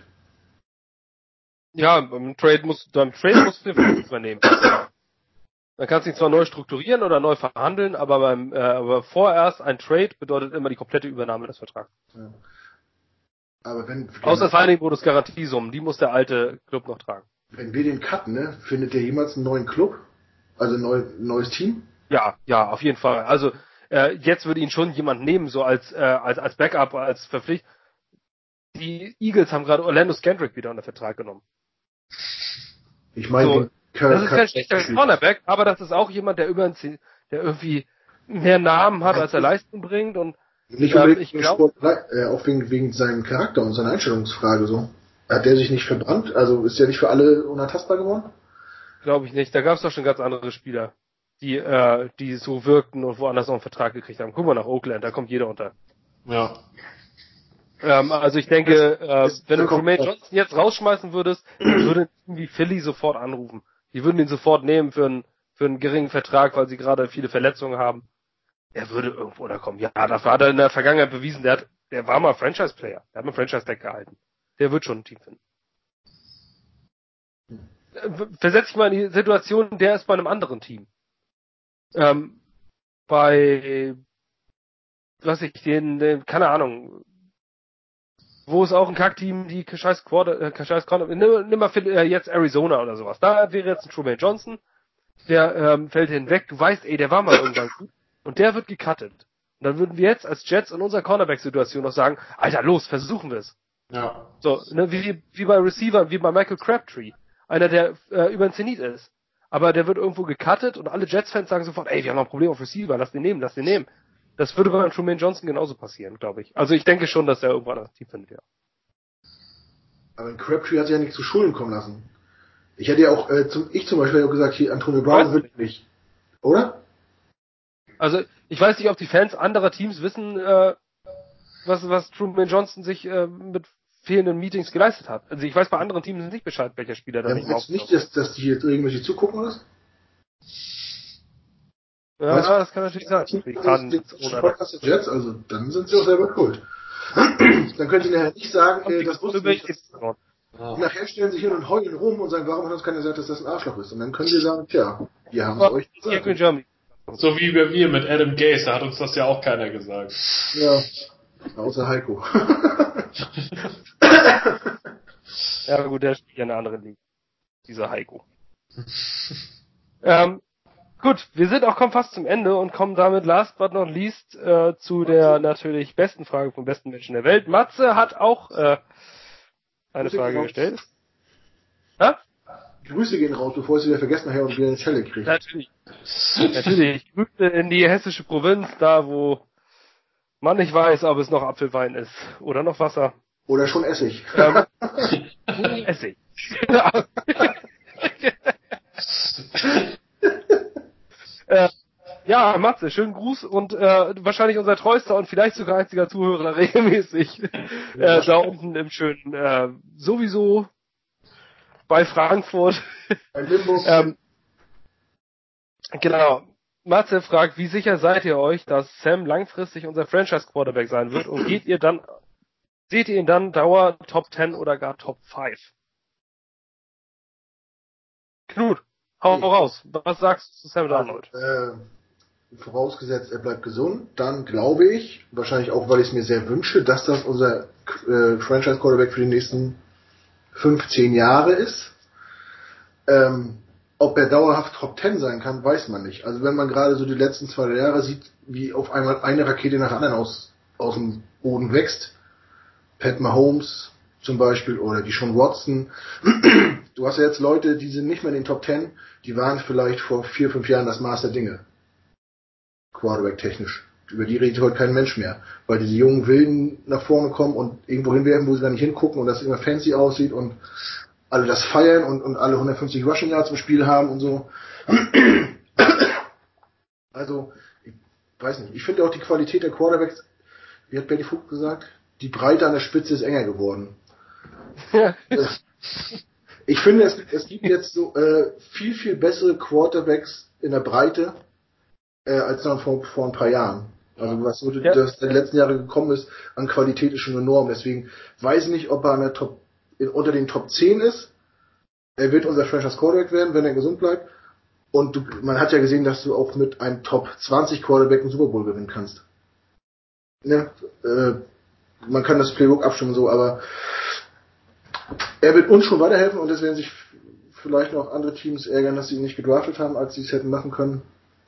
Ja, beim Trade musst beim Trade musst du den Vertrag übernehmen. Dann kannst du ihn zwar neu strukturieren oder neu verhandeln, aber beim äh, aber vorerst ein Trade bedeutet immer die komplette Übernahme des Vertrags. Ja. Aber wenn außer Signing Bonus Garantiesummen, die muss der alte Club noch tragen. Wenn wir den cutten, ne, findet der jemals einen neuen Club? Also ein, neu, ein neues Team? Ja, ja, auf jeden Fall. Also äh, jetzt würde ihn schon jemand nehmen, so als äh, als als Backup, als Verpflichtung. Die Eagles haben gerade Orlando Scandrick wieder unter Vertrag genommen. Ich meine, So, Kurt, das ist kein schlechter Cornerback, aber das ist auch jemand, der über der irgendwie mehr Namen hat, als er Leistung bringt und nicht ähm, unbedingt ich glaube, äh, auch wegen, wegen seinem Charakter und seiner Einstellungsfrage so. Hat der sich nicht verbrannt? Also ist der nicht für alle unantastbar geworden? glaube ich nicht. Da gab es doch schon ganz andere Spieler, die äh, die so wirkten und woanders noch einen Vertrag gekriegt haben. Guck mal nach Oakland, da kommt jeder unter. Ja. Ähm, also ich denke, äh, Ist- wenn da du kommt- Tremaine Johnson jetzt rausschmeißen würdest, dann würde irgendwie Philly sofort anrufen. Die würden ihn sofort nehmen für einen für einen geringen Vertrag, weil sie gerade viele Verletzungen haben. Er würde irgendwo da kommen. Ja, dafür hat er in der Vergangenheit bewiesen, der hat, der war mal Franchise-Player. Der hat mal Franchise-Tag gehalten. Der wird schon ein Team finden. Äh, Versetz dich mal in die Situation, der ist bei einem anderen Team. Ähm, bei, was ich, den, den, keine Ahnung, wo ist auch ein Kackteam, die scheiß Quarter, äh, scheiß Corner, nimm, nimm mal für, äh, jetzt Arizona oder sowas. Da wäre jetzt ein Tremaine Johnson, der ähm, fällt hinweg, du weißt, ey, der war mal irgendwann gut und der wird gecuttet. Und dann würden wir jetzt als Jets in unserer Cornerback-Situation noch sagen, Alter, los, versuchen wir es. Ja. So, ne, wie, wie bei Receivern, wie bei Michael Crabtree. Einer, der äh, über den Zenit ist. Aber der wird irgendwo gecuttet und alle Jets-Fans sagen sofort, ey, wir haben noch ein Problem auf Receiver, lass den nehmen, lass den nehmen. Das würde bei Tremaine Johnson genauso passieren, glaube ich. Also ich denke schon, dass er irgendwann das Team findet, ja. Aber ein Crabtree hat sich ja nicht zu Schulden kommen lassen. Ich hätte ja auch, äh, zum, ich zum Beispiel hätte auch gesagt, hier, Antonio Brown Weiß will ich nicht. Oder? Also ich weiß nicht, ob die Fans anderer Teams wissen, äh, was, was Tremaine Johnson sich äh, mit fehlenden Meetings geleistet hat. Also ich weiß bei anderen Teams nicht Bescheid, welcher Spieler da Ja, nicht mehr meinst du nicht, aufgetaucht dass, dass die jetzt irgendwelche zugucken ist? ist. Ja, Weißt du, das kann natürlich sein. Die das Karten ist jetzt der ohne Podcast der Jets, also dann sind sie auch selber schuld. Dann können sie nachher nicht sagen, äh, das wussten wir nicht. Ja. Nachher stellen sie hin und heulen rum und sagen, warum hat uns keiner gesagt, dass das ein Arschloch ist? Und dann können wir sagen, tja, wir haben es euch Hier in gesagt. Germany. So wie bei wir mit Adam Gase, da hat uns das ja auch keiner gesagt. Ja, außer Heiko. Ja gut, der spielt ja eine andere Liga. Dieser Heiko. ähm, gut, wir sind auch kommen fast zum Ende und kommen damit last but not least äh, zu der natürlich besten Frage vom besten Menschen der Welt. Matze hat auch äh, eine Grüße Frage gehen gestellt. raus. Ha? Grüße gehen raus, bevor ich sie wieder vergessen nachher und wieder eine Schelle kriege. Natürlich. Natürlich. Grüße in die hessische Provinz, da wo man nicht weiß, ob es noch Apfelwein ist oder noch Wasser. Oder schon Essig. Ähm, Essig. äh, ja, Matze, schönen Gruß und äh, wahrscheinlich unser treuester und vielleicht sogar einziger Zuhörer regelmäßig äh, da unten im schönen, äh, sowieso bei Frankfurt. Ein Limburg. ähm, genau. Matze fragt, wie sicher seid ihr euch, dass Sam langfristig unser Franchise-Quarterback sein wird und geht ihr dann, seht ihr ihn dann Dauer Top zehn oder gar Top fünf? Knut, hau Nee. raus. Was sagst du zu Sam Also, Darnold? äh, vorausgesetzt, er bleibt gesund, dann glaube ich, wahrscheinlich auch, weil ich es mir sehr wünsche, dass das unser äh, Franchise-Quarterback für die nächsten fünfzehn Jahre ist. Ähm, ob er dauerhaft Top zehn sein kann, weiß man nicht. Also wenn man gerade so die letzten zwei Jahre sieht, wie auf einmal eine Rakete nach der anderen aus, aus dem Boden wächst, Pat Mahomes zum Beispiel oder die Sean Watson. Du hast ja jetzt Leute, die sind nicht mehr in den Top zehn, die waren vielleicht vor vier, fünf Jahren das Maß der Dinge. Quarterback-technisch. Über die redet heute kein Mensch mehr. Weil diese jungen Wilden nach vorne kommen und irgendwo hinwerfen, wo sie gar nicht hingucken und das immer fancy aussieht und alle das feiern und, und alle hundertfünfzig Rushing Yards im Spiel haben und so. Also, ich weiß nicht. Ich finde auch die Qualität der Quarterbacks, wie hat Betty Vogt gesagt, die Breite an der Spitze ist enger geworden. Ich finde, es, es gibt jetzt so äh, viel, viel bessere Quarterbacks in der Breite äh, als noch vor, vor ein paar Jahren. Also was so Ja. das in den letzten Jahren gekommen ist an Qualität ist schon enorm. Deswegen weiß ich nicht, ob er an der Top, in, unter den Top zehn ist. Er wird unser Franchise Quarterback werden, wenn er gesund bleibt. Und du, man hat ja gesehen, dass du auch mit einem Top zwanzig Quarterback einen Super Bowl gewinnen kannst. Ne? Äh, man kann das Playbook abstimmen so, aber Er wird uns schon weiterhelfen und es werden sich vielleicht noch andere Teams ärgern, dass sie ihn nicht gedraftet haben, als sie es hätten machen können.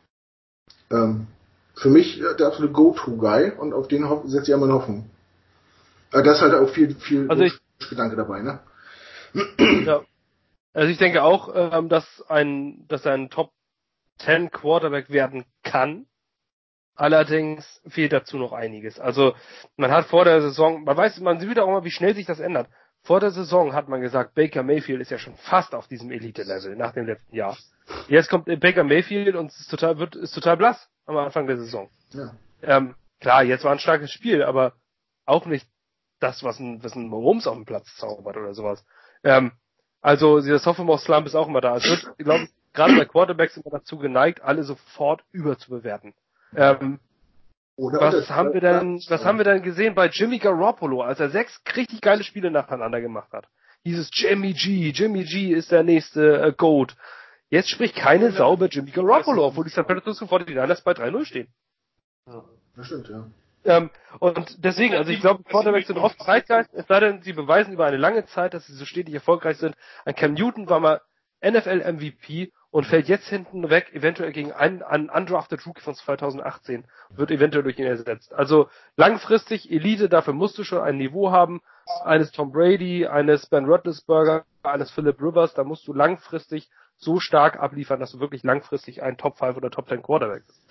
Ähm, für mich der absolute Go-To-Guy und auf den setze ich einmal Hoffnung. Aber da ist halt auch viel, viel also ich, Gedanke dabei, ne? Ja. Also ich denke auch, ähm, dass ein, dass er ein Top zehn Quarterback werden kann. Allerdings fehlt dazu noch einiges. Also man hat vor der Saison, man weiß, man sieht auch immer, wie schnell sich das ändert. Vor der Saison hat man gesagt, Baker Mayfield ist ja schon fast auf diesem Elite-Level nach dem letzten Jahr. Jetzt kommt Baker Mayfield und ist total, wird, ist total blass am Anfang der Saison. Ja. Ähm, klar, jetzt war ein starkes Spiel, aber auch nicht das, was ein, was ein Mahomes auf dem Platz zaubert oder sowas. Ähm, also dieser Sophomore-Slump ist auch immer da. Es wird, ich glaube, gerade bei Quarterbacks immer dazu geneigt, alle sofort überzubewerten. Ähm, Oder was haben wir denn, was ja. haben wir denn gesehen bei Jimmy Garoppolo, als er sechs richtig geile Spiele nacheinander gemacht hat? Dieses Jimmy G, Jimmy G ist der nächste äh, Goat. Jetzt spricht keine Sau über Jimmy Garoppolo, obwohl die San Francisco forty-niners bei drei null stehen. Ja, das stimmt, ja. Ähm, und deswegen, also ich glaube, Quarterbacks sind oft Zeitgeist, es sei denn, sie beweisen über eine lange Zeit, dass sie so stetig erfolgreich sind. Ein Cam Newton war mal N F L-M V P und fällt jetzt hinten weg, eventuell gegen einen, einen undrafted Rookie von zwanzig achtzehn, wird eventuell durch ihn ersetzt. Also langfristig Elite, dafür musst du schon ein Niveau haben, eines Tom Brady, eines Ben Roethlisberger, eines Philip Rivers, da musst du langfristig so stark abliefern, dass du wirklich langfristig ein Top fünf oder Top zehn Quarterback bist.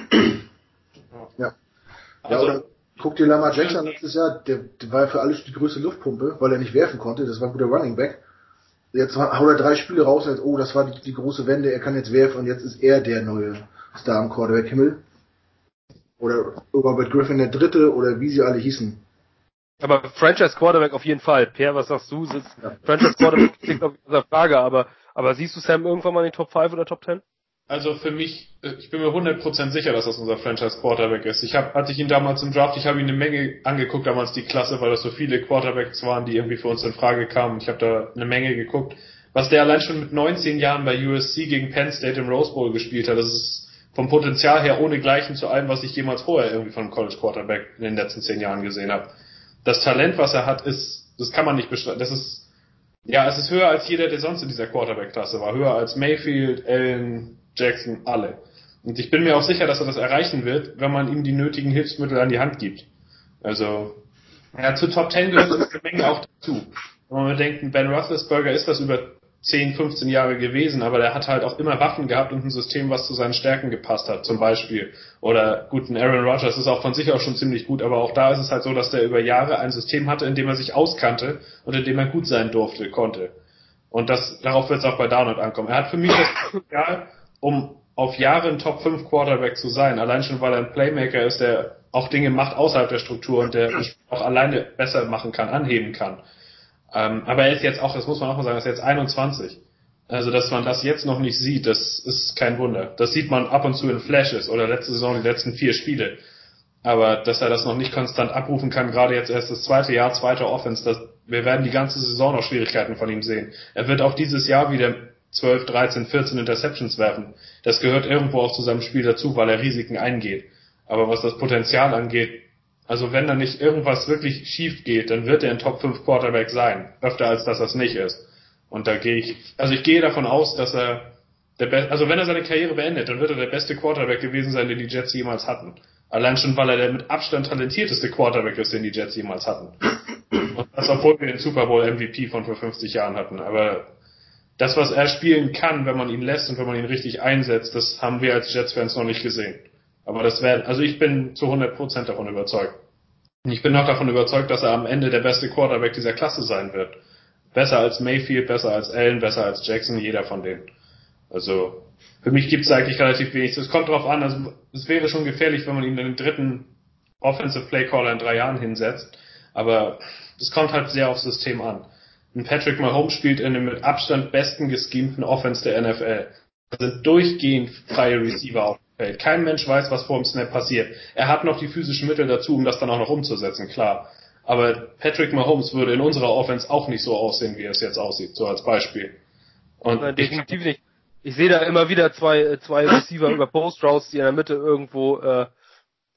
Ja. Also, ja, oder guck dir Lamar Jackson letztes Jahr, der, der war ja für alles die größte Luftpumpe, weil er nicht werfen konnte, das war ein guter Running Back. Jetzt haut er drei Spiele raus und jetzt, oh, das war die, die große Wende, er kann jetzt werfen und jetzt ist er der neue Star im Quarterback-Himmel. Oder Robert Griffin der Dritte oder wie sie alle hießen. Aber Franchise Quarterback auf jeden Fall. Per, was sagst du? Sitzt ja. Franchise Quarterback klingt auf dieser Frage, aber, aber siehst du Sam irgendwann mal in den Top fünf oder Top zehn? Also für mich, ich bin mir hundert Prozent sicher, dass das unser Franchise Quarterback ist. Ich habe, als ich ihn damals im Draft, ich habe ihn eine Menge angeguckt, damals die Klasse, weil das so viele Quarterbacks waren, die irgendwie für uns in Frage kamen. Ich habe da eine Menge geguckt. Was der allein schon mit neunzehn Jahren bei U S C gegen Penn State im Rose Bowl gespielt hat, das ist vom Potenzial her ohne Gleichen zu allem, was ich jemals vorher irgendwie von einem College Quarterback in den letzten zehn Jahren gesehen habe. Das Talent, was er hat, ist, das kann man nicht bestreiten. Das ist, ja, es ist höher als jeder, der sonst in dieser Quarterback-Klasse war. Höher als Mayfield, Allen, Jackson, alle. Und ich bin mir auch sicher, dass er das erreichen wird, wenn man ihm die nötigen Hilfsmittel an die Hand gibt. Also, ja, zu Top zehn gehört eine Menge auch dazu. Wenn man denkt, Ben Roethlisberger ist das über zehn, fünfzehn Jahre gewesen, aber der hat halt auch immer Waffen gehabt und ein System, was zu seinen Stärken gepasst hat, zum Beispiel. Oder gut, ein Aaron Rodgers ist auch von sich aus schon ziemlich gut, aber auch da ist es halt so, dass der über Jahre ein System hatte, in dem er sich auskannte und in dem er gut sein durfte, konnte. Und das, darauf wird es auch bei Darnold ankommen. Er hat für mich das Potenzial, um auf Jahre ein Top fünf Quarterback zu sein. Allein schon, weil er ein Playmaker ist, der auch Dinge macht außerhalb der Struktur und der auch alleine besser machen kann, anheben kann. Ähm, aber er ist jetzt auch, das muss man auch mal sagen, er ist jetzt einundzwanzig. Also, dass man das jetzt noch nicht sieht, das ist kein Wunder. Das sieht man ab und zu in Flashes oder letzte Saison, die letzten vier Spiele. Aber dass er das noch nicht konstant abrufen kann, gerade jetzt erst das zweite Jahr, zweite Offense, das, wir werden die ganze Saison noch Schwierigkeiten von ihm sehen. Er wird auch dieses Jahr wieder zwölf, dreizehn, vierzehn Interceptions werfen. Das gehört irgendwo auch zu seinem Spiel dazu, weil er Risiken eingeht. Aber was das Potenzial angeht, also wenn da nicht irgendwas wirklich schief geht, dann wird er ein Top fünf Quarterback sein. Öfter als dass er es nicht ist. Und da gehe ich, also ich gehe davon aus, dass er der Be- also wenn er seine Karriere beendet, dann wird er der beste Quarterback gewesen sein, den die Jets jemals hatten. Allein schon, weil er der mit Abstand talentierteste Quarterback ist, den die Jets jemals hatten. Und das, obwohl wir den Super Bowl M V P von vor fünfzig Jahren hatten. Aber das, was er spielen kann, wenn man ihn lässt und wenn man ihn richtig einsetzt, das haben wir als Jets-Fans noch nicht gesehen. Aber das wäre, also ich bin zu hundert Prozent davon überzeugt. Und ich bin auch davon überzeugt, dass er am Ende der beste Quarterback dieser Klasse sein wird. Besser als Mayfield, besser als Allen, besser als Jackson, jeder von denen. Also, für mich gibt es eigentlich relativ wenig. Es kommt drauf an, also es wäre schon gefährlich, wenn man ihn in den dritten Offensive Play Caller in drei Jahren hinsetzt. Aber es kommt halt sehr aufs System an. Und Patrick Mahomes spielt in dem mit Abstand besten geschemten Offense der N F L. Da sind durchgehend freie Receiver auf dem Feld. Kein Mensch weiß, was vor dem Snap passiert. Er hat noch die physischen Mittel dazu, um das dann auch noch umzusetzen, klar. Aber Patrick Mahomes würde in unserer Offense auch nicht so aussehen, wie er es jetzt aussieht, so als Beispiel. Und Nein, definitiv nicht. Ich sehe da immer wieder zwei, zwei Receiver über Post Routes, die in der Mitte irgendwo äh,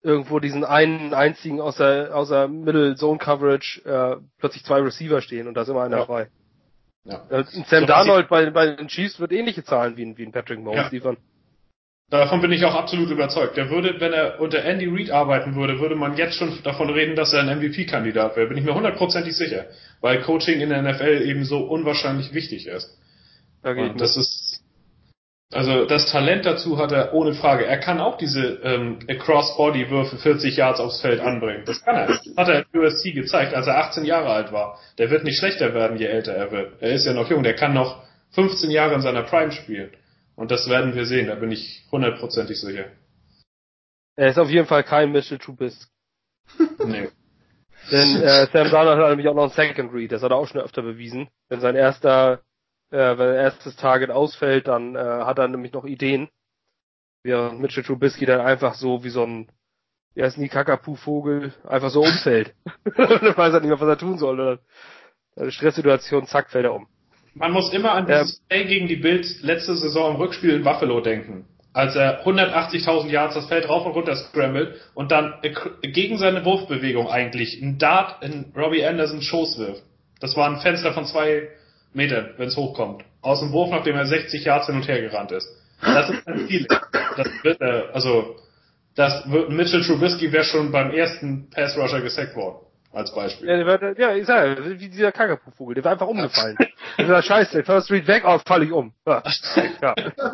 irgendwo diesen einen einzigen aus der, aus der Middle Zone Coverage äh, plötzlich zwei Receiver stehen und da ist immer einer ja. frei. Ja. Äh, Sam so, Darnold bei, bei den Chiefs wird ähnliche Zahlen wie ein, wie ein Patrick Mahomes ja. liefern. Davon bin ich auch absolut überzeugt. Der würde, wenn er unter Andy Reid arbeiten würde, würde man jetzt schon davon reden, dass er ein M V P-Kandidat wäre. Bin ich mir hundertprozentig sicher. Weil Coaching in der N F L eben so unwahrscheinlich wichtig ist. Da gehe ich Und mit. das ist, also das Talent dazu hat er ohne Frage. Er kann auch diese ähm, Cross-Body-Würfe vierzig Yards aufs Feld anbringen. Das kann er. Hat er in U S C gezeigt, als er achtzehn Jahre alt war. Der wird nicht schlechter werden, je älter er wird. Er ist ja noch jung. Der kann noch fünfzehn Jahre in seiner Prime spielen. Und das werden wir sehen, da bin ich hundertprozentig sicher. Er ist auf jeden Fall kein Mitchell Trubisky. Nee. Denn äh, Sam Darnold hat nämlich auch noch ein Secondary, das hat er auch schon öfter bewiesen. Wenn sein erster, äh, wenn sein erstes Target ausfällt, dann äh, hat er nämlich noch Ideen. Während Mitchell Trubisky dann einfach so wie so ein, er ist nie Kakapu-Vogel, einfach so umfällt. Dann weiß er nicht mehr, was er tun soll. Oder eine Stresssituation, zack, fällt er um. Man muss immer an dieses Play ähm, gegen die Bills letzte Saison im Rückspiel in Buffalo denken. Als er hundertachtzigtausend Yards das Feld rauf und runter scrambled und dann gegen seine Wurfbewegung eigentlich einen Dart in Robbie Andersons Schoß wirft. Das war ein Fenster von zwei Metern, wenn es hochkommt. Aus dem Wurf, nachdem er sechzig Yards hin und her gerannt ist. Das ist ein Ziel. Das wird, äh, also, das wird, Mitchell Trubisky wäre schon beim ersten Pass Rusher gesackt worden. Als Beispiel. Ja, der war, ja, ich sag, wie dieser Kakapu-Vogel, der war einfach umgefallen. Der war scheiße, First Street weg, auf, falle ich um. Ja. ja.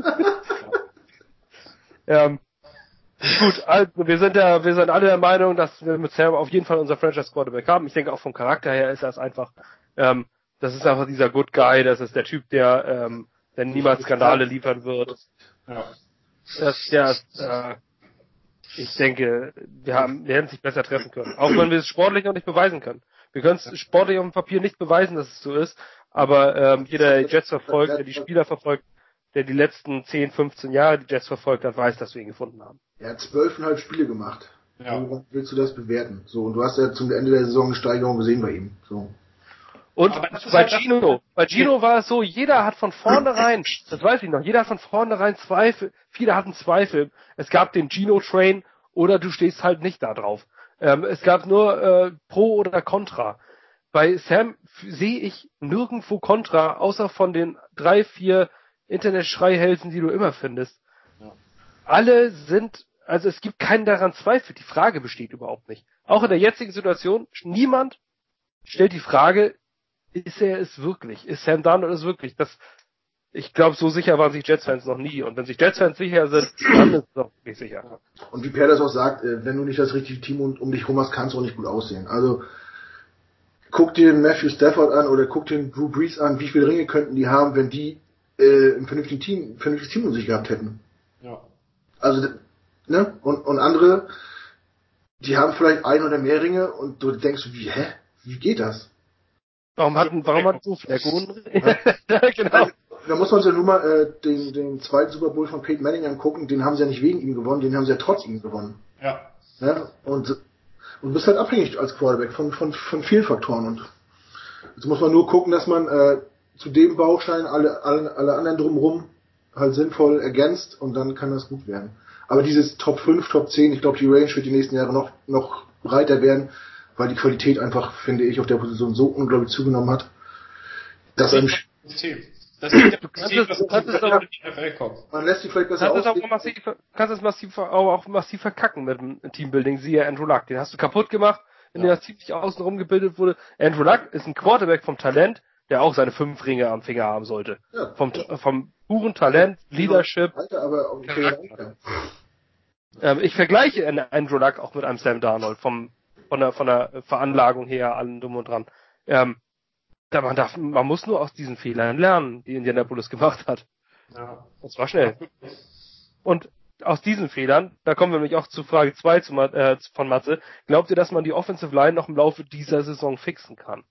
ähm, gut, also wir sind ja, wir sind alle der Meinung, dass wir mit Sam auf jeden Fall unser Franchise Quarterback haben. Ich denke auch vom Charakter her ist er es einfach, ähm, das ist einfach dieser Good Guy, das ist der Typ, der, ähm, der niemals Skandale liefern wird. Ja. Das, der, äh, ich denke, wir haben, wir hätten sich besser treffen können. Auch wenn wir es sportlich noch nicht beweisen können. Wir können es sportlich auf dem Papier nicht beweisen, dass es so ist, aber ähm, jeder, der die Jets verfolgt, der die Spieler verfolgt, der die letzten zehn, fünfzehn Jahre die Jets verfolgt hat, weiß, dass wir ihn gefunden haben. Er hat zwölfeinhalb Spiele gemacht. Ja. Woran willst du das bewerten? So, und du hast ja zum Ende der Saison eine Steigerung gesehen bei ihm. So. Und bei Gino, bei Gino war es so, jeder hat von vornherein, das weiß ich noch, jeder hat von vornherein Zweifel, viele hatten Zweifel. Es gab den Gino-Train oder du stehst halt nicht da drauf. Ähm, es gab nur äh, Pro oder Contra. Bei Sam sehe ich nirgendwo Contra, außer von den drei, vier Internet-Schreihälsen, die du immer findest. Ja. Alle sind, also es gibt keinen daran Zweifel, die Frage besteht überhaupt nicht. Auch in der jetzigen Situation, niemand stellt die Frage, ist er es wirklich? Ist Sam Darnold es wirklich? Das, ich glaube, so sicher waren sich Jets-Fans noch nie. Und wenn sich Jets-Fans sicher sind, dann ist es doch nicht sicher. Und wie Per das auch sagt, wenn du nicht das richtige Team um, um dich rum hast, kannst du auch nicht gut aussehen. Also, guck dir Matthew Stafford an oder guck dir Drew Brees an, wie viele Ringe könnten die haben, wenn die äh, ein vernünftiges Team, ein vernünftiges Team um sich gehabt hätten. Ja. Also, ne? Und, und andere, die haben vielleicht ein oder mehr Ringe und du denkst, wie, hä? Wie geht das? Warum hatten, warum hatten so Flecken? Ja, genau. Da muss man sich ja nur mal äh, den, den zweiten Super Bowl von Peyton Manning angucken, den haben sie ja nicht wegen ihm gewonnen, den haben sie ja trotz ihm gewonnen. Ja. Ja, und, und bist halt abhängig als Quarterback von, von, von vielen Faktoren. Und jetzt muss man nur gucken, dass man äh, zu dem Baustein alle, alle, alle anderen drumherum halt sinnvoll ergänzt und dann kann das gut werden. Aber dieses Top fünf, Top zehn, ich glaube, die Range wird die nächsten Jahre noch, noch breiter werden, weil die Qualität einfach, finde ich, auf der Position so unglaublich zugenommen hat, dass einem System. Das ist du kannst es, du kannst es aber, in die N F L kommt. man lässt die vielleicht besser kannst es auch auslegen. massiv, kannst es massiv, auch, auch massiv verkacken mit dem Teambuilding. Siehe Andrew Luck, den hast du kaputt gemacht, indem Ja. er ziemlich außenrum gebildet wurde. Andrew Luck ist ein Quarterback vom Talent, der auch seine fünf Ringe am Finger haben sollte. Ja. Vom, vom puren Talent, Leadership. Alter, aber auch Charakter. Ähm, ich vergleiche Andrew Luck auch mit einem Sam Darnold vom, von der, von der Veranlagung her, allem drum und dran. Ähm, da man darf, man muss nur aus diesen Fehlern lernen, die Indianapolis gemacht hat. Ja. Das war schnell. Und aus diesen Fehlern, da kommen wir nämlich auch zu Frage zwei zu, äh, von Matze, glaubt ihr, dass man die Offensive Line noch im Laufe dieser Saison fixen kann?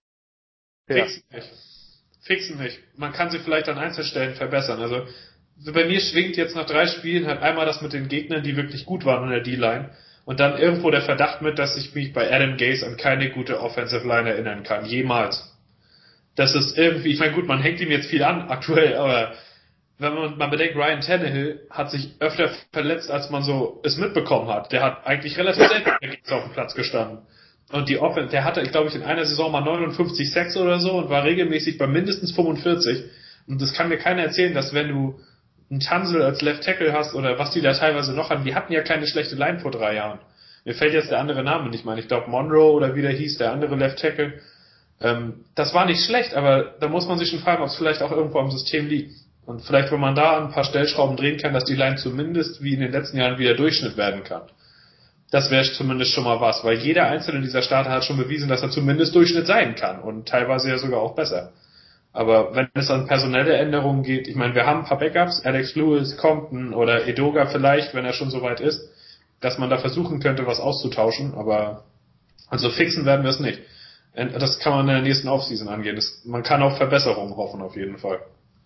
Ja. Fixen nicht. Fixen nicht. Man kann sie vielleicht an Einzelstellen verbessern. Also bei mir schwingt jetzt nach drei Spielen halt einmal das mit den Gegnern, die wirklich gut waren in der D-Line. Und dann irgendwo der Verdacht mit, dass ich mich bei Adam Gase an keine gute Offensive Line erinnern kann. Jemals. Das ist irgendwie, ich meine gut, man hängt ihm jetzt viel an aktuell, aber wenn man mal bedenkt, Ryan Tannehill hat sich öfter verletzt, als man so es mitbekommen hat. Der hat eigentlich relativ selten auf dem Platz gestanden. Und die Offense, der hatte, glaube ich, in einer Saison mal neunundfünfzig Sacks oder so und war regelmäßig bei mindestens fünfundvierzig. Und das kann mir keiner erzählen, dass wenn du einen Tunzel als Left Tackle hast oder was die da teilweise noch haben, die hatten ja keine schlechte Line vor drei Jahren. Mir fällt jetzt der andere Name nicht mal. Ich glaube Monroe oder wie der hieß, der andere Left Tackle. Ähm, das war nicht schlecht, aber da muss man sich schon fragen, ob es vielleicht auch irgendwo am System liegt. Und vielleicht, wenn man da ein paar Stellschrauben drehen kann, dass die Line zumindest wie in den letzten Jahren wieder Durchschnitt werden kann. Das wäre zumindest schon mal was, weil jeder einzelne dieser Starter hat schon bewiesen, dass er zumindest Durchschnitt sein kann und teilweise ja sogar auch besser. Aber wenn es an personelle Änderungen geht, ich meine, wir haben ein paar Backups, Alex Lewis, Compton oder Edoga vielleicht, wenn er schon soweit ist, dass man da versuchen könnte, was auszutauschen, aber also fixen werden wir es nicht. Das kann man in der nächsten Offseason angehen. Das, man kann auf Verbesserungen hoffen, auf jeden Fall.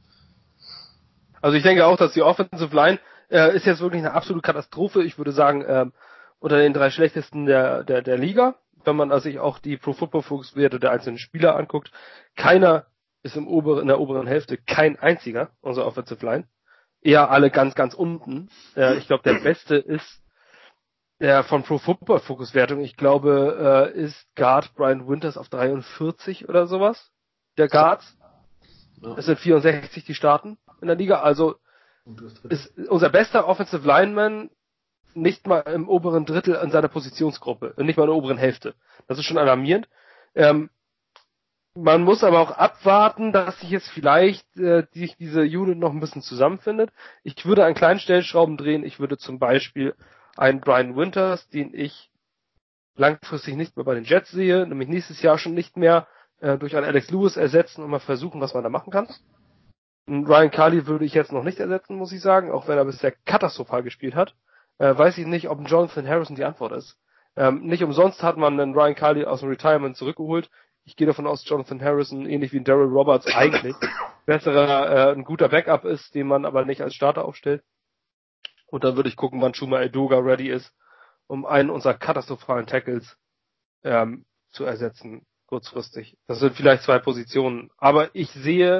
Also ich denke auch, dass die Offensive Line äh, ist jetzt wirklich eine absolute Katastrophe. Ich würde sagen, ähm, unter den drei schlechtesten der, der, der Liga. Wenn man also sich auch die Pro Football Focus Werte der einzelnen Spieler anguckt, keiner ist im oberen, in der oberen Hälfte, kein einziger unserer Offensive Line. Eher alle ganz, ganz unten. Äh, ich glaube, der beste ist der von Pro Football Focus Wertung. Ich glaube, äh, ist Guard Brian Winters auf dreiundvierzig oder sowas. Der Guards. Es sind vierundsechzig, die starten in der Liga. Also ist unser bester Offensive Lineman nicht mal im oberen Drittel in seiner Positionsgruppe, nicht mal in der oberen Hälfte. Das ist schon alarmierend. Ähm, man muss aber auch abwarten, dass sich jetzt vielleicht äh, die, diese Unit noch ein bisschen zusammenfindet. Ich würde an kleinen Stellschrauben drehen. Ich würde zum Beispiel einen Brian Winters, den ich langfristig nicht mehr bei den Jets sehe, nämlich nächstes Jahr schon nicht mehr, äh, durch einen Alex Lewis ersetzen und mal versuchen, was man da machen kann. Und Ryan Carly würde ich jetzt noch nicht ersetzen, muss ich sagen, auch wenn er bisher katastrophal gespielt hat. Äh, weiß ich nicht, ob Jonathan Harrison die Antwort ist. Ähm, nicht umsonst hat man einen Ryan Carly aus dem Retirement zurückgeholt. Ich gehe davon aus, Jonathan Harrison, ähnlich wie Darryl Roberts, eigentlich besserer, äh, ein guter Backup ist, den man aber nicht als Starter aufstellt. Und dann würde ich gucken, wann Chuma Edoga ready ist, um einen unserer katastrophalen Tackles ähm, zu ersetzen, kurzfristig. Das sind vielleicht zwei Positionen. Aber ich sehe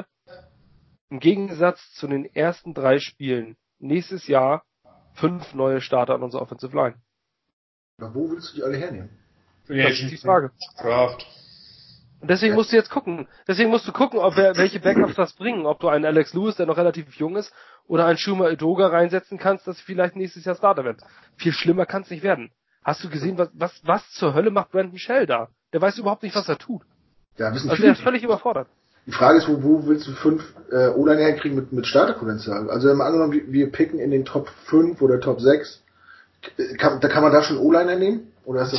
im Gegensatz zu den ersten drei Spielen nächstes Jahr fünf neue Starter an unserer Offensive Line. Aber wo willst du die alle hernehmen? Das ist die Frage. Draft. Und deswegen musst du jetzt gucken. Deswegen musst du gucken, ob wer, welche Backups das bringen. Ob du einen Alex Lewis, der noch relativ jung ist, oder einen Chuma Edoga reinsetzen kannst, dass sie vielleicht nächstes Jahr Starter wird. Viel schlimmer kann es nicht werden. Hast du gesehen, was, was, was zur Hölle macht Brandon Shell da? Der weiß überhaupt nicht, was er tut. Ja, wissen also der ist völlig überfordert. Die Frage ist, wo, wo willst du fünf äh, O-Line herkriegen mit, mit Starterpotenzial? Also wenn man angenommen, wir, wir picken in den Top fünf oder Top sechs, kann, da kann man da schon O-Liner nehmen? Oder ist das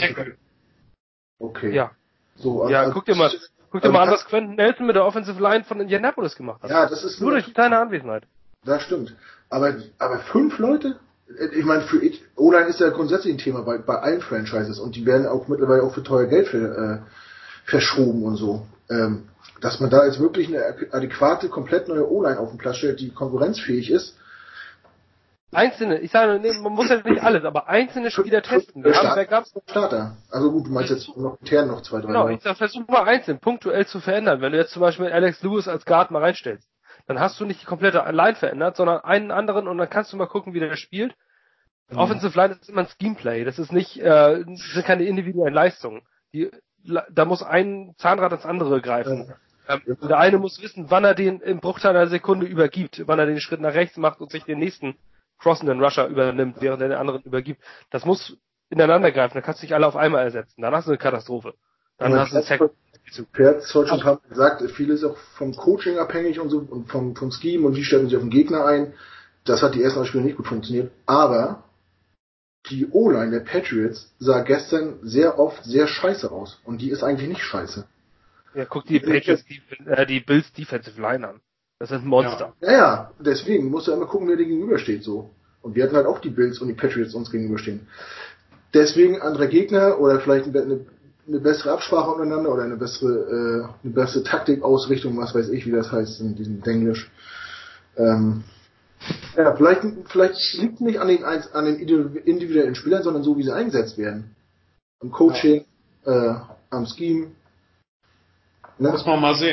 okay. Ja. So, also, ja, also, guck dir mal, guck dir also mal an, was Quentin Nelson mit der Offensive Line von Indianapolis gemacht hat. Ja, das ist nur durch seine Anwesenheit. Das stimmt. Aber, aber fünf Leute? Ich meine, für O-Line ist ja grundsätzlich ein Thema bei, bei allen Franchises und die werden auch mittlerweile auch für teuer Geld für, äh, verschoben und so. Ähm, dass man da jetzt wirklich eine adäquate, komplett neue O-Line auf den Platz stellt, die konkurrenzfähig ist. Einzelne, ich sage, nee, man muss ja nicht alles, aber einzelne Spieler testen. Wir haben Backups. Starter. Also gut, du meinst jetzt noch intern noch zwei, drei. Genau, ich sag, versuch mal einzeln, punktuell zu verändern. Wenn du jetzt zum Beispiel Alex Lewis als Guard mal reinstellst, dann hast du nicht die komplette Line verändert, sondern einen anderen und dann kannst du mal gucken, wie der spielt. Mhm. Offensive Line ist immer ein Schemeplay. Das ist nicht, äh, das sind keine individuellen Leistungen. Die, da muss ein Zahnrad ins andere greifen. Ja. Ähm, der eine muss wissen, wann er den im Bruchteil einer Sekunde übergibt, wann er den Schritt nach rechts macht und sich den nächsten crossenden Rusher übernimmt, während er den anderen übergibt. Das muss ineinander greifen. Da kannst du nicht alle auf einmal ersetzen. Dann hast du eine Katastrophe. Dann ja, hast du einen Sack. Pferd hat heute schon ein paar Mal gesagt, vieles auch vom Coaching abhängig und so und vom, vom Scheme und wie stellen sich auf den Gegner ein. Das hat die ersten Spiele nicht gut funktioniert. Aber die O-Line der Patriots sah gestern sehr oft sehr scheiße aus. Und die ist eigentlich nicht scheiße. Ja, guck die Patriots, die, äh, die Bills Defensive Line an. Das sind Monster. Ja, ja, ja, deswegen musst du immer gucken, wer dir gegenübersteht so. Und wir hatten halt auch die Bills und die Patriots uns gegenüberstehen. Deswegen andere Gegner oder vielleicht eine, eine bessere Absprache untereinander oder eine bessere, äh, eine bessere Taktikausrichtung, was weiß ich, wie das heißt in diesem Englisch. Ähm, ja, vielleicht, vielleicht liegt es nicht an den, an den individuellen Spielern, sondern so, wie sie eingesetzt werden. Am Coaching, ja. äh, am Scheme. Ne? Muss man mal sehen.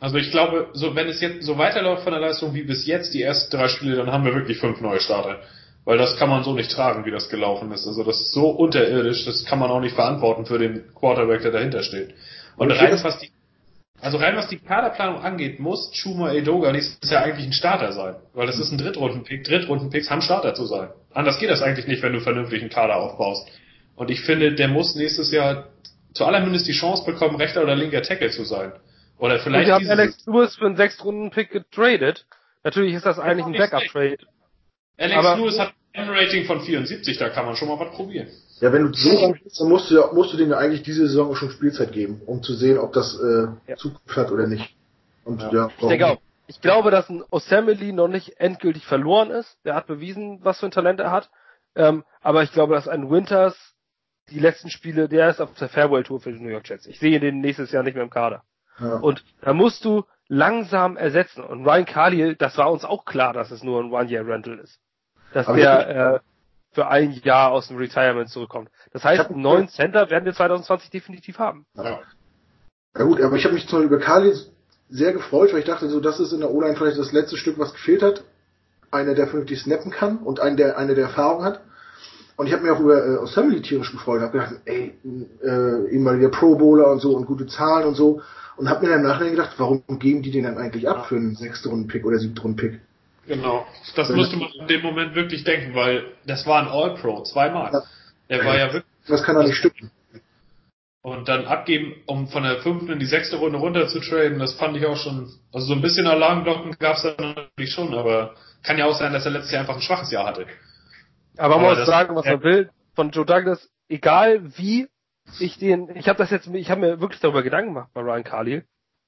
Also ich glaube, so wenn es jetzt so weiterläuft von der Leistung wie bis jetzt, die ersten drei Spiele, dann haben wir wirklich fünf neue Starter. Weil das kann man so nicht tragen, wie das gelaufen ist. Also das ist so unterirdisch, das kann man auch nicht verantworten für den Quarterback, der dahinter steht. Und rein was die, also rein was die Kaderplanung angeht, muss Chuma Edoga nächstes Jahr eigentlich ein Starter sein. Weil das ist ein Drittrunden-Pick. Drittrunden-Picks haben Starter zu sein. Anders geht das eigentlich nicht, wenn du vernünftig einen Kader aufbaust. Und ich finde, der muss nächstes Jahr zuallermindest die Chance bekommen, rechter oder linker Tackle zu sein. Oder vielleicht. Und wir haben Alex Lewis für einen Sechstrunden-Pick getradet. Natürlich ist das eigentlich ein Backup-Trade. Alex aber Lewis hat ein Rating von vierundsiebzig, da kann man schon mal was probieren. Ja, wenn du so rangehst, dann musst du ja, musst du denen ja eigentlich diese Saison auch schon Spielzeit geben, um zu sehen, ob das äh, ja. Zukunft hat oder nicht. Und ja, ja ich denke auch. Ich glaube, dass ein Osemele noch nicht endgültig verloren ist. Der hat bewiesen, was für ein Talent er hat. Ähm, aber ich glaube, dass ein Winters die letzten Spiele, der ist auf der Farewell Tour für die New York Jets. Ich sehe den nächstes Jahr nicht mehr im Kader. Ja. Und da musst du langsam ersetzen. Und Ryan Khalil, das war uns auch klar, dass es nur ein One-Year-Rental ist. Dass aber der äh, für ein Jahr aus dem Retirement zurückkommt. Das heißt, einen neuen Center werden wir zwanzig zwanzig definitiv haben. Ja, ja gut, aber ich habe mich zum Beispiel über Khalil sehr gefreut, weil ich dachte, so das ist in der O-Line vielleicht das letzte Stück, was gefehlt hat. Einer, der vernünftig snappen kann und einer, der eine der Erfahrung hat. Und ich habe mich auch über äh, Osemele tierisch gefreut. Habe gedacht, ey, äh, ehemaliger Pro Bowler und so und gute Zahlen und so. Und habe mir dann im Nachhinein gedacht, warum geben die den dann eigentlich ab für einen Sechstrunden-Pick oder Siebtrunden-Pick? Genau, das weil musste man in dem Moment wirklich denken, weil das war ein All-Pro, zweimal. Ja. Der war ja wirklich... Das kann doch nicht stimmen. Und dann abgeben, um von der fünften in die sechste Runde runter zu traden, das fand ich auch schon... Also so ein bisschen Alarmglocken gab es da natürlich schon, aber kann ja auch sein, dass er letztes Jahr einfach ein schwaches Jahr hatte. Aber man aber muss sagen, was man will, von Joe Douglas, egal wie ich den... Ich habe das jetzt... Ich habe mir wirklich darüber Gedanken gemacht bei Ryan Khalil.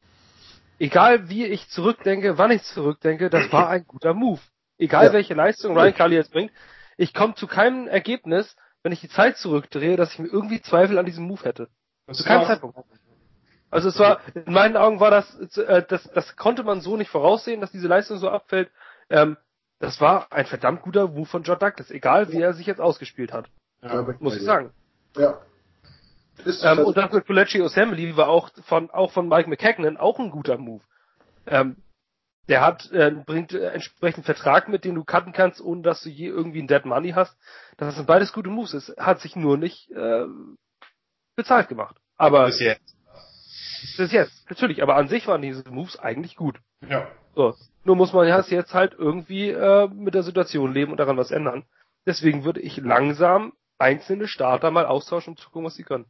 Egal wie ich zurückdenke, wann ich zurückdenke, das war ein guter Move. Egal ja. welche Leistung Ryan Khalil jetzt bringt, ich komme zu keinem Ergebnis, wenn ich die Zeit zurückdrehe, dass ich mir irgendwie Zweifel an diesem Move hätte. Das zu keinem Zeitpunkt. Also es war, in meinen Augen war das, äh, das, das konnte man so nicht voraussehen, dass diese Leistung so abfällt. Ähm, das war ein verdammt guter Move von Joe Douglas, egal wie er sich jetzt ausgespielt hat. Ja, muss ich sagen. Ja. Ähm, und das mit Kelechi Osemele war auch von auch von Mike McKagan auch ein guter Move. Ähm, der hat äh, bringt äh, entsprechend Vertrag mit, den du cutten kannst, ohne dass du je irgendwie ein Dead Money hast. Das sind beides gute Moves. Es hat sich nur nicht äh, bezahlt gemacht. Aber bis jetzt. Bis jetzt, natürlich. Aber an sich waren diese Moves eigentlich gut. Ja. So. Nur muss man ja jetzt halt irgendwie äh, mit der Situation leben und daran was ändern. Deswegen würde ich langsam einzelne Starter mal austauschen, um zu gucken, was sie können.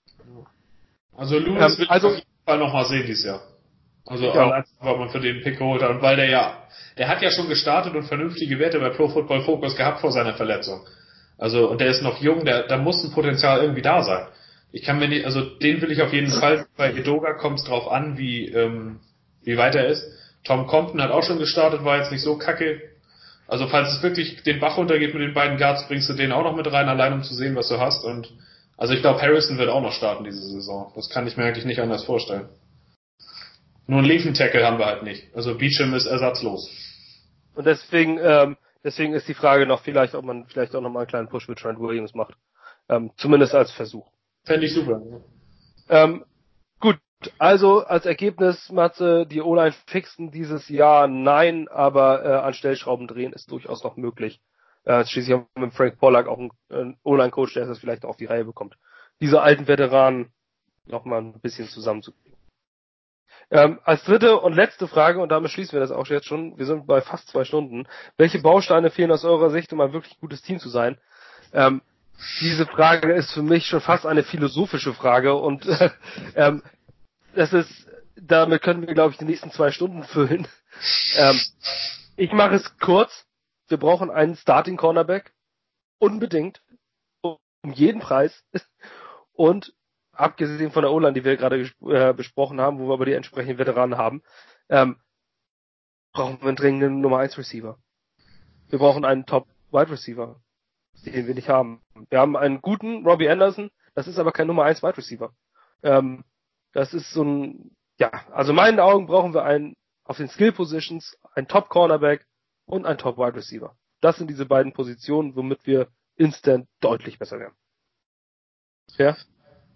Also Lewis ähm, will also, ich auf jeden Fall nochmal sehen dieses Jahr. Also allein, weil man für den Pick geholt hat und weil der ja, der hat ja schon gestartet und vernünftige Werte bei Pro Football Focus gehabt vor seiner Verletzung. Also, und der ist noch jung, der, da muss ein Potenzial irgendwie da sein. Ich kann mir nicht, also den will ich auf jeden Fall, bei Edoga kommt es drauf an, wie, ähm, wie weit er ist. Tom Compton hat auch schon gestartet, war jetzt nicht so kacke. Also falls es wirklich den Bach runtergeht mit den beiden Guards, bringst du den auch noch mit rein, allein um zu sehen, was du hast. Und also ich glaube, Harrison wird auch noch starten diese Saison. Das kann ich mir eigentlich nicht anders vorstellen. Nur einen linken Tackle haben wir halt nicht. Also Beecham ist ersatzlos. Und deswegen, ähm, deswegen ist die Frage noch vielleicht, ob man vielleicht auch noch mal einen kleinen Push mit Trent Williams macht. Ähm, zumindest als Versuch. Fände ich super. Ähm, gut, also als Ergebnis, Matze, die O-Line fixen dieses Jahr, nein, aber äh, an Stellschrauben drehen ist durchaus noch möglich. Äh, schließlich haben wir mit Frank Pollack auch einen, einen O-Line-Coach, der das vielleicht auf die Reihe bekommt. Diese alten Veteranen noch mal ein bisschen zusammenzukriegen. Ähm, als dritte und letzte Frage, und damit schließen wir das auch jetzt schon, wir sind bei fast zwei Stunden, welche Bausteine fehlen aus eurer Sicht, um ein wirklich gutes Team zu sein? Ähm, diese Frage ist für mich schon fast eine philosophische Frage und äh, ähm, das ist, damit können wir, glaube ich, die nächsten zwei Stunden füllen. Ähm, ich mache es kurz. Wir brauchen einen Starting Cornerback. Unbedingt. Um jeden Preis. Und abgesehen von der O-Line, die wir gerade gesp- äh, besprochen haben, wo wir aber die entsprechenden Veteranen haben, ähm, brauchen wir einen dringenden Nummer eins Receiver. Wir brauchen einen Top Wide Receiver, den wir nicht haben. Wir haben einen guten Robbie Anderson, das ist aber kein Nummer eins Wide Receiver. Ähm, das ist so ein, ja, also in meinen Augen brauchen wir einen auf den Skill Positions, einen Top Cornerback und einen Top Wide Receiver. Das sind diese beiden Positionen, womit wir instant deutlich besser werden. Ja?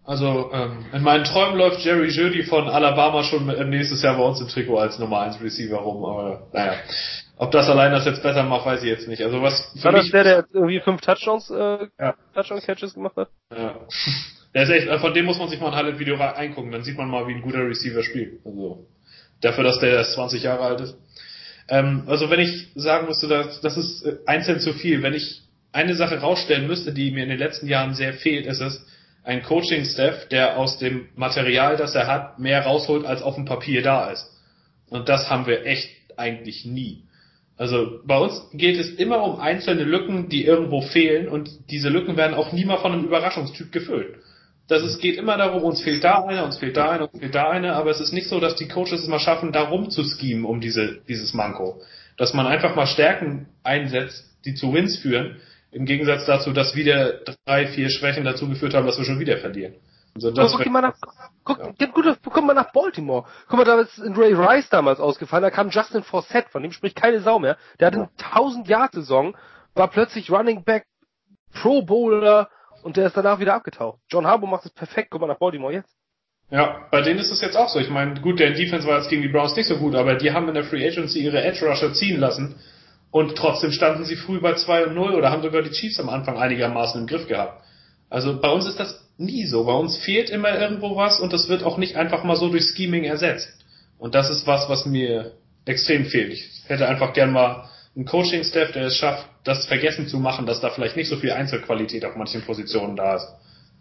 Also ähm, in meinen Träumen läuft Jerry Jeudy von Alabama schon nächstes Jahr bei uns im Trikot als Nummer eins Receiver rum, aber naja. Ob das allein das jetzt besser macht, weiß ich jetzt nicht. Also was für War das mich der, der jetzt irgendwie fünf Touchdowns, äh, ja. Touchdown-Catches gemacht hat? Ja. Der ist echt, von dem muss man sich mal ein Highlight-Video reingucken, dann sieht man mal, wie ein guter Receiver spielt. Also dafür, dass der erst zwanzig Jahre alt ist. Ähm, also wenn ich sagen müsste, dass, das ist einzeln zu viel. Wenn ich eine Sache rausstellen müsste, die mir in den letzten Jahren sehr fehlt, ist es ein Coaching-Staff, der aus dem Material, das er hat, mehr rausholt, als auf dem Papier da ist. Und das haben wir echt eigentlich nie. Also bei uns geht es immer um einzelne Lücken, die irgendwo fehlen, und diese Lücken werden auch nie mal von einem Überraschungstyp gefüllt. Das ist, geht immer darum, uns fehlt da einer, uns fehlt da einer, uns fehlt da einer, aber es ist nicht so, dass die Coaches es mal schaffen, da rum zu schemen um diese, dieses Manko. Dass man einfach mal Stärken einsetzt, die zu Wins führen, im Gegensatz dazu, dass wieder drei, vier Schwächen dazu geführt haben, dass wir schon wieder verlieren. Also das guck mal nach, guck, ja. gut, guck mal nach Baltimore. Guck mal, da ist Ray Rice damals ausgefallen, da kam Justin Forsett, von dem spricht keine Sau mehr. Der hatte eine tausend-Jahr-Saison, war plötzlich Running Back, Pro Bowler, und der ist danach wieder abgetaucht. John Harbaugh macht es perfekt, guck mal nach Baltimore jetzt. Ja, bei denen ist es jetzt auch so. Ich meine, gut, der Defense war jetzt gegen die Browns nicht so gut, aber die haben in der Free Agency ihre Edge Rusher ziehen lassen, und trotzdem standen sie früh bei zwei und null oder haben sogar die Chiefs am Anfang einigermaßen im Griff gehabt. Also bei uns ist das nie so. Bei uns fehlt immer irgendwo was, und das wird auch nicht einfach mal so durch Scheming ersetzt. Und das ist was, was mir extrem fehlt. Ich hätte einfach gern mal einen Coaching-Staff, der es schafft, das vergessen zu machen, dass da vielleicht nicht so viel Einzelqualität auf manchen Positionen da ist.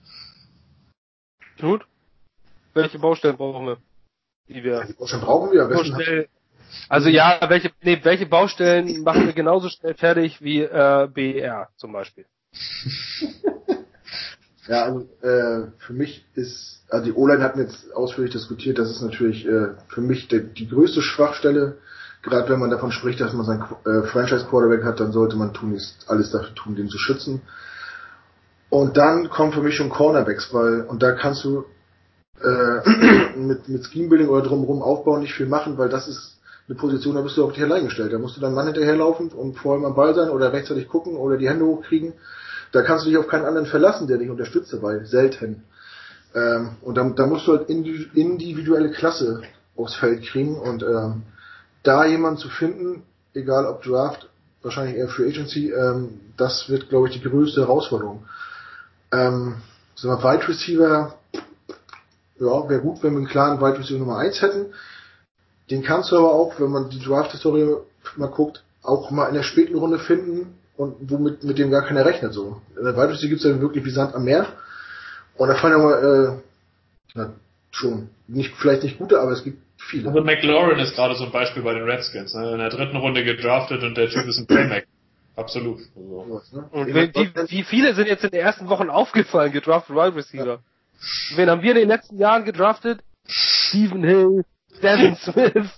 Gut. Welche Baustellen brauchen wir? Die wir die Baustellen brauchen wir am besten. Schnell, also ja, welche, nee, welche Baustellen machen wir genauso schnell fertig wie äh, B E R zum Beispiel? Ja, also äh, für mich ist, also die O-Line hatten wir jetzt ausführlich diskutiert, das ist natürlich äh, für mich die, die größte Schwachstelle. Gerade wenn man davon spricht, dass man seinen äh, Franchise-Quarterback hat, dann sollte man tun, alles dafür tun, den zu schützen. Und dann kommen für mich schon Cornerbacks, weil, und da kannst du äh, mit, mit Scheme-Building oder drumherum aufbauen nicht viel machen, weil das ist eine Position, da bist du auf dich allein gestellt. Da musst du deinen Mann hinterherlaufen und vorher mal am Ball sein oder rechtzeitig gucken oder die Hände hochkriegen. Da kannst du dich auf keinen anderen verlassen, der dich unterstützt dabei. Selten. Ähm, und da, da musst du halt individuelle Klasse aufs Feld kriegen, und ähm, da jemanden zu finden, egal ob Draft, wahrscheinlich eher Free Agency, ähm, das wird, glaube ich, die größte Herausforderung. Ähm, so ein Wide Receiver, ja, wäre gut, wenn wir einen klaren Wide Receiver Nummer eins hätten. Den kannst du aber auch, wenn man die Draft-Historie mal guckt, auch mal in der späten Runde finden, und womit mit dem gar keiner rechnet. So. In der Wide Receiver gibt es ja wirklich wie Sand am Meer. Und da fallen ja mal, äh, na, schon, nicht, vielleicht nicht gute, aber es gibt viele. Also McLaurin ist gerade so ein Beispiel bei den Redskins, ne? In der dritten Runde gedraftet, und der Typ ist ein Playmaker. Absolut. Also. Und wie, wie viele sind jetzt in den ersten Wochen aufgefallen, gedraftet Wide Receiver? Ja. Wen haben wir in den letzten Jahren gedraftet? Stephen Hill, Devin Smith,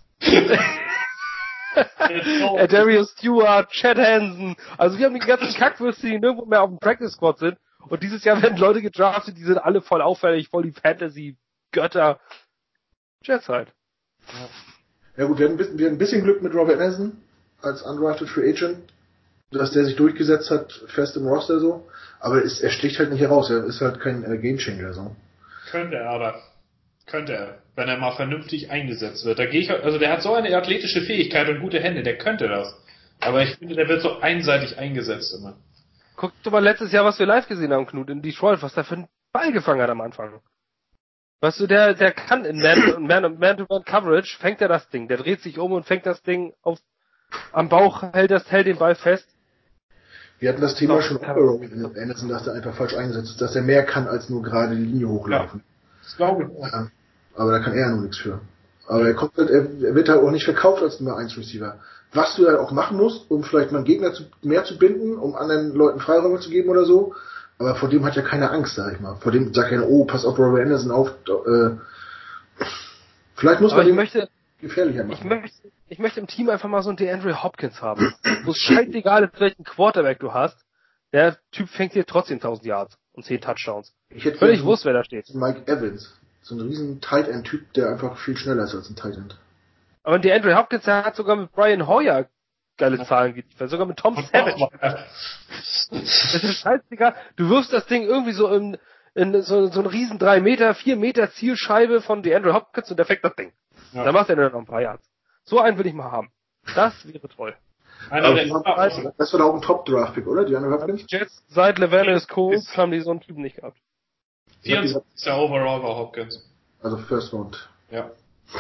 Darius Stewart, Chad Hansen. Also wir haben die ganzen Kackwürste, die nirgendwo mehr auf dem Practice Squad sind. Und dieses Jahr werden Leute gedraftet, die sind alle voll auffällig, voll die Fantasy-Götter. Jets halt. Ja gut, wir hatten, wir hatten ein bisschen Glück mit Robert Anderson als undrafted Free Agent, dass der sich durchgesetzt hat, fest im Roster so. Aber es, er sticht halt nicht heraus, er ist halt kein äh, Gamechanger so. Könnte er aber. Könnte er, wenn er mal vernünftig eingesetzt wird. Da gehe ich, also der hat so eine athletische Fähigkeit und gute Hände, der könnte das. Aber ich finde, der wird so einseitig eingesetzt immer. Guck doch mal letztes Jahr, was wir live gesehen haben, Knut, in Detroit, was der für einen Ball gefangen hat am Anfang. Weißt du, der, der kann in Man-to-Man-Coverage, fängt er das Ding, der dreht sich um und fängt das Ding auf, am Bauch, hält das, hält den Ball fest. Wir hatten das Thema doch, schon bei Robert Anderson, dass er einfach falsch eingesetzt ist, dass er mehr kann als nur gerade die Linie hochlaufen. Ja, das glaube ich auch. Ja, aber da kann er ja nur nichts für. Aber er kommt halt, er, er wird halt auch nicht verkauft als Nummer eins Receiver. Was du halt auch machen musst, um vielleicht mal einen Gegner zu, mehr zu binden, um anderen Leuten Freiräume zu geben oder so. Aber vor dem hat ja keiner Angst, sag ich mal. Vor dem sagt keiner, oh, pass auf Robert Anderson auf. Äh, vielleicht muss aber man ich den möchte, gefährlicher machen. Ich möchte, ich möchte im Team einfach mal so einen DeAndre Hopkins haben. Wo es scheißegal ist, welchen Quarterback du hast. Der Typ fängt hier trotzdem tausend Yards und zehn Touchdowns. Ich hätte völlig wusst, wer da steht. Mike Evans. So ein riesen Tight End Typ, der einfach viel schneller ist als ein Tight End. Aber der Andrew Hopkins, der hat sogar mit Brian Hoyer geile Zahlen geliefert. Sogar mit Tom Savage. Das ist scheißegal. Du wirfst das Ding irgendwie so im, in so, so eine riesen drei Meter, vier Meter Zielscheibe von DeAndre Hopkins und der fängt das Ding. Ja. Dann macht er nur noch ein paar Yards. So einen will ich mal haben. Das wäre toll. Einer der haben, das war doch auch ein Top-Draft-Pick, oder? DeAndre Hopkins? Jets seit Levannis Colts haben die so einen Typen nicht gehabt. vierundzwanzigster Overall war Hopkins. Also First Round. Ja.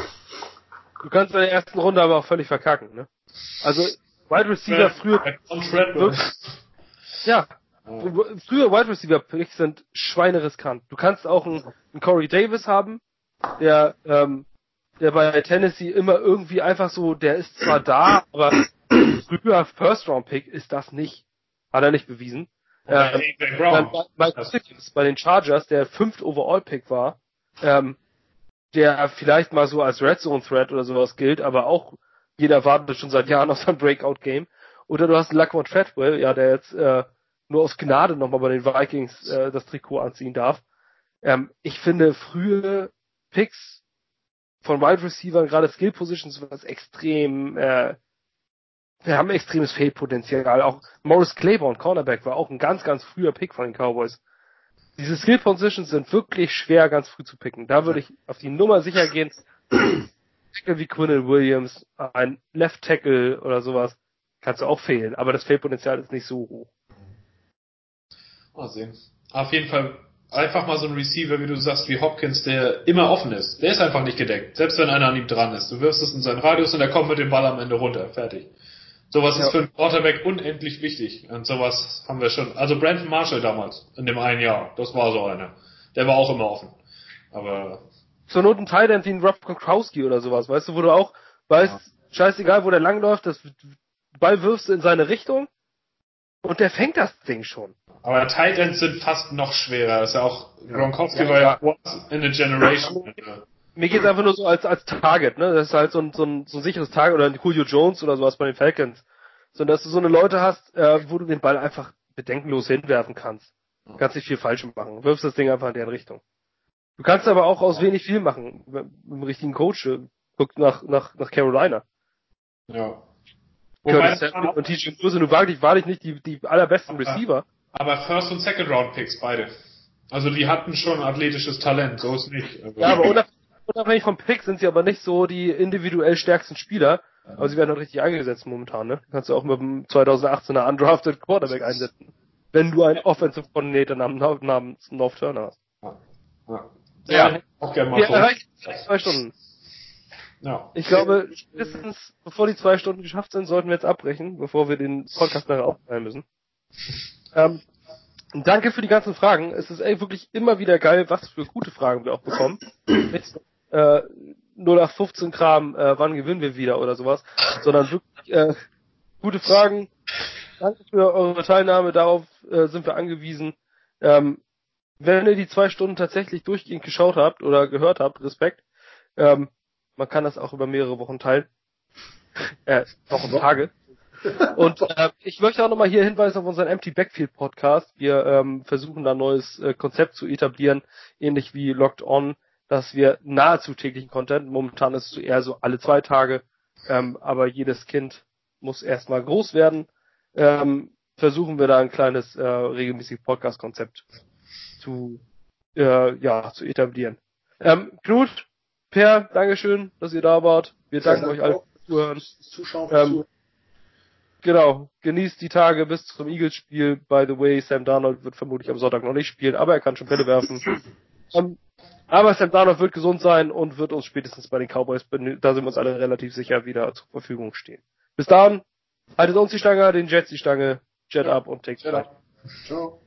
Du kannst in der ersten Runde aber auch völlig verkacken, ne? Also, Wide Receiver ja, früher, wirklich, ja, früher Wide Receiver Picks sind schweineriskant. Du kannst auch einen, einen Corey Davis haben, der, ähm, der bei Tennessee immer irgendwie einfach so, der ist zwar da, aber früher First Round Pick ist das nicht. Hat er nicht bewiesen. Ähm, dann bei, bei den Chargers, der fünft Overall Pick war, ähm, der vielleicht mal so als Red Zone Threat oder sowas gilt, aber auch jeder wartet schon seit Jahren auf sein Breakout Game. Oder du hast einen Laquan Treadwell, ja, der jetzt äh, nur aus Gnade nochmal bei den Vikings äh, das Trikot anziehen darf. Ähm, ich finde frühe Picks von Wide Receivers, gerade Skill Positions, was extrem, äh, wir haben extremes Fehlpotenzial. Auch Morris Claiborne, Cornerback, war auch ein ganz, ganz früher Pick von den Cowboys. Diese Skill Positions sind wirklich schwer, ganz früh zu picken. Da würde ich auf die Nummer sicher gehen. Tackle wie Quinnen Williams, ein Left Tackle oder sowas, kannst du auch fehlen. Aber das Fehlpotenzial ist nicht so hoch. Mal sehen. Auf jeden Fall einfach mal so ein Receiver, wie du sagst, wie Hopkins, der immer offen ist. Der ist einfach nicht gedeckt. Selbst wenn einer an ihm dran ist. Du wirfst es in seinen Radius und er kommt mit dem Ball am Ende runter. Fertig. Sowas ja. ist für einen Quarterback unendlich wichtig. Und sowas haben wir schon. Also Brandon Marshall damals, in dem einen Jahr, das war so einer. Der war auch immer offen. Aber zur Not ein Tight End wie ein Rob Gronkowski oder sowas, weißt du, wo du auch weißt, ja. scheißegal, wo der langläuft, das Ball wirfst du in seine Richtung und der fängt das Ding schon. Aber Tight Ends sind fast noch schwerer. Das ist ja auch, Gronkowski ja, war ja once in a generation. Mir geht's einfach nur so als als Target, ne? Das ist halt so ein so ein, so ein sicheres Target oder ein Julio Jones oder sowas bei den Falcons. Sondern dass du so eine Leute hast, äh, wo du den Ball einfach bedenkenlos hinwerfen kannst. Du kannst nicht viel falsch machen. Wirfst das Ding einfach in deren Richtung. Du kannst aber auch aus wenig viel machen. Mit dem richtigen Coach. Guck nach, nach, nach Carolina. Ja. Curtis Samuel und T J Cruz sind wahrlich, wahrlich nicht die, die allerbesten aber, Receiver. Aber First- und Second-Round-Picks, beide. Also die hatten schon athletisches Talent, so ist nicht. Also ja, aber unabhängig vom Pick sind sie aber nicht so die individuell stärksten Spieler. Aber sie werden halt richtig eingesetzt momentan, ne? Du kannst du auch mit dem zweitausendachtzehner Undrafted Quarterback einsetzen. Wenn du einen Offensive Coordinator namens, namens North Turner hast. Ja. Ja. Ja, ja auch gerne mal wir so. erreichen zwei Stunden. Ja. Ich glaube, spätestens bevor die zwei Stunden geschafft sind, sollten wir jetzt abbrechen, bevor wir den Podcast nachher aufnehmen müssen. Ähm, danke für die ganzen Fragen. Es ist ey, wirklich immer wieder geil, was für gute Fragen wir auch bekommen. Mit äh, null acht fünfzehn Kram, äh, wann gewinnen wir wieder oder sowas, sondern wirklich äh, gute Fragen. Danke für eure Teilnahme, darauf äh, sind wir angewiesen. Ähm, wenn ihr die zwei Stunden tatsächlich durchgehend geschaut habt oder gehört habt, Respekt. Ähm, man kann das auch über mehrere Wochen teilen. äh, Wochen, Tage. Und äh, ich möchte auch nochmal hier hinweisen auf unseren Empty Backfield Podcast. Wir ähm, versuchen da ein neues äh, Konzept zu etablieren, ähnlich wie Locked On, dass wir nahezu täglichen Content, momentan ist es eher so alle zwei Tage, ähm, aber jedes Kind muss erstmal groß werden, ähm, versuchen wir da ein kleines äh, regelmäßiges Podcast-Konzept zu äh, ja zu etablieren. Ähm, Knut, Per, Dankeschön, dass ihr da wart. Wir danken ja, euch alle fürs Zuhören. Zuschauen, ähm, genau, genießt die Tage bis zum Eagles-Spiel. By the way, Sam Darnold wird vermutlich am Sonntag noch nicht spielen, aber er kann schon Bälle werfen. ähm, aber Sam Darnold wird gesund sein und wird uns spätestens bei den Cowboys, da sind wir uns alle relativ sicher, wieder zur Verfügung stehen. Bis dahin, haltet uns die Stange, den Jets die Stange, Jet up und take care. Ciao.